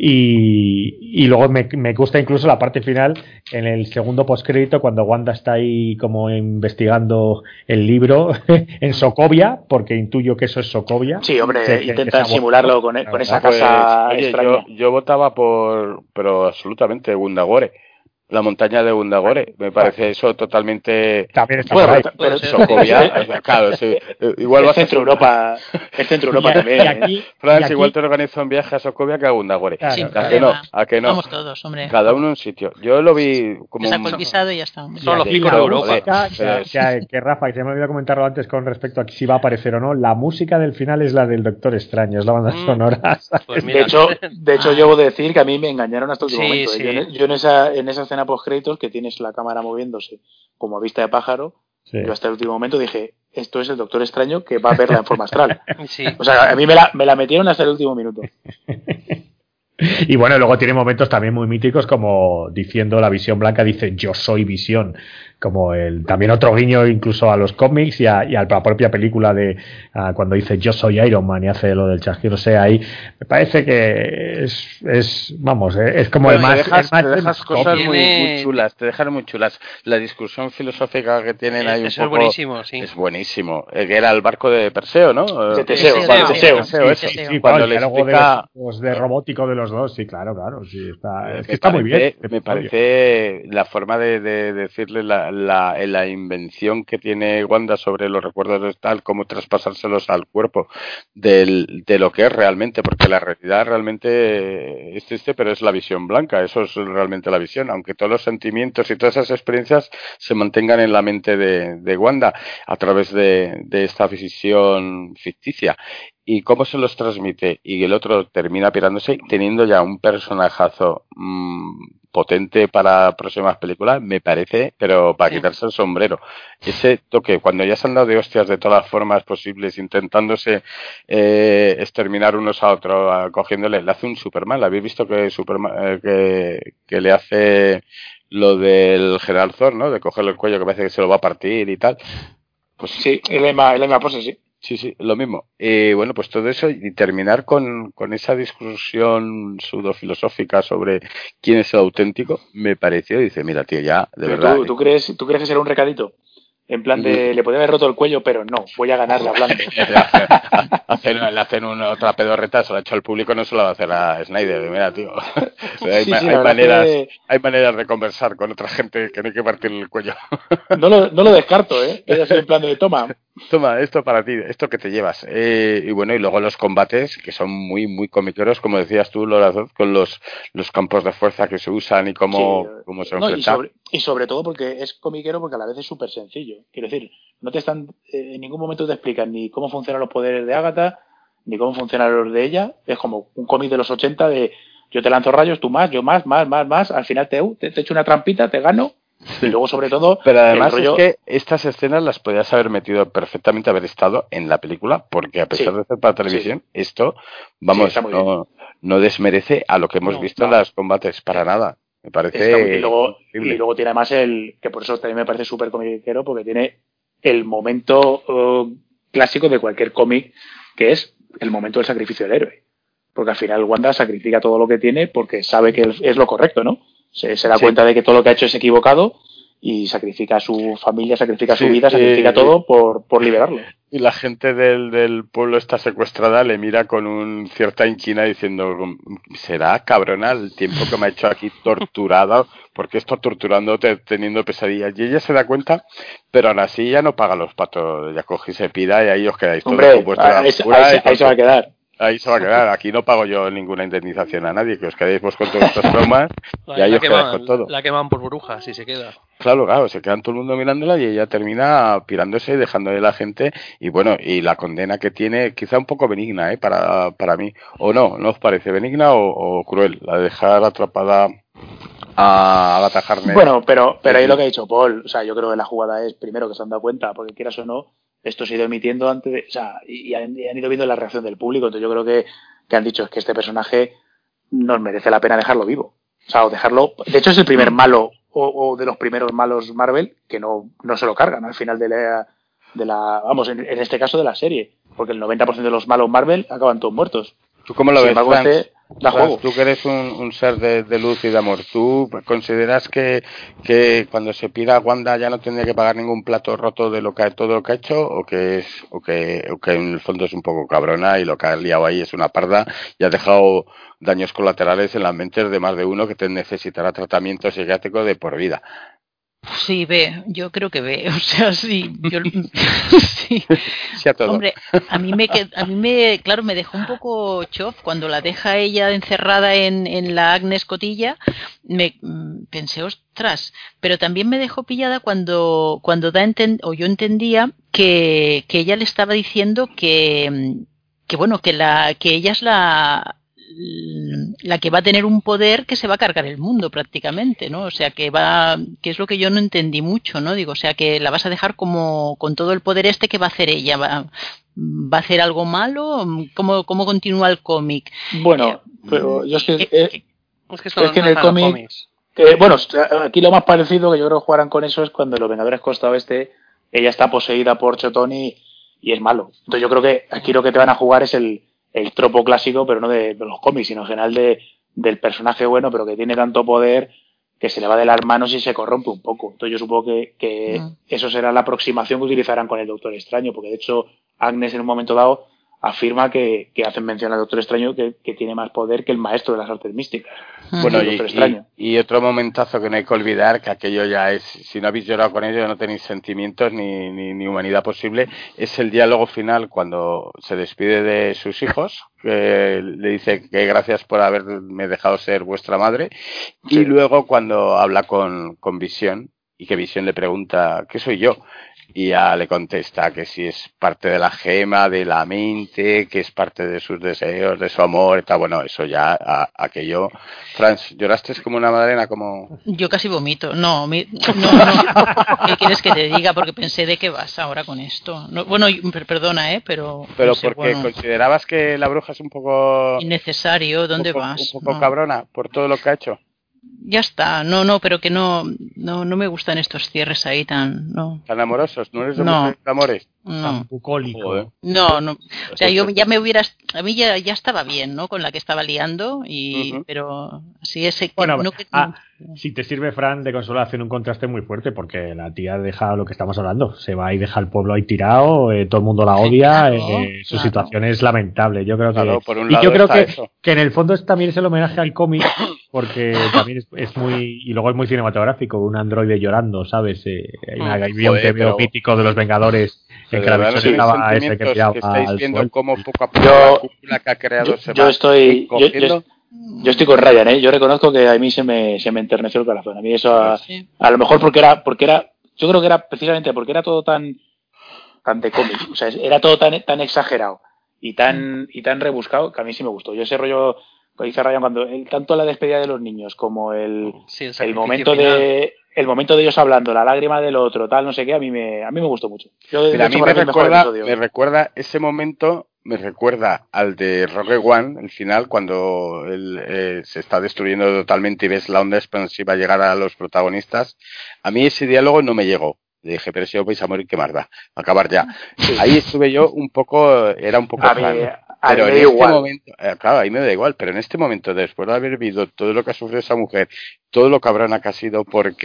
Y luego me gusta incluso la parte final en el segundo postcrédito cuando Wanda está ahí como investigando el libro en Sokovia, porque intuyo que eso es Sokovia. Sí, hombre, Que intentan esa simularlo con esa casa Pues, oye, extraña. yo votaba pero absolutamente Gundagore. La montaña de Gundagore, me parece eso totalmente... también está Bueno, por ahí. pero Sokovia, claro, sí. Igual es vas a Centro Europa, es Centro Europa Y también. aquí, Franz, y aquí- igual te organiza un viaje a Sokovia que a Gundagore. Claro, Sin ¿A claro. que no? problema. ¿A que no? Vamos todos, hombre. Cada uno en un sitio. Yo lo vi como Te saco un... el visado y ya está. Son los y picos la de Europa. música, Pero que Rafa, que se me olvidó comentarlo antes con respecto a si va a aparecer o no, la música del final es la del Doctor Extraño, es la banda sonora. Pues De mira, hecho, yo debo decir que a mí me engañaron hasta el último Sí, momento. sí. Yo en esa escena post créditos que tienes la cámara moviéndose como a vista de pájaro, Sí. yo hasta el último momento dije, esto es el Doctor Extraño que va a verla en forma astral. sí. O sea, a mí me la metieron hasta el último minuto. Y bueno, luego tiene momentos también muy míticos como diciendo la Visión Blanca, dice yo soy Visión, como también otro guiño incluso a los cómics y a la propia película de cuando dice yo soy Iron Man y hace lo del chasquido, o sea, ahí me parece que es como Bueno, el más... te dejas cosas Tiene- muy chulas, te dejan muy chulas. La discusión filosófica que tienen ahí un Eso es poco... buenísimo, sí. Es buenísimo. Que era el barco de Perseo, ¿no? De Teseo, Teseo, Sí, eso. sí, sí, Cuando claro, le el diálogo explica... de robótico de los dos, sí, claro, sí, es que Me está muy bien. parece- Me parece la forma de decirle la invención que tiene Wanda sobre los recuerdos de tal, cómo traspasárselos al cuerpo de lo que es realmente, porque la realidad realmente es triste, pero es la visión blanca, eso es realmente la visión, aunque todos los sentimientos y todas esas experiencias se mantengan en la mente de Wanda a través de esta visión ficticia. ¿Y cómo se los transmite? Y el otro termina pirándose teniendo ya un personajazo potente para próximas películas, me parece, pero para quitarse el sombrero. Ese toque, cuando ya se han dado de hostias de todas las formas posibles, intentándose exterminar unos a otros, cogiéndole, le hace un Superman. ¿Habéis visto que Superman que le hace lo del General Zod, ¿no? De cogerle el cuello que parece que se lo va a partir y tal? Pues Sí, el Emma pose, sí. Sí, lo mismo. Bueno, pues todo eso y terminar con esa discusión pseudofilosófica sobre quién es el auténtico, me pareció, dice, mira, tío, ya, de Pero verdad. ¿Tú crees que será un recadito? En plan de, le podría haber roto el cuello, pero no, voy a ganarle hablando. Le hacen otra pedorreta, se lo ha hecho al público, no se lo va a hacer a Snyder. Mira, tío. Hay maneras de conversar con otra gente que no hay que partirle el cuello. No lo descarto, ¿eh? Que haya sido en plan de, toma. Toma, esto para ti, esto que te llevas. Y bueno, y luego los combates, que son muy, muy comiqueros, como decías tú, Lorazón, con los campos de fuerza que se usan y cómo se enfrentan. Y sobre todo porque es comiquero, porque a la vez es súper sencillo. Quiero decir, no te están, en ningún momento te explican ni cómo funcionan los poderes de Agatha, ni cómo funcionan los de ella. Es como un cómic de los 80 de yo te lanzo rayos, tú más, yo más, al final te echo una trampita, te gano. Sí. Y luego, sobre todo, pero además es que estas escenas las podías haber metido perfectamente, haber estado en la película, porque a pesar de ser para televisión, esto, vamos, no desmerece a lo que hemos visto en los combates, para nada. Me parece. Y luego tiene además que por eso también me parece súper comiquero, porque tiene el momento clásico de cualquier cómic, que es el momento del sacrificio del héroe. Porque al final Wanda sacrifica todo lo que tiene porque sabe que es lo correcto, ¿no? Se da cuenta de que todo lo que ha hecho es equivocado y sacrifica a su familia, sacrifica su vida, sacrifica todo por liberarlo. Y la gente del pueblo está secuestrada, le mira con un cierta inquina diciendo, será cabrona el tiempo que me ha hecho aquí torturada, porque está torturándote teniendo pesadillas. Y ella se da cuenta, pero aún así ya no paga los patos, ya coge y se pira y ahí os quedáis todos con vuestra ahí se va a quedar. Ahí se va a quedar, aquí no pago yo ninguna indemnización a nadie, que os quedéis vos con todas estas bromas y ahí os quedáis con todo. La queman por brujas, si se queda. Claro, se quedan todo el mundo mirándola y ella termina pirándose y dejando de la gente y bueno, y la condena que tiene, quizá un poco benigna, para mí, o no os parece benigna o cruel, la de dejar atrapada a Agatha Harkness. Bueno, pero ahí lo que ha dicho Paul, o sea, yo creo que la jugada es primero que se han dado cuenta, porque quieras o no, esto se ha ido emitiendo antes de, o sea, y han ido viendo la reacción del público, entonces yo creo que han dicho es que este personaje nos merece la pena dejarlo vivo, o sea, o dejarlo, de hecho es el primer malo o de los primeros malos Marvel que no se lo cargan al final de la vamos, en este caso de la serie, porque el 90% de los malos Marvel acaban todos muertos. ¿Tú cómo lo ves, Franz? Da juego. Tú que eres un ser de luz y de amor, ¿tú consideras que cuando se pida Wanda ya no tendría que pagar ningún plato roto de todo lo que ha hecho o que en el fondo es un poco cabrona y lo que ha liado ahí es una parda y ha dejado daños colaterales en las mentes de más de uno que te necesitará tratamiento psiquiátrico de por vida? Sí, yo creo que ve, o sea, sí, sí. Sí a todo. Hombre, a mí me, claro, me dejó un poco chof cuando la deja ella encerrada en la Agnes Cotilla, pensé, ostras, pero también me dejó pillada cuando yo entendía que ella le estaba diciendo que bueno, que ella es la que va a tener un poder que se va a cargar el mundo prácticamente, ¿no? O sea, que es lo que yo no entendí mucho, ¿no? Digo, o sea, que la vas a dejar como con todo el poder que va a hacer ella, va a hacer algo malo, ¿cómo continúa el cómic? Bueno, pero yo es que en el cómic bueno, aquí lo más parecido que yo creo que jugarán con eso es cuando los Vengadores Costa Oeste ella está poseída por Chotón y es malo. Entonces yo creo que aquí lo que te van a jugar es el tropo clásico, pero no de los cómics, sino en general del personaje bueno, pero que tiene tanto poder que se le va de las manos y se corrompe un poco. Entonces yo supongo que eso será la aproximación que utilizarán con el Doctor Extraño, porque de hecho Agnes en un momento dado afirma que hacen mención al Doctor Extraño que tiene más poder que el maestro de las artes místicas. Bueno, y otro momentazo que no hay que olvidar, que aquello ya es, si no habéis llorado con ello no tenéis sentimientos ni humanidad posible, es el diálogo final cuando se despide de sus hijos, que le dice que gracias por haberme dejado ser vuestra madre, y luego cuando habla con Visión, y que Visión le pregunta, ¿qué soy yo? Y ya le contesta que si es parte de la gema, de la mente, que es parte de sus deseos, de su amor, y tal. Bueno, eso ya, aquello. Franz, ¿lloraste como una madalena? Como... Yo casi vomito. No. ¿Qué quieres que te diga? Porque pensé, ¿de qué vas ahora con esto? No, bueno, perdona, pero... Pero pensé, porque considerabas que la bruja es un poco... Innecesario, ¿dónde vas? Un poco cabrona por todo lo que ha hecho. Ya está, no, pero que no me gustan estos cierres ahí tan amorosos, ¿no eres de muchos amores? No. Tan bucólico. No, o sea, yo ya a mí ya estaba bien, ¿no? Con la que estaba liando pero así ese bueno, si te sirve, Fran, de consolación, un contraste muy fuerte, porque la tía deja lo que estamos hablando, se va y deja al pueblo ahí tirado, todo el mundo la odia, su situación es lamentable. Yo creo que en el fondo también es el homenaje al cómic, porque también es muy, y luego es muy cinematográfico, un androide llorando, ¿sabes? Había un TVO mítico de los Vengadores en que la versión estaba ese que tiraba que estáis viendo cómo poco a poco la cúpula que ha creado yo estoy con Ryan, Yo reconozco que a mí se me enterneció el corazón. A mí eso a lo mejor porque era yo creo que era precisamente porque era todo tan de cómic, o sea, era todo tan exagerado y tan rebuscado que a mí sí me gustó. Yo ese rollo que dice Ryan cuando tanto la despedida de los niños como el momento final. El momento de ellos hablando, la lágrima del otro, tal, no sé qué, a mí me gustó mucho. Pero a mí me recuerda ese momento, me recuerda al de Rogue One, el final, cuando él se está destruyendo totalmente y ves la onda expansiva llegar a los protagonistas. A mí ese diálogo no me llegó. Le dije, pero si os vais a morir, qué más da, acabar ya. Ahí estuve yo un poco, era un poco A mí, fan. a Pero mí en me da este igual. momento, claro, ahí me da igual, pero en este momento, después de haber vivido todo lo que ha sufrido esa mujer, todo lo cabrona que ha sido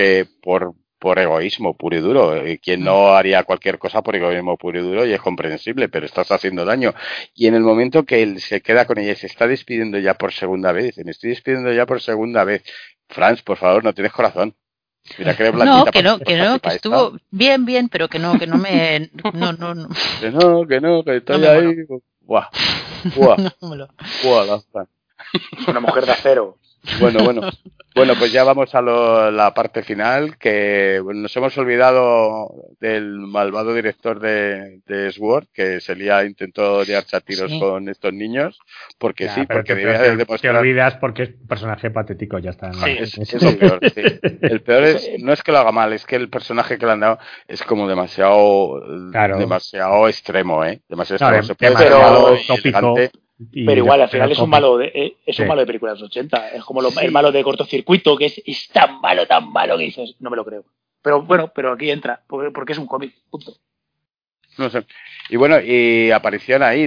por egoísmo puro y duro, quien no haría cualquier cosa por egoísmo puro y duro, y es comprensible, pero estás haciendo daño. Y en el momento que él se queda con ella y se está despidiendo ya por segunda vez, dice, me estoy despidiendo ya por segunda vez. Franz, por favor, no tienes corazón. Mira que eres No, blandita que no, para que cosas no, y que para estuvo esta. bien, pero que no me, no, Que estoy me moló. ahí. Buah, buah, no me lo. buah, la Fran. Una mujer de acero. Bueno, pues ya vamos a la parte final, que bueno, nos hemos olvidado del malvado director de Sword, que intentó liarse a tiros Sí. con estos niños, porque Ya, sí, pero porque te, debía pero de te demostrar... olvidas porque es un personaje patético, ya está. ¿no? Sí. Es lo peor, sí. El peor no es que lo haga mal, es que el personaje que le han dado es como demasiado Claro. extremo, ¿eh? Demasiado No, extremo. Se puede pero- ser malo y tópico. elegante. Pero igual, al final es un malo de Sí. un malo de películas de los 80. Es como Sí. el malo de cortocircuito, que es tan malo que dices, no me lo creo. Pero bueno, pero aquí entra, porque es un cómic, punto. No sé. Y bueno, y aparición ahí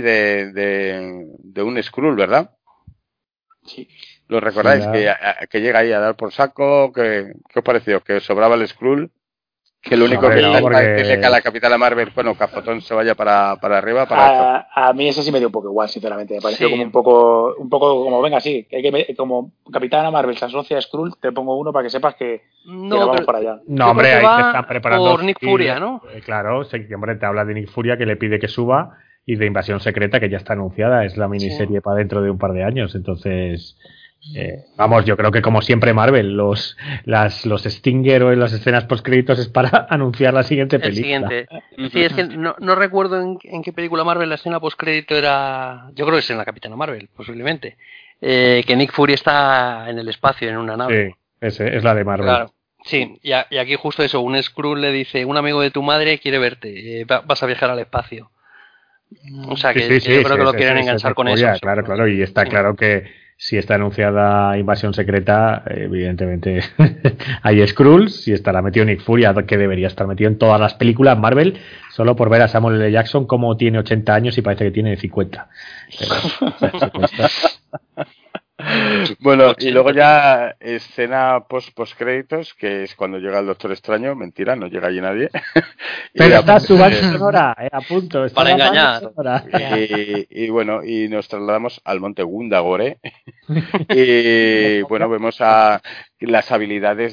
de un Skrull, ¿verdad? Sí. ¿Lo recordáis? Sí, Que llega ahí a dar por saco. ¿Qué os pareció? ¿Que os sobraba el Skrull? Que lo único Hombre, que no, está es para porque- decirle que a la Capitana Marvel, bueno, Cafotón se vaya para arriba para esto. A mí eso sí me dio un poco igual, sinceramente. Me pareció Sí. como un poco como, venga, sí, que como Capitana Marvel se asocia a Skrull, te pongo uno para que sepas que nos vamos para allá. No, Yo hombre, creo que ahí te va están preparando. por Nick Furia, ¿no? Claro, sí, hombre, te habla de Nick Furia que le pide que suba y de Invasión Secreta que ya está anunciada. Es la miniserie para dentro de un par de años. Entonces, vamos, yo creo que como siempre Marvel, los Stinger o en las escenas postcréditos es para anunciar la siguiente El película. siguiente. Sí, es que no recuerdo en qué película Marvel la escena postcrédito era. Yo creo que es en la Capitana Marvel, posiblemente. Que Nick Fury está en el espacio, en una nave. Sí, es la de Marvel. Claro. Sí, y aquí justo eso, un Skrull le dice, un amigo de tu madre quiere verte, vas a viajar al espacio. O sea, que yo creo que lo quieren enganchar con eso. Claro, claro, y está claro que si está anunciada Invasión Secreta, evidentemente hay Skrulls, si estará metido Nick Furia, que debería estar metido en todas las películas Marvel, solo por ver a Samuel L. Jackson como tiene 80 años y parece que tiene 50. Bueno, y luego ya escena post-créditos, que es cuando llega el Doctor Extraño. Mentira, no llega allí nadie. Pero está aparte- su banda sonora, a punto. Está Para la banda engañar. sonora. y bueno, y nos trasladamos al monte Gundagore. Y bueno, vemos a las habilidades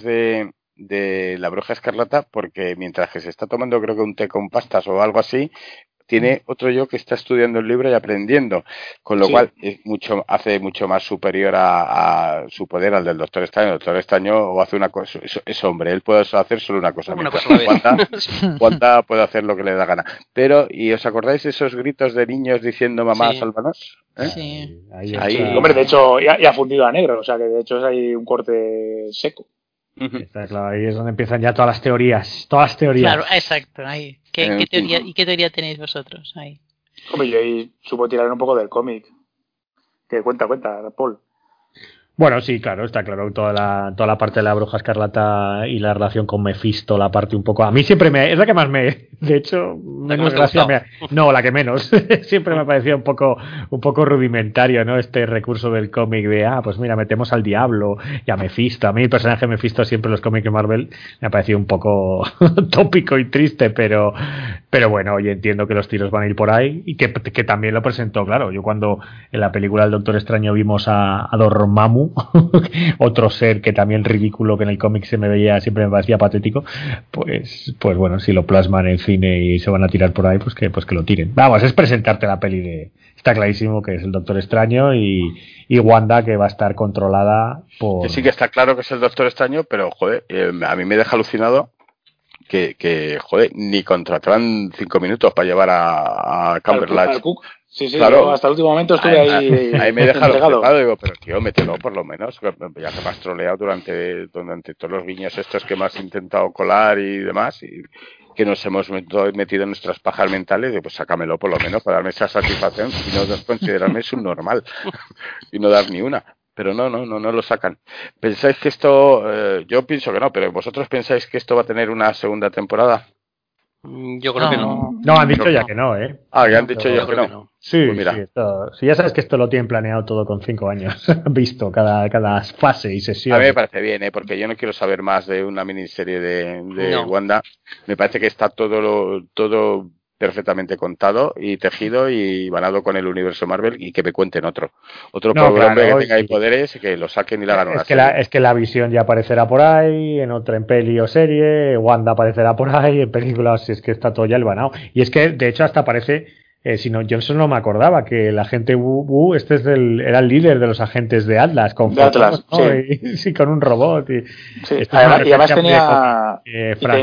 de la Bruja Escarlata, porque mientras que se está tomando, creo que un té con pastas o algo así, tiene otro yo que está estudiando el libro y aprendiendo, con lo Sí. cual hace mucho más superior a su poder al del Doctor Extraño. El Doctor Extraño o hace una cosa, es hombre, él puede hacer solo una cosa, Una mientras cosa a la que vez. Wanda puede hacer lo que le da gana. Pero, ¿y os acordáis de esos gritos de niños diciendo mamá, Sí. sálvanos? ¿Eh? Sí. Ahí Ahí- está, Hombre, de hecho, ya ha fundido a negro, o sea que de hecho es ahí un corte seco. está claro, ahí es donde empiezan ya todas las teorías. Todas las teorías. Claro, exacto, ahí. ¿Qué teoría tenéis vosotros ahí? Hombre, yo ahí supo tirar un poco del cómic. Que cuenta, Paul. Bueno, sí, claro, está claro. Toda la parte de la Bruja Escarlata y la relación con Mephisto, la parte un poco. A mí siempre es la que más de hecho, menos más te gracia gustaba. no, la que menos. Siempre me ha parecido un poco rudimentario, ¿no? Este recurso del cómic de, pues mira, metemos al diablo y a Mephisto. A mí el personaje Mephisto siempre en los cómics de Marvel me ha parecido un poco tópico y triste, pero bueno, hoy entiendo que los tiros van a ir por ahí y que también lo presentó, claro. Yo cuando en la película del Doctor Extraño vimos a Dormammu, otro ser que también ridículo, que en el cómic siempre me parecía patético, pues bueno, si lo plasman en cine y se van a tirar por ahí, pues que lo tiren. Vamos, es presentarte la peli está clarísimo que es el Doctor Extraño y Wanda, que va a estar controlada por... Que sí que está claro que es el Doctor Extraño, pero joder, a mí me deja alucinado que joder, ni contrataban 5 minutos para llevar a Cumberbatch. Al Cook. Sí, Claro. yo hasta el último momento estuve Ahí me deja entregado. flipado, digo, pero tío, mételo por lo menos, ya que me has troleado durante todos los guiños estos que me has intentado colar y demás, y que nos hemos metido en nuestras pajas mentales, digo, pues sácamelo por lo menos para darme esa satisfacción y no considerarme subnormal y no dar ni una. Pero no lo sacan. ¿Pensáis que esto, yo pienso que no, pero vosotros pensáis que esto va a tener una segunda temporada? Yo creo que no. No, han dicho ya que no, ¿eh? Ah, ya han dicho Yo ya que creo que no. no. Sí, Pues mira. sí, sí, ya sabes que esto lo tienen planeado todo con 5 años. Visto cada fase y sesión. A mí me parece bien, porque yo no quiero saber más de una miniserie de No. Wanda. Me parece que está todo perfectamente contado y tejido y banado con el universo Marvel, y que me cuenten otro No, pobre hombre claro, que tenga ahí y- poderes y que lo saquen y le hagan una Es que, serie. es que la visión ya aparecerá por ahí, en otra en peli o serie, Wanda aparecerá por ahí, en películas, es que está todo ya hilvanado. Y es que, de hecho, hasta parece, si no, Johnson no me acordaba, que el agente Wu era el líder de los agentes de Atlas, con De Atlas, fotos, ¿no? sí. Y, sí, con un robot. Sí, Esto es una y además referencia muy de tenía, cómic, y Frank.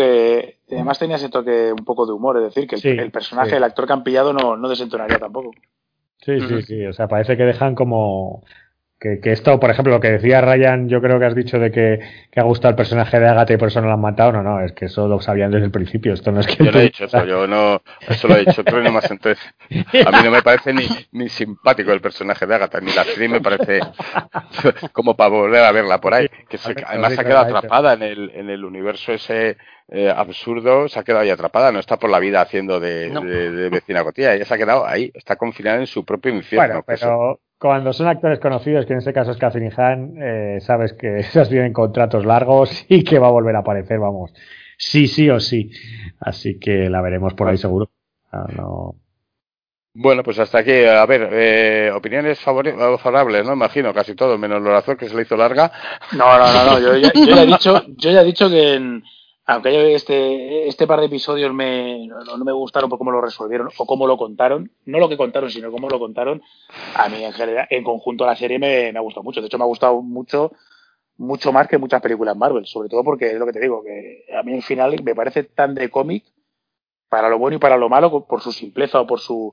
tenía ese toque un poco de humor, es decir, que Sí, el personaje, sí. el actor que han pillado no desentonaría tampoco. Sí, sí, sí. O sea, parece que dejan como. Que esto, por ejemplo, lo que decía Ryan, yo creo que has dicho de que ha gustado el personaje de Agatha y por eso no lo han matado. No, es que eso lo sabían desde el principio. Esto no es que. Yo no he dicho eso, eso lo he dicho otro y no más. Entonces, a mí no me parece ni simpático el personaje de Agatha, ni la actriz me parece como para volver a verla por ahí. Que además se ha quedado atrapada en el universo ese absurdo, se ha quedado ahí atrapada, no está por la vida haciendo de vecina Gotía, ella se ha quedado ahí, está confinada en su propio infierno. Bueno, pero cuando son actores conocidos, que en este caso es Catherine Hahn, sabes que esas tienen contratos largos y que va a volver a aparecer, vamos. Sí o sí. Así que la veremos por ahí seguro. No. Bueno, pues hasta aquí. A ver, opiniones favorables, ¿no? Imagino, casi todo, menos Lorazón, que se le hizo larga. No, yo ya he dicho que aunque yo este par de episodios no me gustaron por cómo lo resolvieron o cómo lo contaron, no lo que contaron, sino cómo lo contaron, a mí en general, en conjunto la serie me ha gustado mucho. De hecho, me ha gustado mucho más que muchas películas Marvel, sobre todo porque es lo que te digo, que a mí al final me parece tan de cómic, para lo bueno y para lo malo, por su simpleza o por sus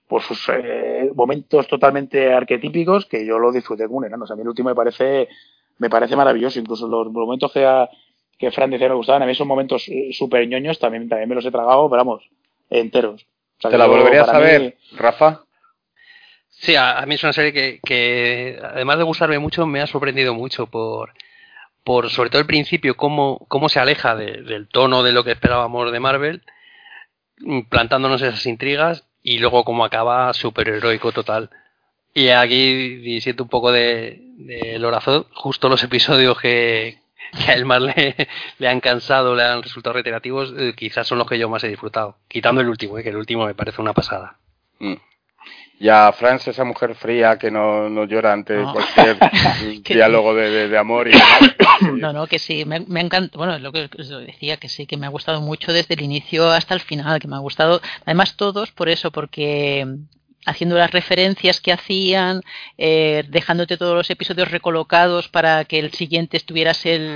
momentos totalmente arquetípicos, que yo lo disfruté como un enano. O sea, a mí el último me parece maravilloso. Incluso los momentos que Fran decía me gustaban, a mí esos momentos súper ñoños también me los he tragado, pero vamos, enteros. O sea, ¿Te la volverías a ver, mí... Rafa? Sí, a mí es una serie que además de gustarme mucho, me ha sorprendido mucho por sobre todo el principio, cómo se aleja del tono de lo que esperábamos de Marvel, plantándonos esas intrigas, y luego cómo acaba superheroico total. Y aquí siento un poco de Lorazón, justo los episodios que a él más le han cansado, le han resultado reiterativos, quizás son los que yo más he disfrutado, quitando el último, que el último me parece una pasada. Ya Franz, esa mujer fría que no llora ante cualquier diálogo de amor y No, que sí, me encanta. Bueno, lo que os decía, que sí, que me ha gustado mucho desde el inicio hasta el final, que me ha gustado, además todos por eso, porque haciendo las referencias que hacían, dejándote todos los episodios recolocados para que el siguiente estuvieras el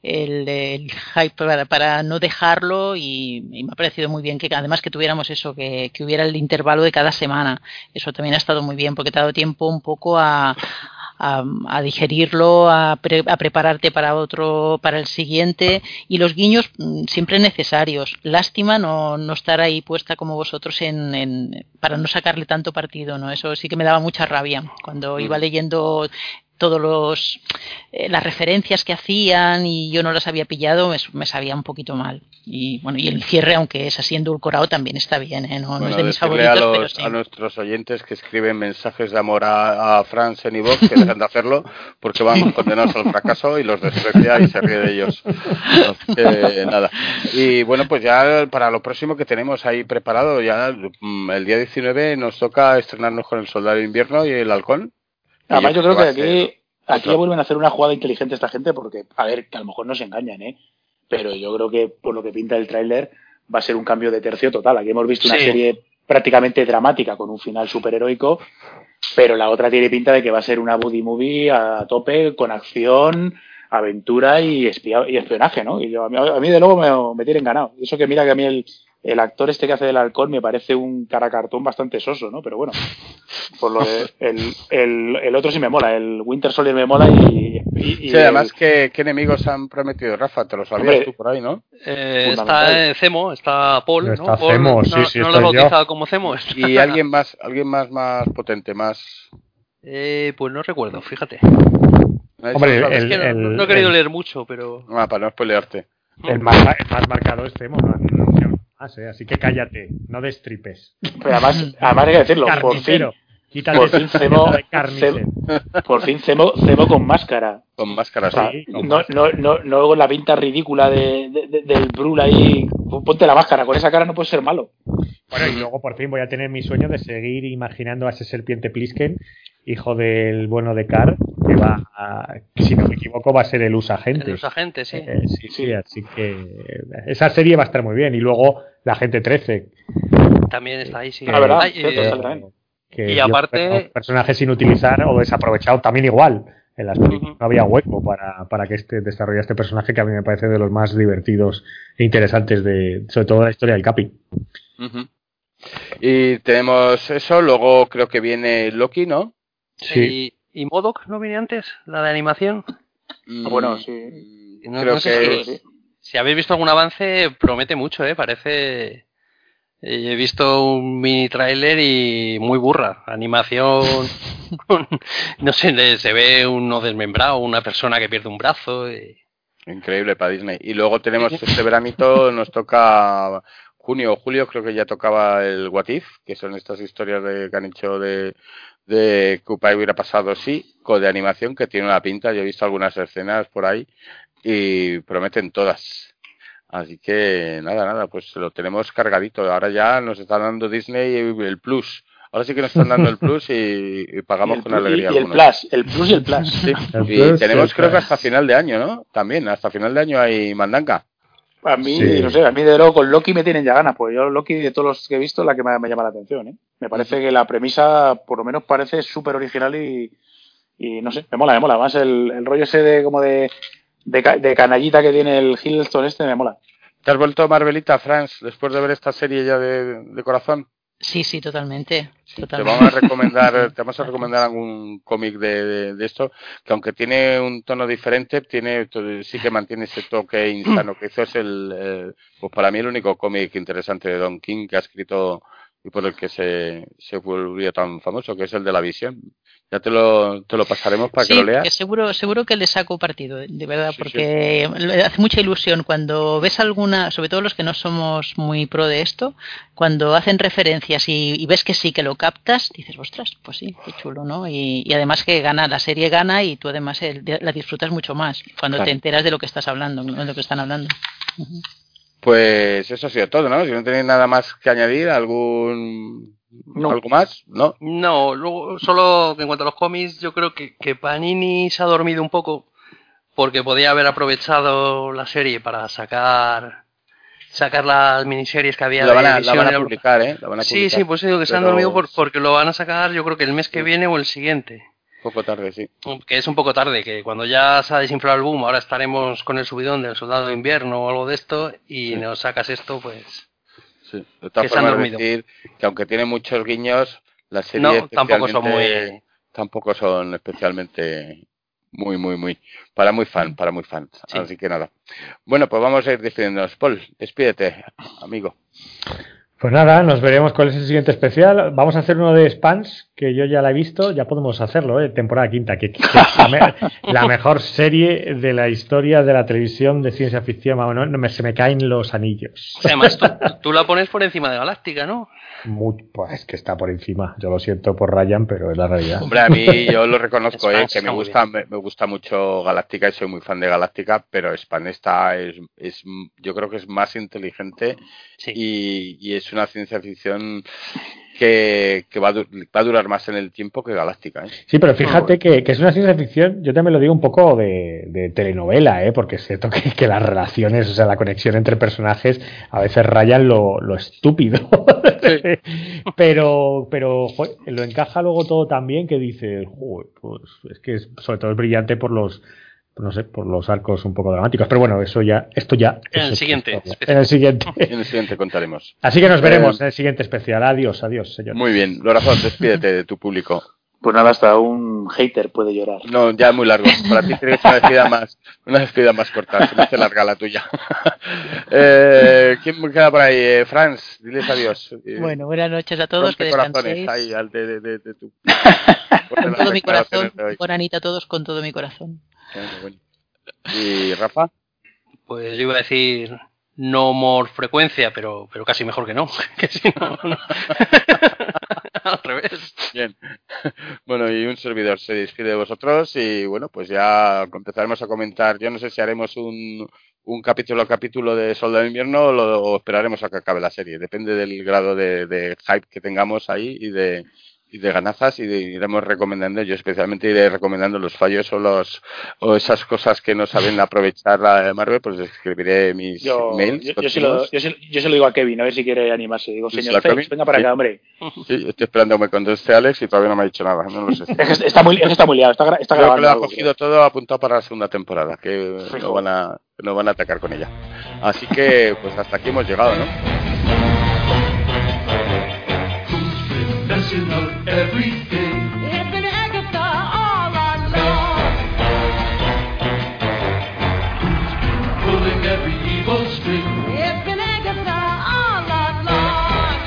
hype para no dejarlo, y me ha parecido muy bien que además que tuviéramos eso, que hubiera el intervalo de cada semana. Eso también ha estado muy bien porque te ha dado tiempo un poco a digerirlo, a prepararte para el siguiente, y los guiños siempre necesarios. Lástima no estar ahí puesta como vosotros para no sacarle tanto partido, ¿no? Eso sí que me daba mucha rabia cuando iba leyendo todos las referencias que hacían y yo no las había pillado, me sabía un poquito mal. Y bueno, y el cierre, aunque es así endulcorado, también está bien, ¿eh? No es de mis favoritos, pero sí. A nuestros oyentes que escriben mensajes de amor a Franz en iVoox, que dejan de hacerlo porque van condenados al fracaso y los desprecia y se ríe de ellos. Nada. Y bueno, pues ya para lo próximo que tenemos ahí preparado, ya el día 19 nos toca estrenarnos con El Soldado de Invierno y El Halcón. Además, yo creo que aquí ya vuelven a hacer una jugada inteligente esta gente, porque, a ver, que a lo mejor no se engañan, pero yo creo que por lo que pinta el tráiler va a ser un cambio de tercio total. Aquí hemos visto una serie prácticamente dramática con un final superheroico, pero la otra tiene pinta de que va a ser una buddy movie a tope, con acción, aventura y espionaje, ¿no? Y a mí de luego me tienen ganado. Y eso que mira que a mí el actor este que hace del Halcón me parece un cara cartón bastante soso, ¿no? Pero bueno, por lo de el otro sí me mola, el Winter Soldier me mola y sí, además ¿qué enemigos han prometido, Rafa? Te lo sabías tú por ahí, ¿no? Está Zemo, está Paul, está ¿no? Zemo, Paul, sí, no lo he bautizado como Zemo. Y alguien más potente, más... pues no recuerdo, fíjate. Hombre, no he querido leer mucho, pero... para no spoilearte. El más marcado es Zemo, ¿no? más, así que cállate, no destripes. Pero además hay que decirlo, Carnicero, quítate por fin esa Cemo, etiqueta de carnicero. por fin Cemo con máscara. Con máscara, O sea, sí. con no con la pinta ridícula del Brul ahí. Ponte la máscara, con esa cara no puedes ser malo. Bueno, y luego por fin voy a tener mi sueño de seguir imaginando a ese serpiente Plisken, hijo del bueno de Carr, que si no me equivoco, va a ser el usagente. El usagente, sí. Sí, así que esa serie va a estar muy bien. Y luego la gente 13. También está ahí, sí. La verdad, Ay, cierto, sale también. Que Y yo aparte- creo que personajes sin utilizar o desaprovechados también igual. En las películas Ujú. no había hueco para que desarrolle este personaje que a mí me parece de los más divertidos e interesantes sobre todo la historia del Capi. Ujú. Y tenemos eso, luego creo que viene Loki, ¿no? Sí. ¿Y MODOK no viene antes? ¿La de animación? Bueno, sí. No- Creo no sé que si- Si habéis visto algún avance, promete mucho, parece... He visto un mini tráiler y muy burra. Animación... no sé, se ve uno desmembrado, una persona que pierde un brazo. increíble para Disney. Y luego tenemos este veranito, nos toca junio o julio, creo que ya tocaba el What If, que son estas historias que han hecho de que hubiera pasado sí, de animación, que tiene una pinta. Yo he visto algunas escenas por ahí y prometen todas. Así que nada, pues lo tenemos cargadito. Ahora ya nos está dando Disney el Plus. Ahora sí que nos están dando el Plus y pagamos con alegría. Y el algunos. Plus, el Plus y el Plus. Sí. El Y Plus, tenemos el creo que Plus. hasta final de año, ¿no? También, hasta final de año hay mandanga. A mí, Sí. no sé, a mí de luego con Loki me tienen ya ganas, pues yo Loki de todos los que he visto es la que me llama la atención, ¿eh? Me parece que la premisa, por lo menos parece súper original y no sé, me mola. Además el rollo ese de canallita que tiene el Hiddleston me mola. ¿Te has vuelto Marvelita, Franz, después de ver esta serie ya de corazón? Sí, totalmente. Te totalmente. vamos a recomendar algún cómic de esto, que aunque tiene un tono diferente, sí que mantiene ese toque insano que hizo. Es pues para mí el único cómic interesante de Don King que ha escrito y por el que se volvió tan famoso, que es el de la Visión. Ya te lo pasaremos para Sí, que lo leas. que seguro que le saco partido, de verdad, Sí, porque le hace mucha ilusión cuando ves alguna, sobre todo los que no somos muy pro de esto, cuando hacen referencias y ves que sí, que lo captas, dices, ostras, pues sí, qué chulo, ¿no? Y además que la serie gana y tú además la disfrutas mucho más cuando Claro. te enteras de lo que estás hablando, ¿no? De lo que están hablando. Ujú. Pues eso ha sido todo, ¿no? Si no tenéis nada más que añadir, algo más, ¿no? No, luego, solo que en cuanto a los cómics, yo creo que Panini se ha dormido un poco porque podía haber aprovechado la serie para sacar las miniseries que había La van de a Visión. publicar, ¿eh? La van a Sí, publicar. pues digo que se han Pero dormido porque lo van a sacar yo creo que el mes que viene o el siguiente. poco tarde, sí. Que es un poco tarde, que cuando ya se ha desinflado el boom, ahora estaremos con el subidón del Soldado de Invierno o algo de esto y nos sacas esto, pues... Sí. De todas Que se han formas, dormido. decir que aunque tiene muchos guiños, las series No, tampoco son muy... tampoco son especialmente muy para muy fans. Sí. Así que nada. Bueno, pues vamos a ir despidiéndonos. Paul, despídete, amigo. Pues nada, nos veremos cuál es el siguiente especial. Vamos a hacer uno de Spans, que yo ya la he visto, ya podemos hacerlo, temporada quinta, que es la mejor serie de la historia de la televisión de ciencia ficción. Vamos, se me caen los anillos. Además, tú la pones por encima de Galáctica, ¿no? Pues es que está por encima. Yo lo siento por Ryan, pero es la realidad. Hombre, a mí yo lo reconozco, Spans que me está gusta mucho Galáctica y soy muy fan de Galáctica, pero Span yo creo que es más inteligente Sí. y es una ciencia ficción que va a durar más en el tiempo que Galáctica, ¿eh? Sí, pero fíjate que es una ciencia ficción, yo también lo digo un poco de telenovela, porque es cierto que las relaciones, o sea, la conexión entre personajes a veces rayan lo estúpido. Sí. pero joder, lo encaja luego todo tan bien que dices, joder, pues es que sobre todo es brillante por los arcos un poco dramáticos. Pero bueno, esto ya... En el siguiente. En el siguiente. En el siguiente contaremos. Así que nos veremos en el siguiente especial. Adiós, señor. Muy bien, Lorazón, despídete de tu público. Pues nada, hasta un hater puede llorar. No, ya es muy largo. Para ti tienes una despedida más corta. Se me hace larga la tuya. ¿Quién me queda por ahí? Franz, diles adiós. Bueno, buenas noches a todos, que descanséis. Ahí, de tu... Con todo mi corazón, buena Anita a todos, con todo mi corazón. Bueno. ¿Y Rafa? Pues yo iba a decir, no por frecuencia, pero casi mejor que no. Que si no, no. Al revés. Bien. Bueno, y un servidor se despide de vosotros y bueno, pues ya empezaremos a comentar. Yo no sé si haremos un capítulo a capítulo de Soldado de Invierno o esperaremos a que acabe la serie. Depende del grado de hype que tengamos ahí y de ganazas, y iremos recomendando. Yo especialmente iré recomendando los fallos o esas cosas que no saben aprovechar la Marvel, pues escribiré mis mails. Yo se lo digo a Kevin, a ver si quiere animarse. Digo, señor Fex, venga para acá, hombre. Sí, estoy esperando que me conteste Alex y todavía no me ha dicho nada, no lo sé. Está muy liado, está Creo grabando. que lo ha cogido todo apuntado para la segunda temporada, que no van a atacar con ella. Así que, pues hasta aquí hemos llegado, ¿no? Messing up everything. It's been Agatha all along. Who's been pulling every evil string? It's been Agatha all along.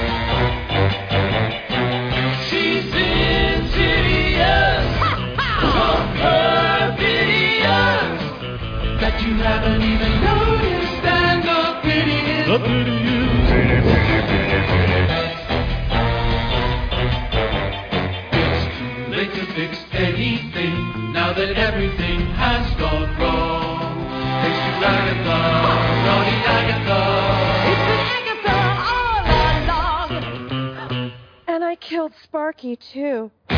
She's insidious, so perfidious that you haven't even noticed, and the pity is. Fix anything now that everything has gone wrong. Thanks to Agatha, naughty Agatha. It's been Agatha all along. And I killed Sparky too.